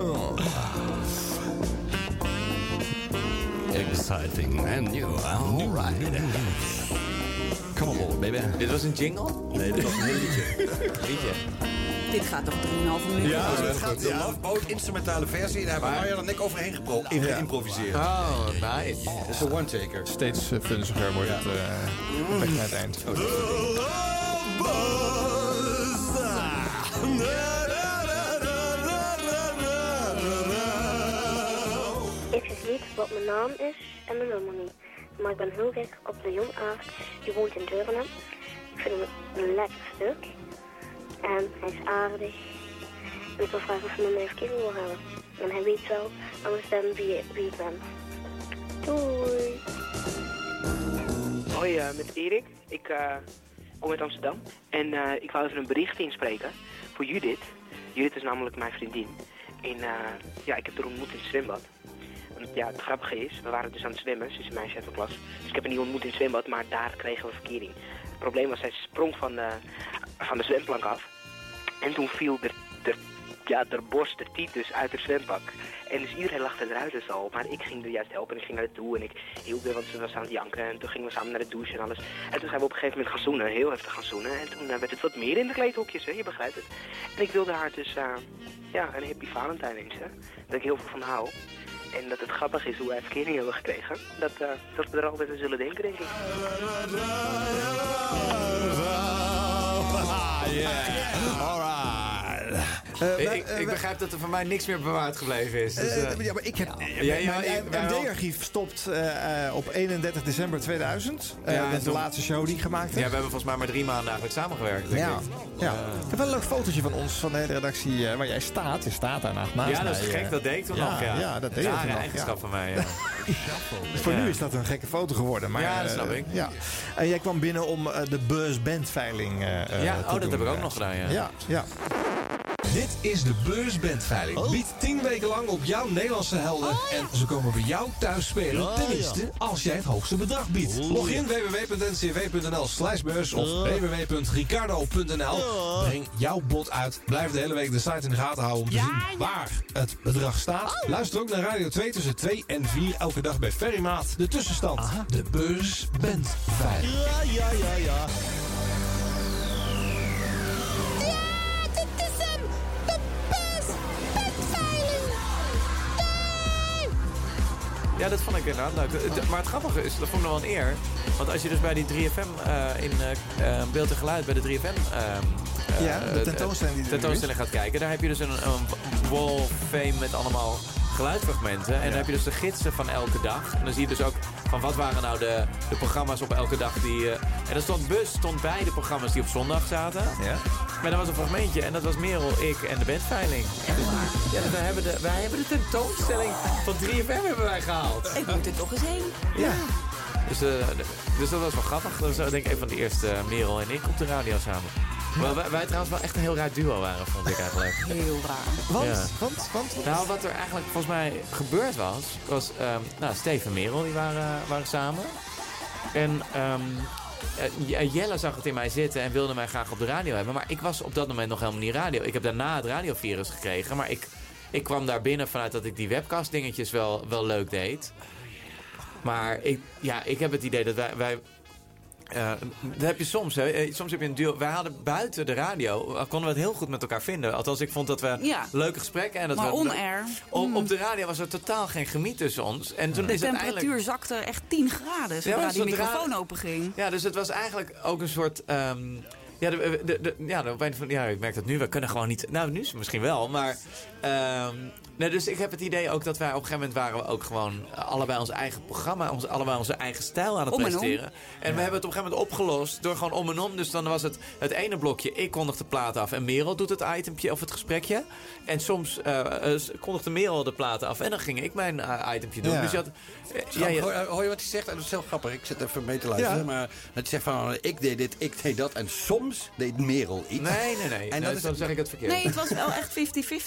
Speaker 15: Exciting and new. All right. Come on, baby.
Speaker 5: Dit was een jingle?
Speaker 12: Nee, dit was een heel liedje.
Speaker 5: Liedje.
Speaker 11: Dit gaat toch drieënhalve minuten?
Speaker 12: Ja, het gaat de Love Boat instrumentale versie. Daar hebben Marjan en ik overheen gepro- in geïmproviseerd.
Speaker 5: Oh, nice.
Speaker 12: Dat is een one-taker.
Speaker 13: Steeds uh, funziger wordt het uh, weg naar het eind.
Speaker 12: Oh,
Speaker 7: Ik zeg niet wat mijn naam is en mijn nummer niet. Maar ik ben heel gek op Leon Aerts. Die woont in Deurne. Ik vind hem een lekker stuk. En hij is aardig. En ik wil vragen of hij met mij verkering wil hebben. En hij weet wel, anders dan wie, wie ik ben. Doei.
Speaker 10: Hoi, uh, met Erik. Ik uh, kom uit Amsterdam. En uh, ik wou even een bericht inspreken voor Judith. Judith is namelijk mijn vriendin. En uh, ja, ik heb haar ontmoet in het zwembad. Want ja, het grappige is, we waren dus aan het zwemmen. Ze is een meisje uit mijn klas. Dus ik heb haar niet ontmoet in het zwembad, maar daar kregen we verkering. Het probleem was, zij sprong van de, van de zwemplank af. En toen viel de, de, ja, de borst, de tiet dus uit haar zwempak. En dus iedereen lachte eruit dus al. Maar ik ging er juist helpen en ik ging naar de toe en ik hielp haar, want ze was aan het janken. En toen gingen we samen naar de douche en alles. En toen zijn we op een gegeven moment gaan zoenen, heel heftig gaan zoenen. En toen uh, werd het wat meer in de kleedhokjes, hè, je begrijpt het. En ik wilde haar dus, uh, ja, een happy Valentine wensen. Dat ik heel veel van haar hou. En dat het grappig is hoe wij verkering hebben gekregen. Dat, uh, dat we er altijd aan zullen denken, denk ik.
Speaker 13: Yeah, alright. Uh,
Speaker 5: ik,
Speaker 13: wij,
Speaker 5: ik,
Speaker 13: uh,
Speaker 5: ik begrijp dat er voor mij niks meer bewaard gebleven is. Dus, uh,
Speaker 13: uh, ja, maar ik heb...
Speaker 5: Uh, ja, ja,
Speaker 13: mijn
Speaker 5: ja,
Speaker 13: M D-archief stopt uh, uh, op eenendertig december tweeduizend. Uh,
Speaker 5: ja,
Speaker 13: dat is de
Speaker 5: toen,
Speaker 13: laatste show die ik gemaakt heb.
Speaker 5: Ja, we hebben volgens mij maar drie maanden eigenlijk samengewerkt. Denk
Speaker 13: ja,
Speaker 5: ik.
Speaker 13: ja.
Speaker 5: Uh,
Speaker 13: ik heb wel een leuk fotootje van ons, van de hele redactie, uh, waar jij staat. Je staat daar naast mij.
Speaker 5: Ja, dat is gek. Dat deed ik toen
Speaker 13: ja,
Speaker 5: nog, ja.
Speaker 13: Ja, dat deed ik toen nog.
Speaker 5: eigenschap ja. van mij, ja.
Speaker 13: Dus voor
Speaker 5: ja.
Speaker 13: nu is dat een gekke foto geworden. Maar,
Speaker 5: ja, dat snap
Speaker 13: uh,
Speaker 5: ik.
Speaker 13: Ja. En jij kwam binnen om uh, de Buzz Bandveiling uh,
Speaker 5: ja,
Speaker 13: te
Speaker 5: oh, dat
Speaker 13: doen.
Speaker 5: heb ik ook nog gedaan, ja.
Speaker 13: Ja, ja.
Speaker 14: Dit is de Beursbandveiling.
Speaker 13: Oh.
Speaker 14: Bied tien weken lang op jouw Nederlandse helden. Oh, ja. En ze komen bij jou thuis spelen.
Speaker 13: Oh,
Speaker 14: tenminste, ja. als jij het hoogste bedrag biedt. Oh, Log in w w w punt n c v punt n l slash beurs of
Speaker 13: oh.
Speaker 14: w w w punt ricardo punt n l. Oh. Breng jouw bod uit. Blijf de hele week de site in de gaten houden om te ja, zien ja. waar het bedrag staat. Oh. Luister ook naar Radio twee tussen twee en vier elke dag bij Ferrymaat. De tussenstand. Aha. De Beursbandveiling.
Speaker 13: Ja, ja, ja, ja.
Speaker 5: Ja, dat vond ik inderdaad leuk. Maar het grappige is, dat vond ik nog wel een eer. Want als je dus bij die drie F M uh, in uh, beeld en geluid bij de drie F M uh,
Speaker 13: ja, de tentoonstelling, die
Speaker 5: tentoonstelling gaat kijken, daar heb je dus een, een wall of fame met allemaal geluidsfragmenten. En ja. dan heb je dus de gidsen van elke dag. En dan zie je dus ook van wat waren nou de, de programma's op elke dag die... Uh, en dan stond Bus stond bij de programma's die op zondag zaten.
Speaker 13: Ja.
Speaker 5: Maar dat was een fragmentje en dat was Merel, ik en de bandveiling. Dus, ja, wij hebben, de, wij hebben de tentoonstelling van drie F M hebben wij gehaald.
Speaker 11: Ik moet er toch eens heen.
Speaker 5: Ja. Dus, uh, dus dat was wel grappig. Dat was denk ik een van de eerste uh, Merel en ik op de radio samen. Maar wij, wij trouwens wel echt een heel raar duo waren, vond ik eigenlijk.
Speaker 11: Heel raar.
Speaker 13: Want,
Speaker 5: ja.
Speaker 13: want, want, want?
Speaker 5: Nou, wat er eigenlijk volgens mij gebeurd was, was um, nou, Steve en Merel die waren, waren samen. En um, uh, Jelle zag het in mij zitten en wilde mij graag op de radio hebben. Maar ik was op dat moment nog helemaal niet radio. Ik heb daarna het radiovirus gekregen, maar ik, ik kwam daar binnen vanuit dat ik die webcast dingetjes wel, wel leuk deed. Maar ik, ja, ik heb het idee dat wij... wij Uh, dat heb je soms, hè. Soms heb je een duo. Wij hadden buiten de radio, konden we het heel goed met elkaar vinden. Althans, ik vond dat we
Speaker 11: ja.
Speaker 5: leuke gesprekken. En dat
Speaker 11: maar
Speaker 5: we,
Speaker 11: on-air.
Speaker 5: Op,
Speaker 11: mm.
Speaker 5: op de radio was er totaal geen chemie tussen ons. En toen
Speaker 11: de
Speaker 5: is
Speaker 11: temperatuur
Speaker 5: eigenlijk...
Speaker 11: zakte echt tien graden zodra ja, die microfoon open ging.
Speaker 5: Ja, dus het was eigenlijk ook een soort... Um, ja, de, de, de, ja, de, ja, ik merk dat nu. We kunnen gewoon niet... Nou, nu misschien wel, maar... Um, nee, dus ik heb het idee ook dat wij op een gegeven moment waren we ook gewoon allebei ons eigen programma, ons, allebei onze eigen stijl aan het
Speaker 11: om
Speaker 5: presenteren.
Speaker 11: En,
Speaker 5: en ja. we hebben het op een gegeven moment opgelost door gewoon om en om. Dus dan was het het ene blokje, ik kondig de plaat af en Merel doet het itempje of het gesprekje. En soms uh, uh, kondigde Merel de platen af en dan ging ik mijn uh, itempje doen.
Speaker 12: Ja.
Speaker 5: Dus je had, uh,
Speaker 12: ja,
Speaker 5: ja,
Speaker 12: hoor, hoor je wat hij zegt? En dat is heel grappig. Ik zit even mee te luisteren. Ja. Maar het zegt van, ik deed dit, ik deed dat. En soms deed Merel iets.
Speaker 5: Nee, nee, nee.
Speaker 12: En
Speaker 5: nee,
Speaker 12: dat
Speaker 5: dan
Speaker 12: is,
Speaker 5: zeg ik het verkeerd.
Speaker 11: Nee, het was wel echt vijftig vijftig.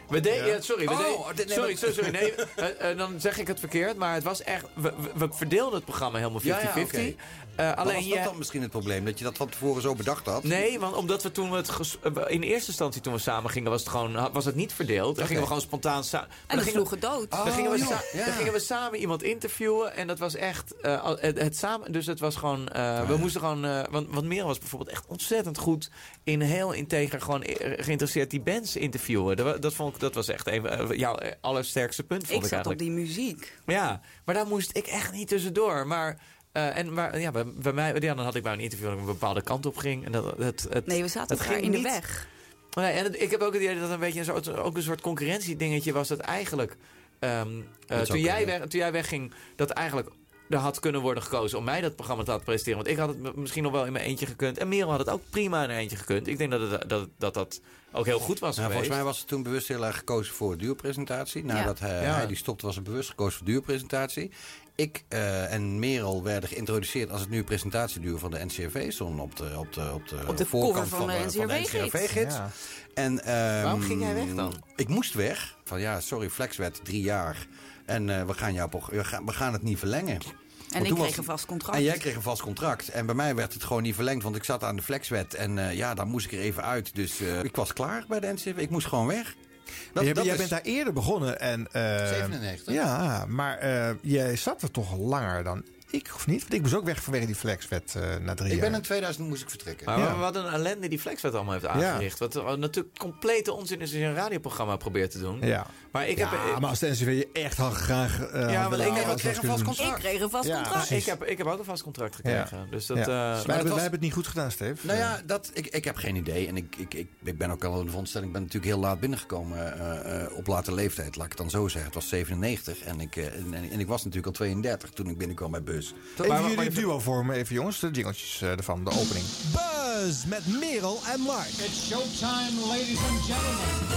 Speaker 5: We deden,
Speaker 12: Ja.
Speaker 5: ja, sorry, we
Speaker 12: Oh,
Speaker 5: deden,
Speaker 12: dit- nee,
Speaker 5: sorry,
Speaker 12: maar-
Speaker 5: sorry, sorry, nee, uh, uh, dan zeg ik het verkeerd, maar het was echt, we, we, we verdeelden het programma helemaal
Speaker 12: Ja,
Speaker 5: vijftig
Speaker 12: ja,
Speaker 5: vijftig.
Speaker 12: oké.
Speaker 5: Uh,
Speaker 12: Maar
Speaker 5: alleen
Speaker 12: was dat
Speaker 5: je-
Speaker 12: dan misschien het probleem? Dat je dat van tevoren zo bedacht had?
Speaker 5: Nee, want omdat we toen we het ges- uh, in eerste instantie toen we samen gingen, was het gewoon was het niet verdeeld. Dan
Speaker 12: Oké.
Speaker 5: gingen we gewoon spontaan samen.
Speaker 11: En dat sloeg het dood.
Speaker 5: Dan, gingen we
Speaker 12: Oh,
Speaker 5: sa-
Speaker 12: joh. Ja.
Speaker 5: dan gingen we samen iemand interviewen en dat was echt uh, al- het, het samen. Dus het was gewoon. Uh, we moesten gewoon. Uh, want, want Merel was bijvoorbeeld echt ontzettend goed in heel integer gewoon uh, geïnteresseerd die bands interviewen. Dat, wa- dat vond ik dat was echt een uh, jouw allersterkste punt. Vond
Speaker 11: Ik
Speaker 5: ik
Speaker 11: zat op
Speaker 5: eigenlijk.
Speaker 11: die muziek.
Speaker 5: Ja, maar daar moest ik echt niet tussendoor. Maar uh, en maar ja, bij, bij mij, ja, dan had ik bij een interview dat ik een bepaalde kant op ging en dat het, het
Speaker 11: Nee, we zaten
Speaker 5: het
Speaker 11: elkaar
Speaker 5: ging
Speaker 11: in de
Speaker 5: niet-
Speaker 11: weg.
Speaker 5: Nee, en het- ik heb ook het idee dat het een beetje een soort, ook een soort concurrentiedingetje was. Dat eigenlijk, um, uh,
Speaker 12: zou
Speaker 5: toen, jij
Speaker 12: kunnen,
Speaker 5: weg, toen jij wegging, dat eigenlijk er had kunnen worden gekozen om mij dat programma te laten presenteren. Want ik had het m- misschien nog wel in mijn eentje gekund. En Merel had het ook prima in een eentje gekund. Ik denk dat het, dat, dat, dat ook heel goed was
Speaker 12: Nou,
Speaker 5: geweest.
Speaker 12: volgens mij was het toen bewust heel erg gekozen voor duurpresentatie. Nadat hij,
Speaker 5: Ja.
Speaker 12: hij die stopte, was het bewust gekozen voor duurpresentatie. Ik uh, en Merel werden geïntroduceerd als het nieuwe presentatieduo van de N C R V. Stonden op de, op de, op de,
Speaker 11: Op de
Speaker 12: voorkant
Speaker 11: cover van de
Speaker 12: van de N C R V-gids.
Speaker 13: Ja.
Speaker 12: En, um,
Speaker 5: Waarom ging jij weg dan?
Speaker 12: Ik moest weg. Van ja, sorry, Flexwet, drie jaar. En uh, we, gaan jou, we, gaan, we gaan het niet verlengen.
Speaker 11: En ik kreeg een vast contract.
Speaker 12: En jij kreeg een vast contract. En bij mij werd het gewoon niet verlengd, want ik zat aan de flexwet. En uh, ja, daar moest ik er even uit. Dus uh, ik was klaar bij de N C R V. Ik moest gewoon weg. Dat,
Speaker 13: jij
Speaker 12: dat
Speaker 13: jij
Speaker 12: is...
Speaker 13: bent daar eerder begonnen. En, uh,
Speaker 12: zevenennegentig.
Speaker 13: Ja, maar uh, jij zat er toch langer dan ik, of niet? Want ik moest ook weg vanwege die flexwet uh, na drie
Speaker 12: ik
Speaker 13: jaar.
Speaker 12: ben in tweeduizend moest ik vertrekken.
Speaker 5: Maar
Speaker 13: Ja.
Speaker 5: wat een ellende die Flexwet allemaal heeft aangericht. Wat uh, natuurlijk complete onzin is als je een radioprogramma probeert te doen.
Speaker 13: Ja.
Speaker 5: Maar ik
Speaker 13: ja,
Speaker 5: heb... uh,
Speaker 13: maar als de N C R V je echt had graag... Uh,
Speaker 5: Ja, want ik heb-
Speaker 12: ik kreeg een vast contract.
Speaker 11: Ik kreeg een vast
Speaker 13: Ja,
Speaker 11: contract.
Speaker 5: ik, heb, ik heb ook een vast contract gekregen.
Speaker 13: Ja.
Speaker 5: Dus dat...
Speaker 13: Ja.
Speaker 5: Uh,
Speaker 13: wij,
Speaker 12: dat
Speaker 13: hebben,
Speaker 12: was-
Speaker 13: wij hebben het niet goed gedaan, Steve.
Speaker 12: Nou ja, dat, ik, ik heb geen idee. En ik, ik, ik, ik ben ook al in de vondstelling. Ik ben natuurlijk heel laat binnengekomen. Uh, uh, op late leeftijd, laat ik het dan zo zeggen. Het was zevenennegentig. En ik, uh, en, en ik was natuurlijk al tweeëndertig toen ik binnenkwam bij Buzz.
Speaker 13: Even
Speaker 5: maar-
Speaker 13: jullie
Speaker 5: maar-
Speaker 13: het duo vormen, even jongens. De jingletjes uh, ervan, de opening.
Speaker 1: Buzz met Merel en Mark. It's showtime, ladies and gentlemen.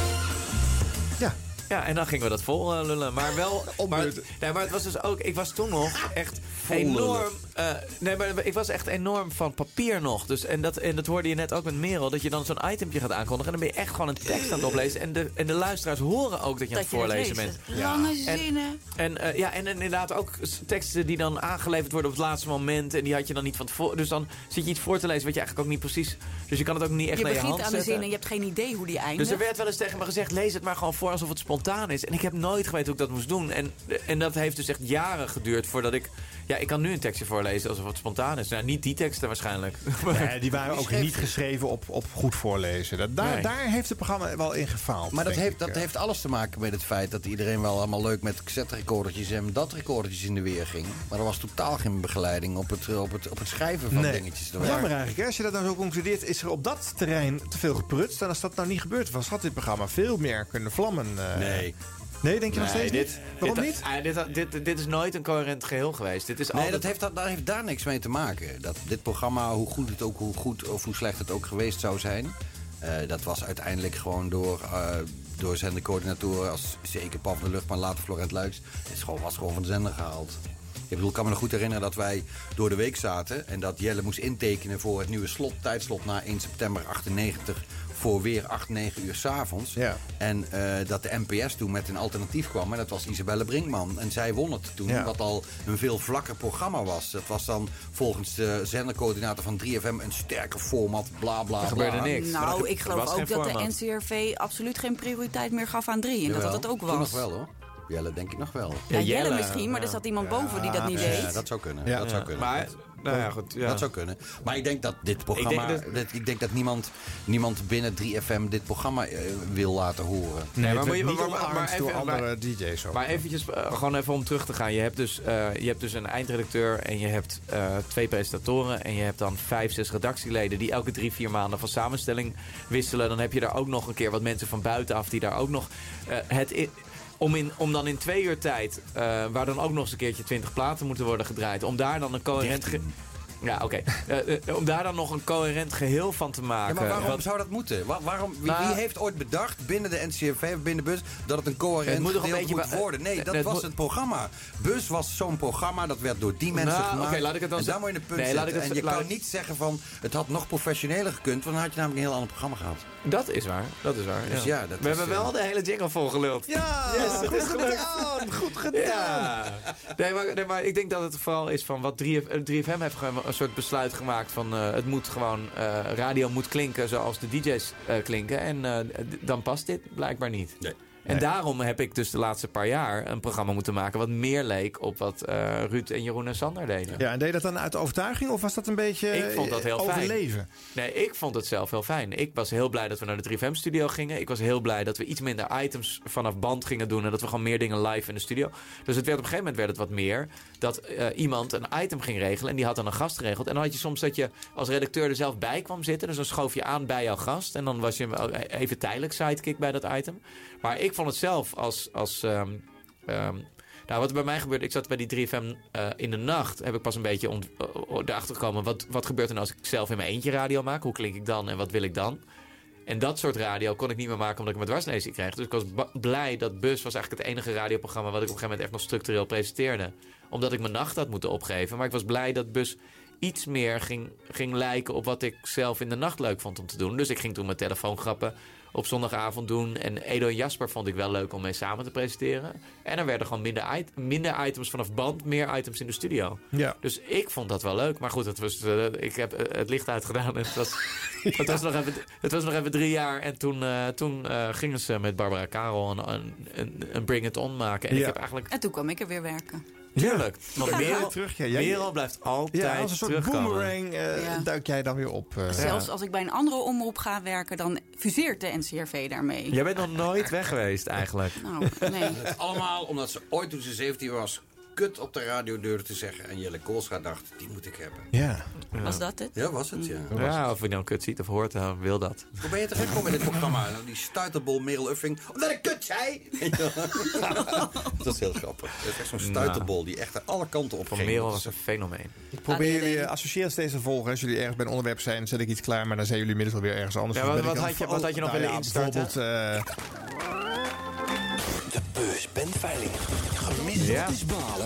Speaker 13: Ja.
Speaker 5: Ja, en dan gingen we dat vol uh, lullen. Maar wel... maar, nee, maar het was dus ook... Ik was toen nog echt enorm... Uh, nee, maar ik was echt enorm van papier nog. Dus, en, dat, en dat hoorde je net ook met Merel. Dat je dan zo'n itempje gaat aankondigen. En dan ben je echt gewoon een tekst aan het oplezen. En de, en de luisteraars horen ook dat je aan het
Speaker 11: Dat je het
Speaker 5: voorlezen
Speaker 11: leest.
Speaker 5: bent.
Speaker 11: Lange
Speaker 5: En-
Speaker 11: zinnen.
Speaker 5: En, uh, ja, en inderdaad ook teksten die dan aangeleverd worden op het laatste moment. En die had je dan niet van tevoren. Dus dan zit je iets voor te lezen wat je eigenlijk ook niet precies... Dus je kan het ook niet echt
Speaker 11: Je
Speaker 5: naar je hand
Speaker 11: begint aan de
Speaker 5: zetten.
Speaker 11: zin en je hebt geen idee hoe die eindigt.
Speaker 5: Dus er werd wel eens tegen me gezegd, lees het maar gewoon voor alsof het spontaan is. En ik heb nooit geweten hoe ik dat moest doen. En, en dat heeft dus echt jaren geduurd voordat ik... Ja, ik kan nu een tekstje voorlezen alsof het spontaan is. Nou, niet die teksten waarschijnlijk.
Speaker 13: Nee, die waren ook niet geschreven op, op goed voorlezen. Dat, daar,
Speaker 5: Nee.
Speaker 13: daar heeft het programma wel in gefaald.
Speaker 12: Maar dat,
Speaker 13: denk
Speaker 12: heeft,
Speaker 13: ik.
Speaker 12: dat heeft alles te maken met het feit dat iedereen wel allemaal leuk met cassette-recordertjes en dat recordertjes in de weer ging. Maar er was totaal geen begeleiding op het, op het, op het schrijven van
Speaker 13: Nee.
Speaker 12: dingetjes.
Speaker 13: Maar jammer eigenlijk, hè? Als je dat nou zo concludeert, is er op dat terrein te veel geprutst. En als dat nou niet gebeurd was, had dit programma veel meer kunnen vlammen. Uh...
Speaker 12: Nee.
Speaker 13: Nee, denk je nog steeds
Speaker 5: dit,
Speaker 13: niet? Waarom
Speaker 5: dit,
Speaker 13: niet?
Speaker 5: ah, dit, dit, dit is nooit een coherent geheel geweest. Dit is
Speaker 12: Nee,
Speaker 5: altijd...
Speaker 12: dat heeft, dat, daar heeft daar niks mee te maken. Dat, dit programma, hoe goed het ook, hoe goed of hoe slecht het ook geweest zou zijn... Uh, dat was uiteindelijk gewoon door, uh, door zendercoördinatoren als zeker Paul van der Lucht, maar later Florent Luijks. Het is gewoon, was gewoon van de zender gehaald. Ik bedoel, ik kan me nog goed herinneren dat wij door de week zaten... en dat Jelle moest intekenen voor het nieuwe slot, tijdslot na één september achtennegentig... voor weer acht, negen uur 's avonds.
Speaker 13: Ja.
Speaker 12: En uh, dat de N P S toen met een alternatief kwam. En dat was Isabelle Brinkman. En zij won het toen,
Speaker 13: Ja.
Speaker 12: wat al een veel vlakker programma was. Dat was dan volgens de zendercoördinator van drie F M een sterker format, bla bla bla.
Speaker 5: Er gebeurde niks. Maar
Speaker 11: Nou,
Speaker 5: er-
Speaker 11: ik
Speaker 5: er
Speaker 11: geloof
Speaker 5: was
Speaker 11: ook
Speaker 5: geen
Speaker 11: dat
Speaker 5: format.
Speaker 11: de N C R V absoluut geen prioriteit meer gaf aan drie. En dat dat het ook
Speaker 12: Toen
Speaker 11: was.
Speaker 12: nog wel hoor. Jelle denk ik nog wel.
Speaker 11: Ja,
Speaker 5: Ja,
Speaker 11: Jelle
Speaker 5: Jelle,
Speaker 11: misschien, maar er
Speaker 5: ja.
Speaker 11: zat iemand boven die dat niet
Speaker 12: Ja,
Speaker 11: deed.
Speaker 12: dat zou kunnen.
Speaker 13: Ja.
Speaker 12: Dat zou
Speaker 5: Ja.
Speaker 12: kunnen.
Speaker 5: Maar, nou ja, goed. Ja.
Speaker 12: Dat zou kunnen. Maar ik denk dat dit programma... Ik
Speaker 5: denk
Speaker 12: denk
Speaker 5: dat-
Speaker 12: dat, ik denk dat niemand, niemand binnen drie F M dit programma uh, wil laten horen.
Speaker 13: Nee,
Speaker 5: maar
Speaker 13: maar,
Speaker 5: moet je-
Speaker 13: niet
Speaker 5: maar- maar-
Speaker 13: omarmd
Speaker 5: maar
Speaker 13: door
Speaker 5: even-
Speaker 13: andere D J's ook.
Speaker 5: Maar eventjes, uh, gewoon even om terug te gaan. Je hebt dus, uh, je hebt dus een eindredacteur en je hebt uh, twee presentatoren... en je hebt dan vijf, zes redactieleden... die elke drie, vier maanden van samenstelling wisselen. Dan heb je daar ook nog een keer wat mensen van buitenaf... die daar ook nog... Uh, het i- Om, in, om dan in twee uur tijd, uh, waar dan ook nog eens een keertje twintig platen moeten worden gedraaid... om daar dan een coherent... ge- Ja, oké. Okay. Uh, uh, om daar dan nog een coherent geheel van te maken.
Speaker 12: Ja, maar waarom
Speaker 5: wat...
Speaker 12: zou dat moeten? Wa- waarom, wie,
Speaker 5: nou,
Speaker 12: wie heeft ooit bedacht binnen de N C R V of binnen Bus dat het een coherent
Speaker 5: het moet
Speaker 12: geheel
Speaker 5: een beetje
Speaker 12: moet
Speaker 5: ba-
Speaker 12: worden? Nee, dat
Speaker 5: het
Speaker 12: was
Speaker 5: moet...
Speaker 12: het programma. Bus was zo'n programma, dat werd door die mensen
Speaker 5: nou,
Speaker 12: gemaakt.
Speaker 5: Okay, laat ik het dan
Speaker 12: en daar moet je een punt
Speaker 5: nee,
Speaker 12: zetten.
Speaker 5: laat ik het...
Speaker 12: En je
Speaker 5: laat
Speaker 12: kan
Speaker 5: ik...
Speaker 12: niet zeggen van, het had nog professioneler gekund, want dan had je namelijk een heel ander programma gehad.
Speaker 5: Dat is waar, dat is waar.
Speaker 12: Dus
Speaker 5: ja.
Speaker 12: Ja, dat
Speaker 5: We
Speaker 12: is,
Speaker 5: hebben wel de hele jingle volgeluld.
Speaker 13: Ja,
Speaker 5: yes, het is gelukt.
Speaker 13: gedaan, goed gedaan.
Speaker 5: Ja. Nee, maar, nee, maar ik denk dat het vooral is van wat drie F M heeft gewoon een soort besluit gemaakt van uh, het moet gewoon, uh, radio moet klinken zoals de D J's uh, klinken. En uh, dan past dit blijkbaar niet.
Speaker 12: Nee.
Speaker 5: En nee. daarom heb ik dus de laatste paar jaar een programma moeten maken wat meer leek op wat uh, Ruud en Jeroen en Sander deden.
Speaker 13: Ja, en deed je dat dan uit overtuiging of was dat een beetje
Speaker 5: ik vond dat heel
Speaker 13: overleven?
Speaker 5: Fijn. Nee, ik vond het zelf heel fijn. Ik was heel blij dat we naar de drie F M-studio gingen. Ik was heel blij dat we iets minder items vanaf band gingen doen en dat we gewoon meer dingen live in de studio. Dus het werd op een gegeven moment werd het wat meer dat uh, iemand een item ging regelen en die had dan een gast geregeld. En dan had je soms dat je als redacteur er zelf bij kwam zitten. Dus dan schoof je aan bij jouw gast en dan was je even tijdelijk sidekick bij dat item. Maar ik vond het zelf als... als um, um, nou, wat er bij mij gebeurde... Ik zat bij die drie F M uh, in de nacht. Heb ik pas een beetje ont, uh, erachter gekomen... Wat, wat gebeurt er nou als ik zelf in mijn eentje radio maak? Hoe klink ik dan en wat wil ik dan? En dat soort radio kon ik niet meer maken... omdat ik mijn dwarslezing kreeg. Dus ik was ba- blij dat Bus was eigenlijk het enige radioprogramma... wat ik op een gegeven moment echt nog structureel presenteerde. Omdat ik mijn nacht had moeten opgeven. Maar ik was blij dat Bus... iets meer ging, ging lijken op wat ik zelf in de nacht leuk vond om te doen. Dus ik ging toen mijn telefoongrappen op zondagavond doen. En Edo en Jasper vond ik wel leuk om mee samen te presenteren. En er werden gewoon minder, it- minder items vanaf band, meer items in de studio.
Speaker 13: Ja.
Speaker 5: Dus ik vond dat wel leuk. Maar goed, het, was, uh, ik heb uh, het licht uitgedaan. En het, was, ja. het, was nog even, het was nog even drie jaar. En toen, uh, toen uh, gingen ze met Barbara Karel een, een, een, een Bring It On maken. En,
Speaker 11: ja.
Speaker 5: ik heb eigenlijk...
Speaker 11: en toen kwam ik er weer werken.
Speaker 5: Tuurlijk. Want
Speaker 13: ja.
Speaker 5: Merel,
Speaker 13: terug, ja.
Speaker 5: Merel blijft altijd
Speaker 13: ja, als een soort
Speaker 5: terugkomen.
Speaker 13: boomerang uh, ja. duik jij dan weer op. Uh,
Speaker 11: Zelfs
Speaker 13: ja.
Speaker 11: als ik bij een andere omroep ga werken, dan fuseert de N C R V daarmee.
Speaker 5: Jij bent nog nooit weg geweest eigenlijk.
Speaker 11: Nou, nee.
Speaker 12: Het allemaal omdat ze ooit toen ze zeventien was... kut op de radio durfde te zeggen. En Jelle Koolstra dacht, die moet ik hebben.
Speaker 13: Ja.
Speaker 5: ja.
Speaker 11: Was dat het?
Speaker 12: Ja, was het, ja.
Speaker 5: Ja, of je nou kut ziet of hoort, dan wil dat.
Speaker 12: Hoe ben je terechtgekomen in dit programma? Nou, die stuiterbol Merel Uffing. Omdat ik kut zei! Dat is heel grappig. Het is echt zo'n stuiterbol die echt aan alle kanten op
Speaker 5: Van
Speaker 12: ging.
Speaker 5: Merel was een fenomeen.
Speaker 13: Ik probeer jullie uh, associëren steeds te volgen. Als jullie ergens bij een onderwerp zijn, zet ik iets klaar. Maar dan zijn jullie inmiddels wel weer ergens anders.
Speaker 5: Ja, wat, wat, had je, wat had je nog
Speaker 13: nou,
Speaker 5: willen
Speaker 13: ja,
Speaker 5: instarten?
Speaker 13: Bijvoorbeeld...
Speaker 2: Uh... De busbandveiling. Gemist ja. is balen.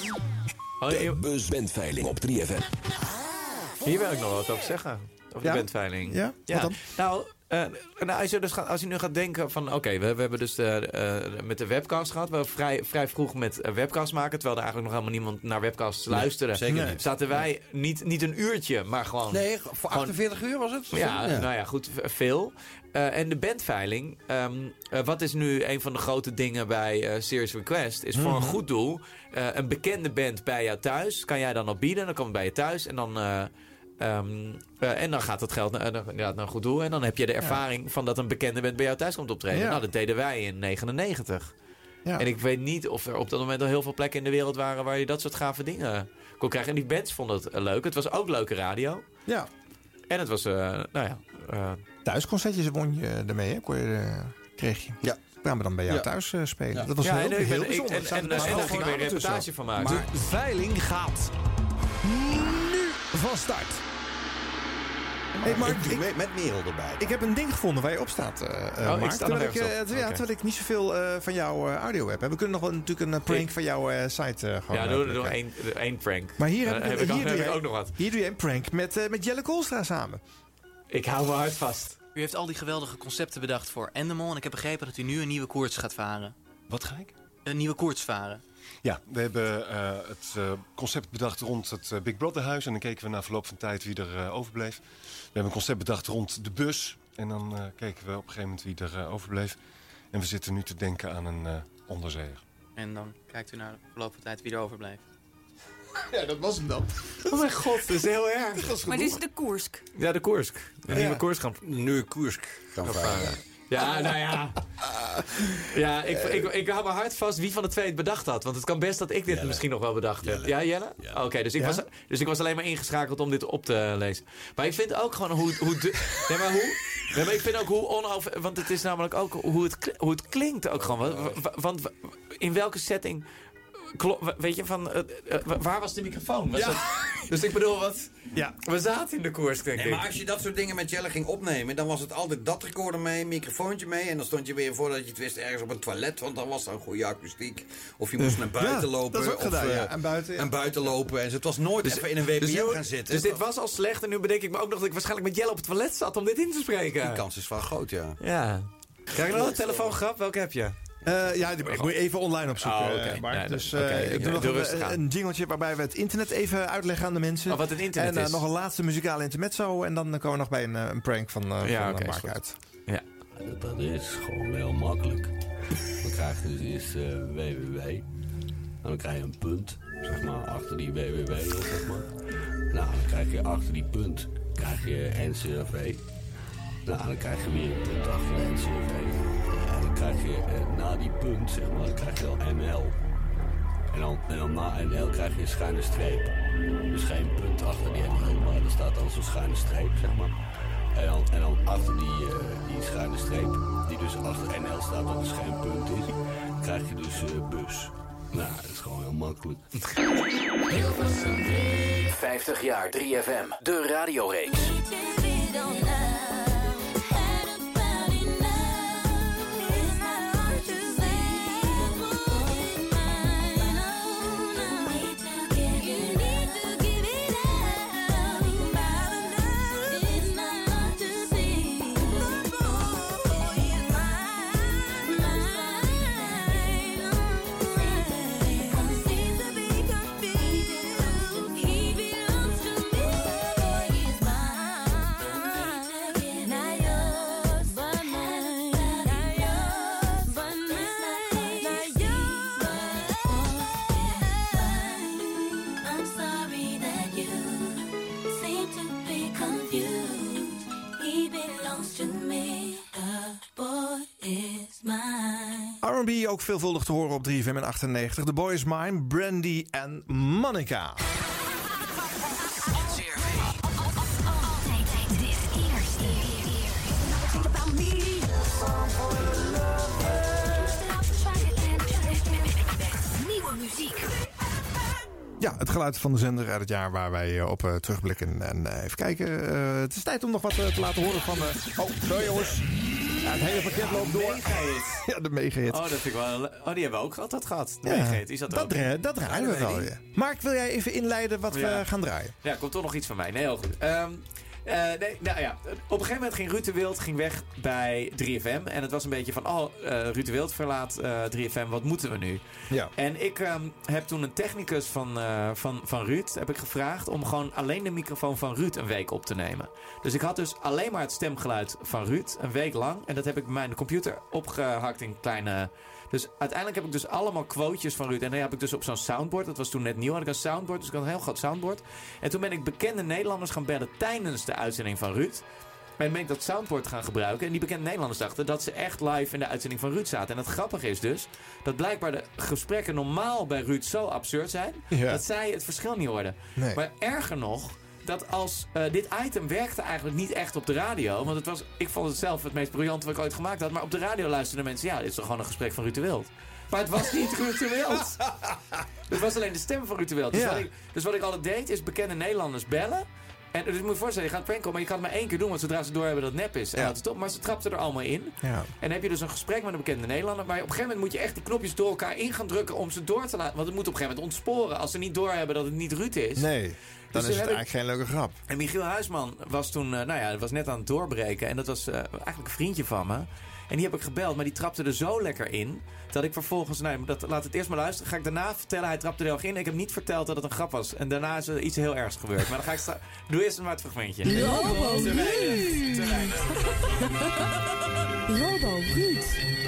Speaker 2: De busbandveiling op drie F M.
Speaker 5: Hier wil ik nog wat over zeggen. Over
Speaker 13: ja?
Speaker 5: de bandveiling.
Speaker 13: Ja?
Speaker 5: ja.
Speaker 13: Wat dan?
Speaker 5: Nou, uh, nou als, je dus gaat, als je nu gaat denken van... Oké, okay, we, we hebben dus de, uh, met de webcast gehad. We hebben vrij, vrij vroeg met uh, webcast maken. Terwijl er eigenlijk nog helemaal niemand naar webcasts nee, luisterde.
Speaker 12: Zeker niet.
Speaker 5: Zaten wij niet, niet een uurtje, maar gewoon...
Speaker 12: Nee, voor achtenveertig
Speaker 5: gewoon,
Speaker 12: uur was het?
Speaker 5: Ja, ja, nou ja, goed, veel. Uh, en de bandveiling, um, uh, wat is nu een van de grote dingen bij uh, Serious Request... is voor mm-hmm. een goed doel, uh, een bekende band bij jou thuis... kan jij dan op bieden, dan komt het bij je thuis... en dan, uh, um, uh, en dan gaat het geld naar, naar, naar een goed doel... en dan heb je de ervaring ja. van dat een bekende band bij jou thuis komt optreden. Ja. Nou, dat deden wij in negenennegentig. Ja. En ik weet niet of er op dat moment al heel veel plekken in de wereld waren... waar je dat soort gave dingen kon krijgen. En die bands vonden het uh, leuk. Het was ook leuke radio.
Speaker 13: Ja.
Speaker 5: En het was, uh, nou ja... Uh,
Speaker 13: thuisconcertjes won je ermee, hè? Kon je, uh, kreeg je.
Speaker 12: Ja.
Speaker 13: Kwamen we dan bij jou ja. thuis uh, spelen. Ja. Dat was ja, heel,
Speaker 5: en,
Speaker 13: heel
Speaker 5: ik,
Speaker 13: bijzonder.
Speaker 5: En, en, en, en daar ging weer een reportage van maken.
Speaker 14: Maar de veiling gaat nu van start.
Speaker 13: Hey Mark, ik,
Speaker 12: met, met Merel erbij.
Speaker 13: Ik heb een ding gevonden waar je op staat, uh,
Speaker 5: oh,
Speaker 13: Mark.
Speaker 5: Ik sta
Speaker 13: terwijl, ik, uh,
Speaker 5: terwijl,
Speaker 13: ja, okay. terwijl ik niet zoveel uh, van jouw uh, audio heb. We kunnen nog wel natuurlijk een uh, prank ik... van jouw uh, site uh, gewoon...
Speaker 5: Ja, doe er nog één, één prank.
Speaker 13: Maar hier,
Speaker 5: uh,
Speaker 13: heb,
Speaker 5: heb,
Speaker 13: ik,
Speaker 5: ik,
Speaker 13: hier,
Speaker 5: heb
Speaker 13: doe
Speaker 5: ik
Speaker 13: je,
Speaker 5: ook nog wat.
Speaker 13: Hier doe je een prank met, uh, met Jelle Koolstra samen.
Speaker 5: Ik hou me hard vast.
Speaker 3: U heeft al die geweldige concepten bedacht voor Endemol... en ik heb begrepen dat u nu een nieuwe koers gaat varen.
Speaker 14: Wat ga ik?
Speaker 3: Een nieuwe koers varen.
Speaker 19: Ja, we hebben uh, het uh, concept bedacht rond het uh, Big Brother huis... en dan keken we na verloop van tijd wie er uh, overbleef. We hebben een concept bedacht rond de bus... en dan uh, keken we op een gegeven moment wie er uh, overbleef. En we zitten nu te denken aan een uh, onderzeeër.
Speaker 3: En dan kijkt u naar verloop van tijd wie er overbleef.
Speaker 13: Ja, dat was hem dan.
Speaker 5: Oh mijn god, dat is heel erg.
Speaker 11: Maar dit is de Koersk.
Speaker 5: Ja, de Koersk. De ja. nieuwe Koersk gaan...
Speaker 12: Nu Koersk gaan varen.
Speaker 5: Ja, nou ja. Ja, ik, ik, ik hou me hard vast wie van de twee het bedacht had. Want het kan best dat ik dit Jelle. misschien nog wel bedacht heb. Jelle. Ja, Jelle? Ja. Oké, okay, dus, ja? dus ik was alleen maar ingeschakeld om dit op te lezen. Maar ik vind ook gewoon hoe... hoe de, nee, maar hoe... Nee, maar ik vind ook hoe onover... Want het is namelijk ook hoe het, hoe het klinkt ook gewoon. Want in welke setting... Klo, weet je, van... Uh, uh, waar was de microfoon? Was
Speaker 13: ja.
Speaker 5: dat, Dus ik bedoel, wat...
Speaker 13: Ja.
Speaker 5: We zaten in de koers, denk
Speaker 12: nee,
Speaker 5: ik.
Speaker 12: maar als je dat soort dingen met Jelle ging opnemen... dan was het altijd dat recorder mee, een microfoontje mee... en dan stond je weer voordat je het wist ergens op een toilet... want dan was er een goede akoestiek. Of je moest naar buiten
Speaker 13: ja,
Speaker 12: lopen.
Speaker 13: dat is ook
Speaker 12: of,
Speaker 13: gedaan,
Speaker 12: uh,
Speaker 13: ja. En buiten, ja.
Speaker 12: En buiten lopen. En het was nooit
Speaker 5: Dus-
Speaker 12: even in een W P N
Speaker 5: dus,
Speaker 12: gaan zitten.
Speaker 5: Dus dit was al slecht en nu bedenk ik me ook nog dat ik waarschijnlijk met Jelle op het toilet zat om dit in te spreken.
Speaker 12: Die kans is wel groot, ja.
Speaker 5: Ja. Krijg je nog een telefoongrap? Welke heb je?
Speaker 13: Uh, ja, die, ik moet even online opzoeken,
Speaker 5: oh, okay.
Speaker 13: uh, Mark.
Speaker 5: Nee,
Speaker 13: dus
Speaker 5: uh, okay,
Speaker 13: ik doe nog een, een jingletje waarbij we het internet even uitleggen aan de mensen.
Speaker 5: Oh, wat het internet
Speaker 13: en uh,
Speaker 5: is.
Speaker 13: nog een laatste muzikale intermezzo. En dan komen we nog bij een, een prank van, uh,
Speaker 5: ja,
Speaker 13: van
Speaker 5: okay,
Speaker 13: Mark uit.
Speaker 5: Ja.
Speaker 25: Dat is gewoon heel makkelijk. Dan krijg je dus eerst uh, www. En dan krijg je een punt, zeg maar, achter die www, zeg maar. Nou, dan krijg je achter die punt, krijg je N C R V. Nou, dan krijg je weer een punt achter de N C R V. En dan krijg je uh, na die punt, zeg maar, dan krijg je dan M L. En dan, en dan na N L krijg je een schuine streep. Dus geen punt achter die N L, maar er staat dan zo'n schuine streep, zeg maar. En dan, en dan achter die, uh, die schuine streep, die dus achter N L staat, dat dus geen punt is, krijg je dus uh, bus. Nou, dat is gewoon heel makkelijk.
Speaker 18: vijftig jaar drie F M, de radioreeks.
Speaker 13: R en B ook veelvuldig te horen op drie F M en achtennegentig. The Boy Is Mine, Brandy en Monica.
Speaker 4: Nieuwe muziek.
Speaker 13: Ja, het geluid van de zender uit het jaar waar wij uh, op uh, terugblikken. En uh, even kijken. Uh, het is tijd om nog wat uh, te laten horen van... Uh, oh, sorry jongens. Ja, het hele pakket loopt door. Ja, de mega-hit.
Speaker 5: Oh, dat vind ik wel... Oh, die hebben we ook altijd gehad. De
Speaker 13: ja,
Speaker 5: mega-hit. Is dat
Speaker 13: dat,
Speaker 5: ook?
Speaker 13: dra dat draaien we wel, ja. Mark, wil jij even inleiden wat
Speaker 5: ja.
Speaker 13: we gaan draaien?
Speaker 5: Ja, komt toch nog iets van mij. Nee, heel goed. Um, Uh, nee, nou ja, op een gegeven moment ging Ruud de Wild ging weg bij drie F M. En het was een beetje van, oh, uh, Ruud de Wild verlaat uh, drie F M, wat moeten we nu?
Speaker 13: Ja.
Speaker 5: En ik um, heb toen een technicus van, uh, van, van Ruud heb ik gevraagd om gewoon alleen de microfoon van Ruud een week op te nemen. Dus ik had dus alleen maar het stemgeluid van Ruud een week lang. En dat heb ik op mijn computer opgehakt in kleine... Dus uiteindelijk heb ik dus allemaal quotejes van Ruud. En dan heb ik dus op zo'n soundboard. Dat was toen net nieuw. Had ik een soundboard. Dus ik had een heel groot soundboard. En toen ben ik bekende Nederlanders gaan bellen tijdens de uitzending van Ruud. En ben ik dat soundboard gaan gebruiken. En die bekende Nederlanders dachten dat ze echt live in de uitzending van Ruud zaten. En het grappige is dus dat blijkbaar de gesprekken normaal bij Ruud zo absurd zijn. Ja. Dat zij het verschil niet hoorden. Nee. Maar erger nog... dat als uh, dit item werkte eigenlijk niet echt op de radio. Want het was, ik vond het zelf het meest briljante wat ik ooit gemaakt had. Maar op de radio luisterden mensen... ja, dit is toch gewoon een gesprek van Ruud de Wild. Maar het was niet Ruud de Wild. Het was alleen de stem van Ruud de Wild. Dus, ja. wat ik, dus wat ik altijd deed, is bekende Nederlanders bellen. En dus je moet je voorstellen, je gaat pranken, maar je kan het maar één keer doen. Want zodra ze doorhebben dat het nep is. En ja. dat is top, maar ze trapten er allemaal in. Ja. En dan heb je dus een gesprek met een bekende Nederlander. Maar op een gegeven moment moet je echt die knopjes door elkaar in gaan drukken om ze door te laten. Want het moet op een gegeven moment ontsporen. Als ze niet doorhebben dat het niet Ruud is.
Speaker 13: Nee. Dan dus is het eigenlijk ik... geen leuke grap.
Speaker 5: En Michiel Huisman was toen, uh, nou ja, was net aan het doorbreken. En dat was uh, eigenlijk een vriendje van me. En die heb ik gebeld, maar die trapte er zo lekker in. Dat ik vervolgens, nee, dat, laat het eerst maar luisteren. Ga ik daarna vertellen, hij trapte er al in. Ik heb niet verteld dat het een grap was. En daarna is er iets heel ergs gebeurd. Maar dan ga ik straks... Doe eerst maar het fragmentje.
Speaker 4: Robo
Speaker 5: Te weinig. Te weinig.
Speaker 4: Robo Ruud.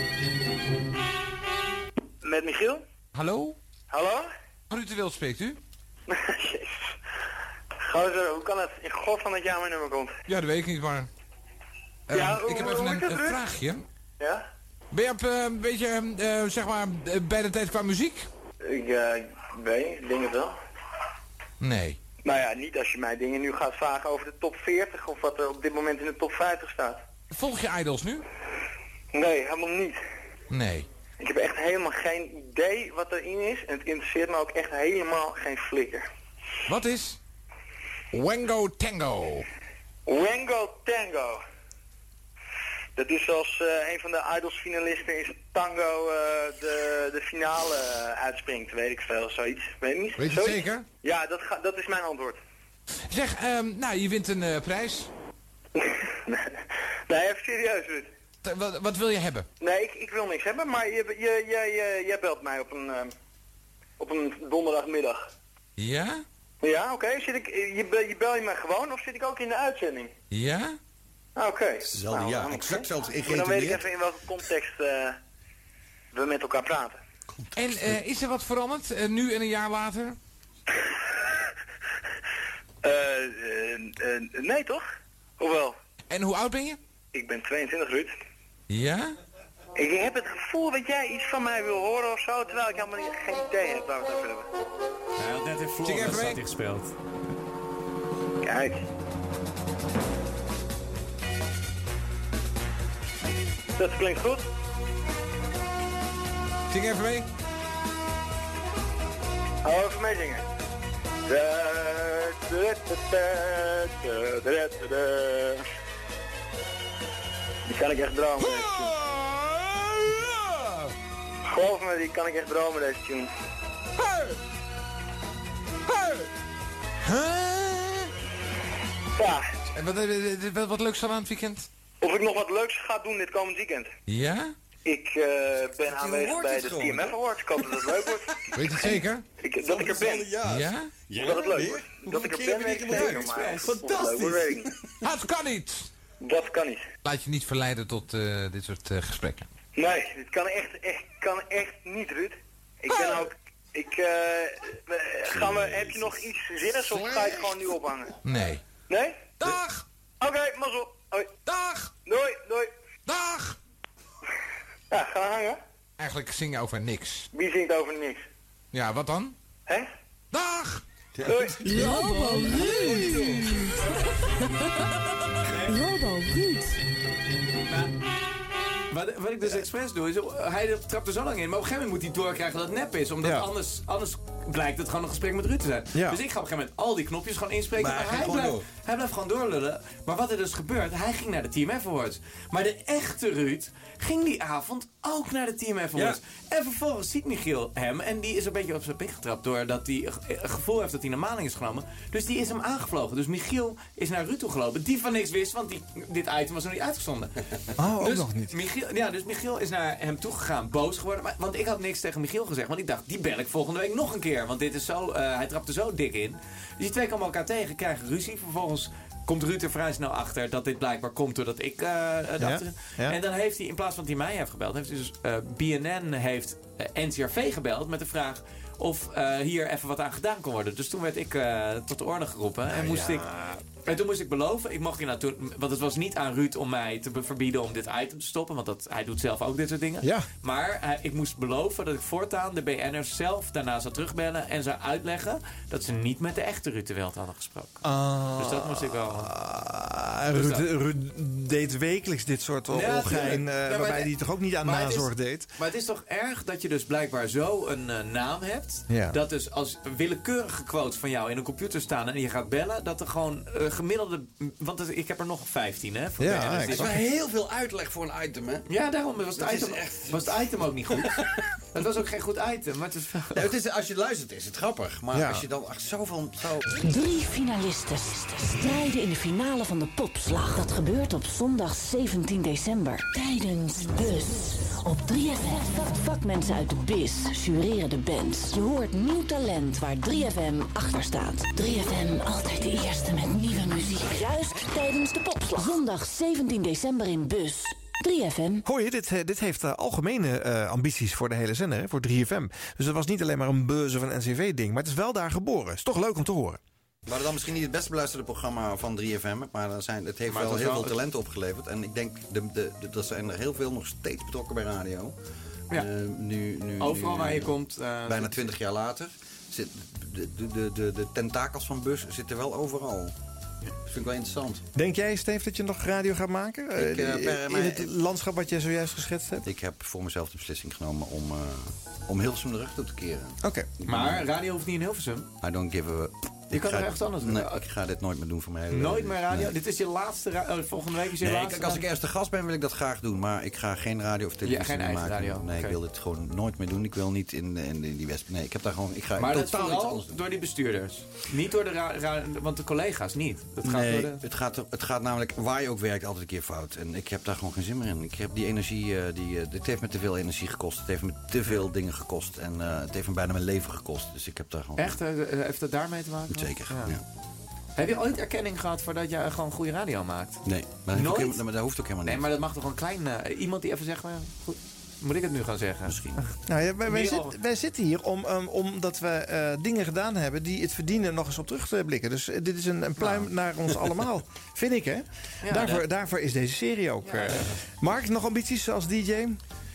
Speaker 17: Met Michiel?
Speaker 14: Hallo?
Speaker 17: Hallo?
Speaker 14: Ruud de Wild spreekt u?
Speaker 17: Jezus. Gozer, hoe kan het in godsnaam dat jij aan mijn nummer komt?
Speaker 14: Ja, dat weet ik niet, maar... Uh, ja, ik heb even een, een vraagje.
Speaker 17: Ja?
Speaker 14: Ben je op uh, een beetje, uh, zeg maar, uh, bij de tijd qua muziek?
Speaker 17: Ik uh, weet niet, ik denk het wel.
Speaker 14: Nee.
Speaker 17: Nou ja, niet als je mij dingen nu gaat vragen over de top veertig of wat er op dit moment in de top vijftig staat.
Speaker 14: Volg je Idols nu?
Speaker 17: Nee, helemaal niet.
Speaker 14: Nee.
Speaker 17: Ik heb echt helemaal geen idee wat erin is en het interesseert me ook echt helemaal geen flikker.
Speaker 14: Wat is? Wango Tango.
Speaker 17: Wango Tango. Dat is als uh, een van de Idols-finalisten is tango uh, de, de finale uh, uitspringt, weet ik veel, zoiets. Weet je niet?
Speaker 14: Weet je het zeker?
Speaker 17: Ja, dat, ga, dat is mijn antwoord.
Speaker 14: Zeg, um, nou, je wint een uh, prijs.
Speaker 17: Nee, even serieus, Ruud.
Speaker 14: T- wat, wat wil je hebben?
Speaker 17: Nee, ik, ik wil niks hebben, maar je, je, je, je, jij belt mij op een, uh, op een donderdagmiddag.
Speaker 14: Ja?
Speaker 17: Ja, oké. Okay. Zit ik, je, bel, je bel je mij gewoon of zit ik ook in de uitzending?
Speaker 14: Ja?
Speaker 17: Ah, oké. Okay.
Speaker 12: Hetzelfde, nou, ja. Exact zelfs
Speaker 17: ingeïnteresseerd. Dan weet ik even in welke context uh, we met elkaar praten.
Speaker 14: En uh, is er wat veranderd, uh, nu en een jaar later?
Speaker 17: uh, uh, uh, nee, toch? Hoewel.
Speaker 14: En hoe oud ben je?
Speaker 17: Ik ben tweeëntwintig, Ruud.
Speaker 14: Ja?
Speaker 17: Ik heb het gevoel dat jij iets van mij wil horen of zo, terwijl ik helemaal niet, geen idee heb waar we het over hebben.
Speaker 5: Hij had net in Florence had hij gespeeld.
Speaker 17: Kijk. Dat klinkt goed.
Speaker 14: Zing even mee.
Speaker 17: Hou even mee zingen. Die kan ik echt dromen. Geloof me, die kan ik echt dromen, deze tune. Ja.
Speaker 14: En wat, wat, wat leuks dan aan het weekend?
Speaker 17: Of ik nog wat leuks ga doen dit komend weekend.
Speaker 14: Ja?
Speaker 17: Ik uh, ben aanwezig bij de T M F Awards. Ik hoop dat het leuk wordt.
Speaker 14: Weet je het zeker?
Speaker 17: Ik, dat ik er ben.
Speaker 14: Ja?
Speaker 17: Ja? Dat het leuk wordt. Dat ik er ben, weet ik zeker. Maar
Speaker 14: fantastisch. Dat kan niet.
Speaker 17: Dat kan niet.
Speaker 14: Laat je niet verleiden tot uh, dit soort uh, gesprekken.
Speaker 17: Nee, dit kan echt, echt, kan echt niet, Ruud. Ik ben ook... Ik, uh, gaan we, heb je nog iets zinnigs of ga je het gewoon nu ophangen?
Speaker 14: Nee.
Speaker 17: Nee?
Speaker 14: Dag!
Speaker 17: Oké, okay, mazzel. Hoi.
Speaker 14: Dag!
Speaker 17: Doei, doei.
Speaker 14: Dag!
Speaker 17: Ja, ga hangen.
Speaker 14: Eigenlijk zing je over niks.
Speaker 17: Wie zingt over niks?
Speaker 14: Ja, wat dan?
Speaker 17: Hè?
Speaker 14: Dag!
Speaker 17: Doei.
Speaker 4: Robo Ruud. Robo Ruud.
Speaker 5: Wat, wat ik dus expres doe, is, hij trapt er zo lang in, maar op een gegeven moment moet hij doorkrijgen dat het nep is. Omdat ja. anders, anders blijkt het gewoon een gesprek met Ruud te zijn. Ja. Dus ik ga op een gegeven moment al die knopjes gewoon inspreken. Maar, maar hij, hij, blijft, hij blijft gewoon doorlullen. Maar wat er dus gebeurt, hij ging naar de T M F Awards. Maar de echte Ruud ging die avond ook naar de T M F Awards. Ja. En vervolgens ziet Michiel hem en die is een beetje op zijn pik getrapt doordat hij een gevoel heeft dat hij naar maling is genomen. Dus die is hem aangevlogen. Dus Michiel is naar Ruud toe gelopen, die van niks wist, want die, dit item was nog niet uitgezonden.
Speaker 13: Oh, ook
Speaker 5: dus
Speaker 13: nog niet.
Speaker 5: Michiel, ja, dus Michiel is naar hem toegegaan, boos geworden. Maar, want ik had niks tegen Michiel gezegd. Want ik dacht, die bel ik volgende week nog een keer. Want dit is zo, uh, hij trapte zo dik in. Dus die twee komen elkaar tegen, krijgen ruzie. Vervolgens komt Ruud er vrij snel achter dat dit blijkbaar komt doordat ik... Uh, ja, dat, ja. En dan heeft hij, in plaats van dat hij mij heeft gebeld, heeft hij dus uh, B N N heeft uh, N C R V gebeld met de vraag of uh, hier even wat aan gedaan kon worden. Dus toen werd ik uh, tot de orde geroepen. Nou, en moest ja. ik... En toen moest ik beloven, ik mocht hier naartoe, want het was niet aan Ruud om mij te verbieden om dit item te stoppen, want dat, hij doet zelf ook dit soort dingen.
Speaker 13: Ja.
Speaker 5: Maar uh, ik moest beloven dat ik voortaan de B N'ers zelf daarna zou terugbellen en zou uitleggen dat ze niet met de echte Ruud de Wild hadden gesproken. Uh, dus dat moest ik wel...
Speaker 13: Uh, Ruud, Ruud deed wekelijks dit soort ja, ongein, uh, ja, waarbij hij toch ook niet aan nazorg is, deed.
Speaker 5: Maar het is toch erg dat je dus blijkbaar zo een uh, naam hebt,
Speaker 13: ja.
Speaker 5: dat dus als willekeurige quotes van jou in een computer staan en je gaat bellen, dat er gewoon... Uh, gemiddelde, want ik heb er nog vijftien, hè? Voor
Speaker 12: ja, het is wel heel veel uitleg voor een item, hè?
Speaker 5: Ja, daarom was het, item, echt... was het item ook niet goed. Het was ook geen goed item, maar het is wel...
Speaker 12: Ja, het is, als je luistert is het grappig, maar ja. als je dan ach, zoveel... Zo...
Speaker 4: Drie finalisten strijden in de finale van de Popslag. Dat gebeurt op zondag zeventien december. Tijdens Bus. Op drie F M. Vakmensen uit de B I S jureren de bands. Je hoort nieuw talent waar drie F M achter staat. drie F M, altijd de eerste met nieuwe muziek. Juist tijdens de Popslag. Zondag zeventien december in Bus. drie F M.
Speaker 13: Hoor je, dit, dit heeft uh, algemene uh, ambities voor de hele zender, hè, voor drie F M. Dus het was niet alleen maar een buzz of een N C V-ding, maar het is wel daar geboren. Het is toch leuk om te horen.
Speaker 12: We hadden dan misschien niet het best beluisterde programma van drie F M, maar er zijn, het heeft maar wel het heel wel veel talenten opgeleverd. En ik denk, de, de, de, er zijn er heel veel nog steeds betrokken bij radio.
Speaker 5: Ja.
Speaker 12: Uh, nu, nu,
Speaker 5: Overal
Speaker 12: nu,
Speaker 5: waar je komt. Uh,
Speaker 12: bijna twintig jaar later. Zit, de, de, de, de tentakels van Bus zitten wel overal. Dat vind ik wel interessant.
Speaker 13: Denk jij, Steve, dat je nog radio gaat maken? Ik, uh, per, in het landschap wat jij zojuist geschetst hebt?
Speaker 12: Ik heb voor mezelf de beslissing genomen om, uh, om Hilversum de rug toe te keren.
Speaker 13: Oké. Okay.
Speaker 5: Maar radio hoeft niet in Hilversum.
Speaker 12: I don't give a...
Speaker 5: Je kan
Speaker 12: ga,
Speaker 5: er echt anders doen.
Speaker 12: Nee, ik ga dit nooit meer doen voor mij.
Speaker 5: Nooit meer radio?
Speaker 12: Nee.
Speaker 5: Dit is je laatste radio. Volgende week is je
Speaker 12: nee,
Speaker 5: laatste.
Speaker 12: Kijk, als ik eerst de gast ben, wil ik dat graag doen. Maar ik ga geen radio of televisie
Speaker 5: ja, geen
Speaker 12: meer
Speaker 5: eigen
Speaker 12: maken.
Speaker 5: Radio.
Speaker 12: Nee,
Speaker 5: okay.
Speaker 12: ik wil dit gewoon nooit meer doen. Ik wil niet in, in, in die West. Nee, ik heb daar gewoon. Ik ga
Speaker 5: maar dat
Speaker 12: totaal iets
Speaker 5: vooral
Speaker 12: anders doen.
Speaker 5: door die bestuurders. Niet door de ra- ra- want de collega's niet. Dat gaat
Speaker 12: nee,
Speaker 5: door de...
Speaker 12: het, gaat, het gaat namelijk waar je ook werkt altijd een keer fout. En ik heb daar gewoon geen zin meer in. Ik heb die energie, uh, die, uh, het heeft me te veel energie gekost. Het heeft me te veel dingen gekost. En uh, het heeft me bijna mijn leven gekost. Dus ik heb daar gewoon...
Speaker 5: Echt? Uh, heeft dat daarmee te maken?
Speaker 12: Zeker, ja. ja.
Speaker 5: Heb je ooit erkenning gehad voordat jij gewoon goede radio maakt?
Speaker 12: Nee, maar dat,
Speaker 5: Nooit?
Speaker 12: Ook helemaal, dat hoeft ook helemaal niet.
Speaker 5: Nee, maar dat mag toch een klein... Uh, iemand die even zegt... Maar, goed, moet ik het nu gaan zeggen?
Speaker 12: Misschien.
Speaker 13: Nou ja, wij, wij, zit, wij zitten hier om, um, omdat we uh, dingen gedaan hebben die het verdienen nog eens op terug te blikken. Dus uh, dit is een, een pluim nou. naar ons allemaal. Vind ik, hè? Ja, daarvoor, dat... daarvoor is deze serie ook. Ja. Uh, Mark, nog ambities als D J?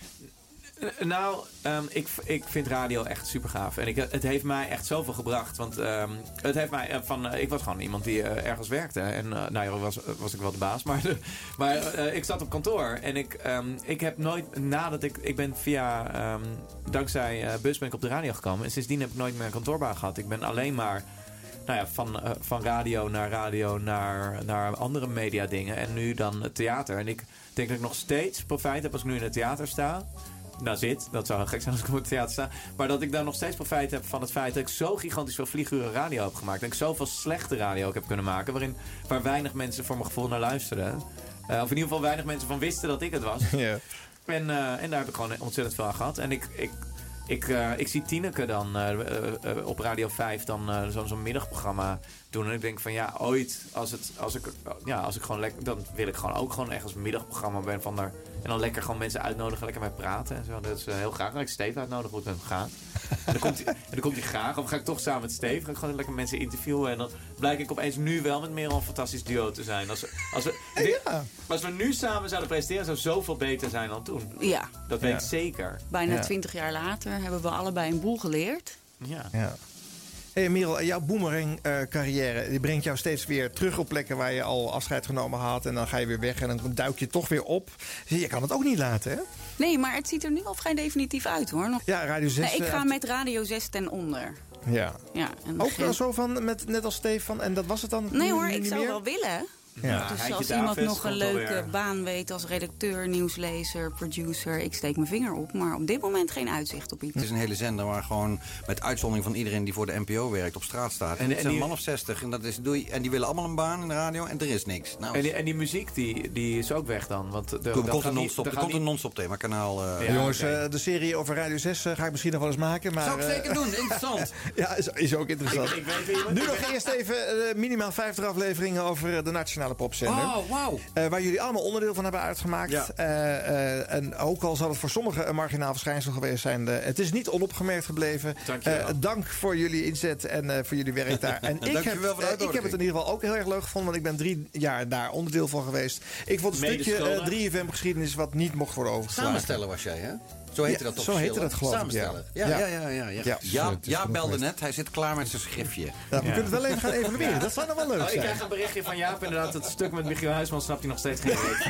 Speaker 5: Nou, um, ik, ik vind radio echt super gaaf. En ik, het heeft mij echt zoveel gebracht. Want um, het heeft mij uh, van... Uh, ik was gewoon iemand die uh, ergens werkte. En uh, nou ja, was, was ik wel de baas. Maar, de, maar uh, ik zat op kantoor. En ik, um, ik heb nooit... Nadat ik... Ik ben via... Um, dankzij uh, Bus ben ik op de radio gekomen. En sindsdien heb ik nooit meer een kantoorbaan gehad. Ik ben alleen maar... Nou ja, van, uh, van radio naar radio naar, naar andere media dingen. En nu dan het theater. En ik denk dat ik nog steeds profijt heb als ik nu in het theater sta... Nou zit, dat zou gek zijn als ik op het theater sta. Maar dat ik daar nog steeds profijt heb van het feit dat ik zo gigantisch veel vlieguren radio heb gemaakt. En ik zoveel slechte radio ook heb kunnen maken. Waarin, waar weinig mensen voor mijn gevoel naar luisterden. Uh, of in ieder geval weinig mensen van wisten dat ik het was. Yeah. En, uh, en daar heb ik gewoon ontzettend veel aan gehad. En ik, ik, ik, uh, ik zie Tineke dan uh, uh, uh, op Radio vijf dan uh, zo'n zo'n middagprogramma doen. En ik denk van ja, ooit als, het, als, ik, uh, ja, als ik gewoon lekker... Dan wil ik gewoon ook gewoon echt als middagprogramma ben van daar... En dan lekker gewoon mensen uitnodigen, lekker met praten en zo. Dat is uh, heel graag. Dan ga ik Steve uitnodigen hoe het met hem gaat. En dan komt hij, en dan komt hij graag. Of ga ik toch samen met Steve. Ga ik gewoon lekker mensen interviewen. En dan blijk ik opeens nu wel met Merel een fantastisch duo te zijn. Als we, als we,
Speaker 13: hey, dit, ja.
Speaker 5: als we nu samen zouden presenteren, zou zoveel beter zijn dan toen.
Speaker 11: Ja.
Speaker 5: Dat weet
Speaker 13: ja.
Speaker 5: ik zeker.
Speaker 11: Bijna twintig ja. jaar later hebben we allebei een boel geleerd.
Speaker 5: Ja.
Speaker 13: ja. Hey Merel, jouw boomerang-carrière uh, die brengt jou steeds weer terug op plekken waar je al afscheid genomen had. En dan ga je weer weg en dan duik je toch weer op. Dus je kan het ook niet laten, hè?
Speaker 11: Nee, maar het ziet er nu al vrij definitief uit, hoor. Nog...
Speaker 13: Ja, Radio zes.
Speaker 11: Nee, ik ga
Speaker 13: uh,
Speaker 11: met Radio zes ten onder.
Speaker 13: Ja.
Speaker 11: ja en
Speaker 13: ook wel zo van, met, net als Stefan. En dat was het dan?
Speaker 11: Nee hoor,
Speaker 13: nu,
Speaker 11: ik
Speaker 13: niet
Speaker 11: zou
Speaker 13: meer?
Speaker 11: wel willen.
Speaker 13: Ja.
Speaker 11: Dus als iemand nog een leuke baan weet als redacteur, nieuwslezer, producer, ik steek mijn vinger op. Maar op dit moment geen uitzicht op iets.
Speaker 12: Het is een hele zender waar gewoon met uitzondering van iedereen die voor de N P O werkt op straat staat. En, en het zijn een man of zestig en, dat is, doe je, en die willen allemaal een baan in de radio en er is niks. Nou,
Speaker 5: en, die, en die muziek die, die is ook weg dan? Want de,
Speaker 12: er komt een non-stop, er komt een non-stop thema kanaal. Uh,
Speaker 13: ja, jongens, okay. uh, de serie over Radio zes uh, ga ik misschien nog wel eens maken. Maar,
Speaker 12: zou ik zeker uh, doen, interessant.
Speaker 13: Ja, is, is ook interessant.
Speaker 5: Ik, ik weet
Speaker 13: nu nog eerst even uh, minimaal vijftig afleveringen over de Nationale Popzender.
Speaker 12: Oh. Wow.
Speaker 13: Uh, waar jullie allemaal onderdeel van hebben uitgemaakt.
Speaker 12: Ja.
Speaker 13: Uh, uh, en ook al zal het voor sommigen een marginaal verschijnsel geweest zijn. Uh, het is niet onopgemerkt gebleven. Uh, dank voor jullie inzet en uh, voor jullie werk daar. En ik, heb, uh, ik heb het in ieder geval ook heel erg leuk gevonden. Want ik ben drie jaar daar onderdeel van geweest. Ik vond een stukje uh, drie F M geschiedenis wat niet mocht worden overgeslagen.
Speaker 12: Samensteller was jij, hè? Zo heette
Speaker 13: ja,
Speaker 12: dat toch?
Speaker 13: Zo heette dat, geloof ik.
Speaker 12: Ja. Ja, ja, ja. ja, ja, ja. ja. ja, ja belde net. Hij zit klaar met zijn schriftje.
Speaker 13: Ja, we ja. kunnen het wel even gaan evalueren. Ja. Dat zou nog wel leuk
Speaker 5: oh,
Speaker 13: zijn.
Speaker 5: Ik krijg een berichtje van Jaap. Inderdaad, het stuk met Michiel Huisman snapt hij nog steeds geen reet.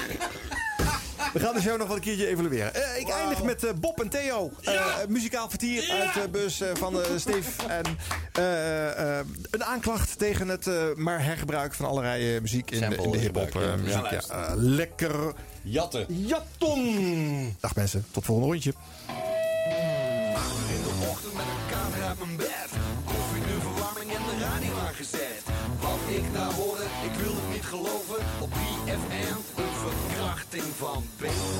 Speaker 13: We gaan de show nog wel een keertje evalueren. Uh, ik wow. eindig met uh, Bob en Theo. Uh, ja. Muzikaal vertier ja. uit de bus uh, van uh, Steve. En uh, uh, een aanklacht tegen het uh, maar hergebruik van allerlei uh, muziek in, in de hip-hop uh, muziek. Ja, ja. Uh, lekker
Speaker 12: jatten.
Speaker 13: Jaton. Dag mensen, tot volgende rondje.
Speaker 2: In de ochtend met een camera op mijn bed. Koffie, de verwarming en de radio aangezet. Wat ik daar hoorde, ik wil het niet geloven. Op drie F M, een verkrachting van beeld.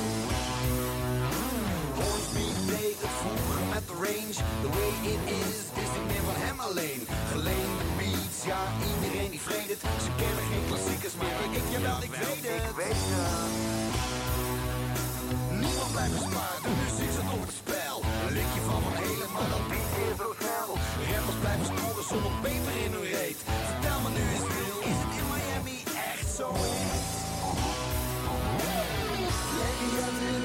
Speaker 2: Hornsby deed het vroeger met de range. The way it is, is niet meer van hem alleen. Geleende beats, ja iedereen die vreet het. Ze kennen geen klassiekers, maar ik, ik jawel, ik weet het. Ik weet het. Niemand blijft bespaard, de muziek zit op het spel. Een likje van Van Helen, maar dat niet weer zo snel. Rappers blijven scoren zonder peper in hun reet. Vertel me nu eens real, is het in Miami echt zo heet? Lekker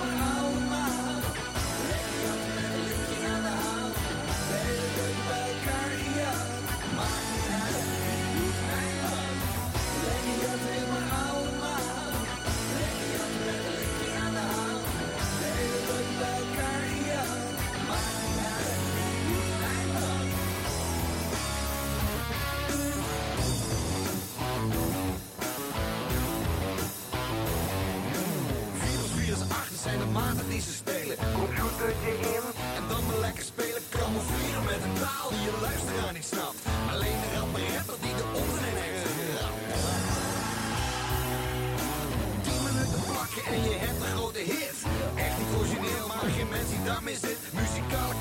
Speaker 2: hij daarmee zit. Muzikale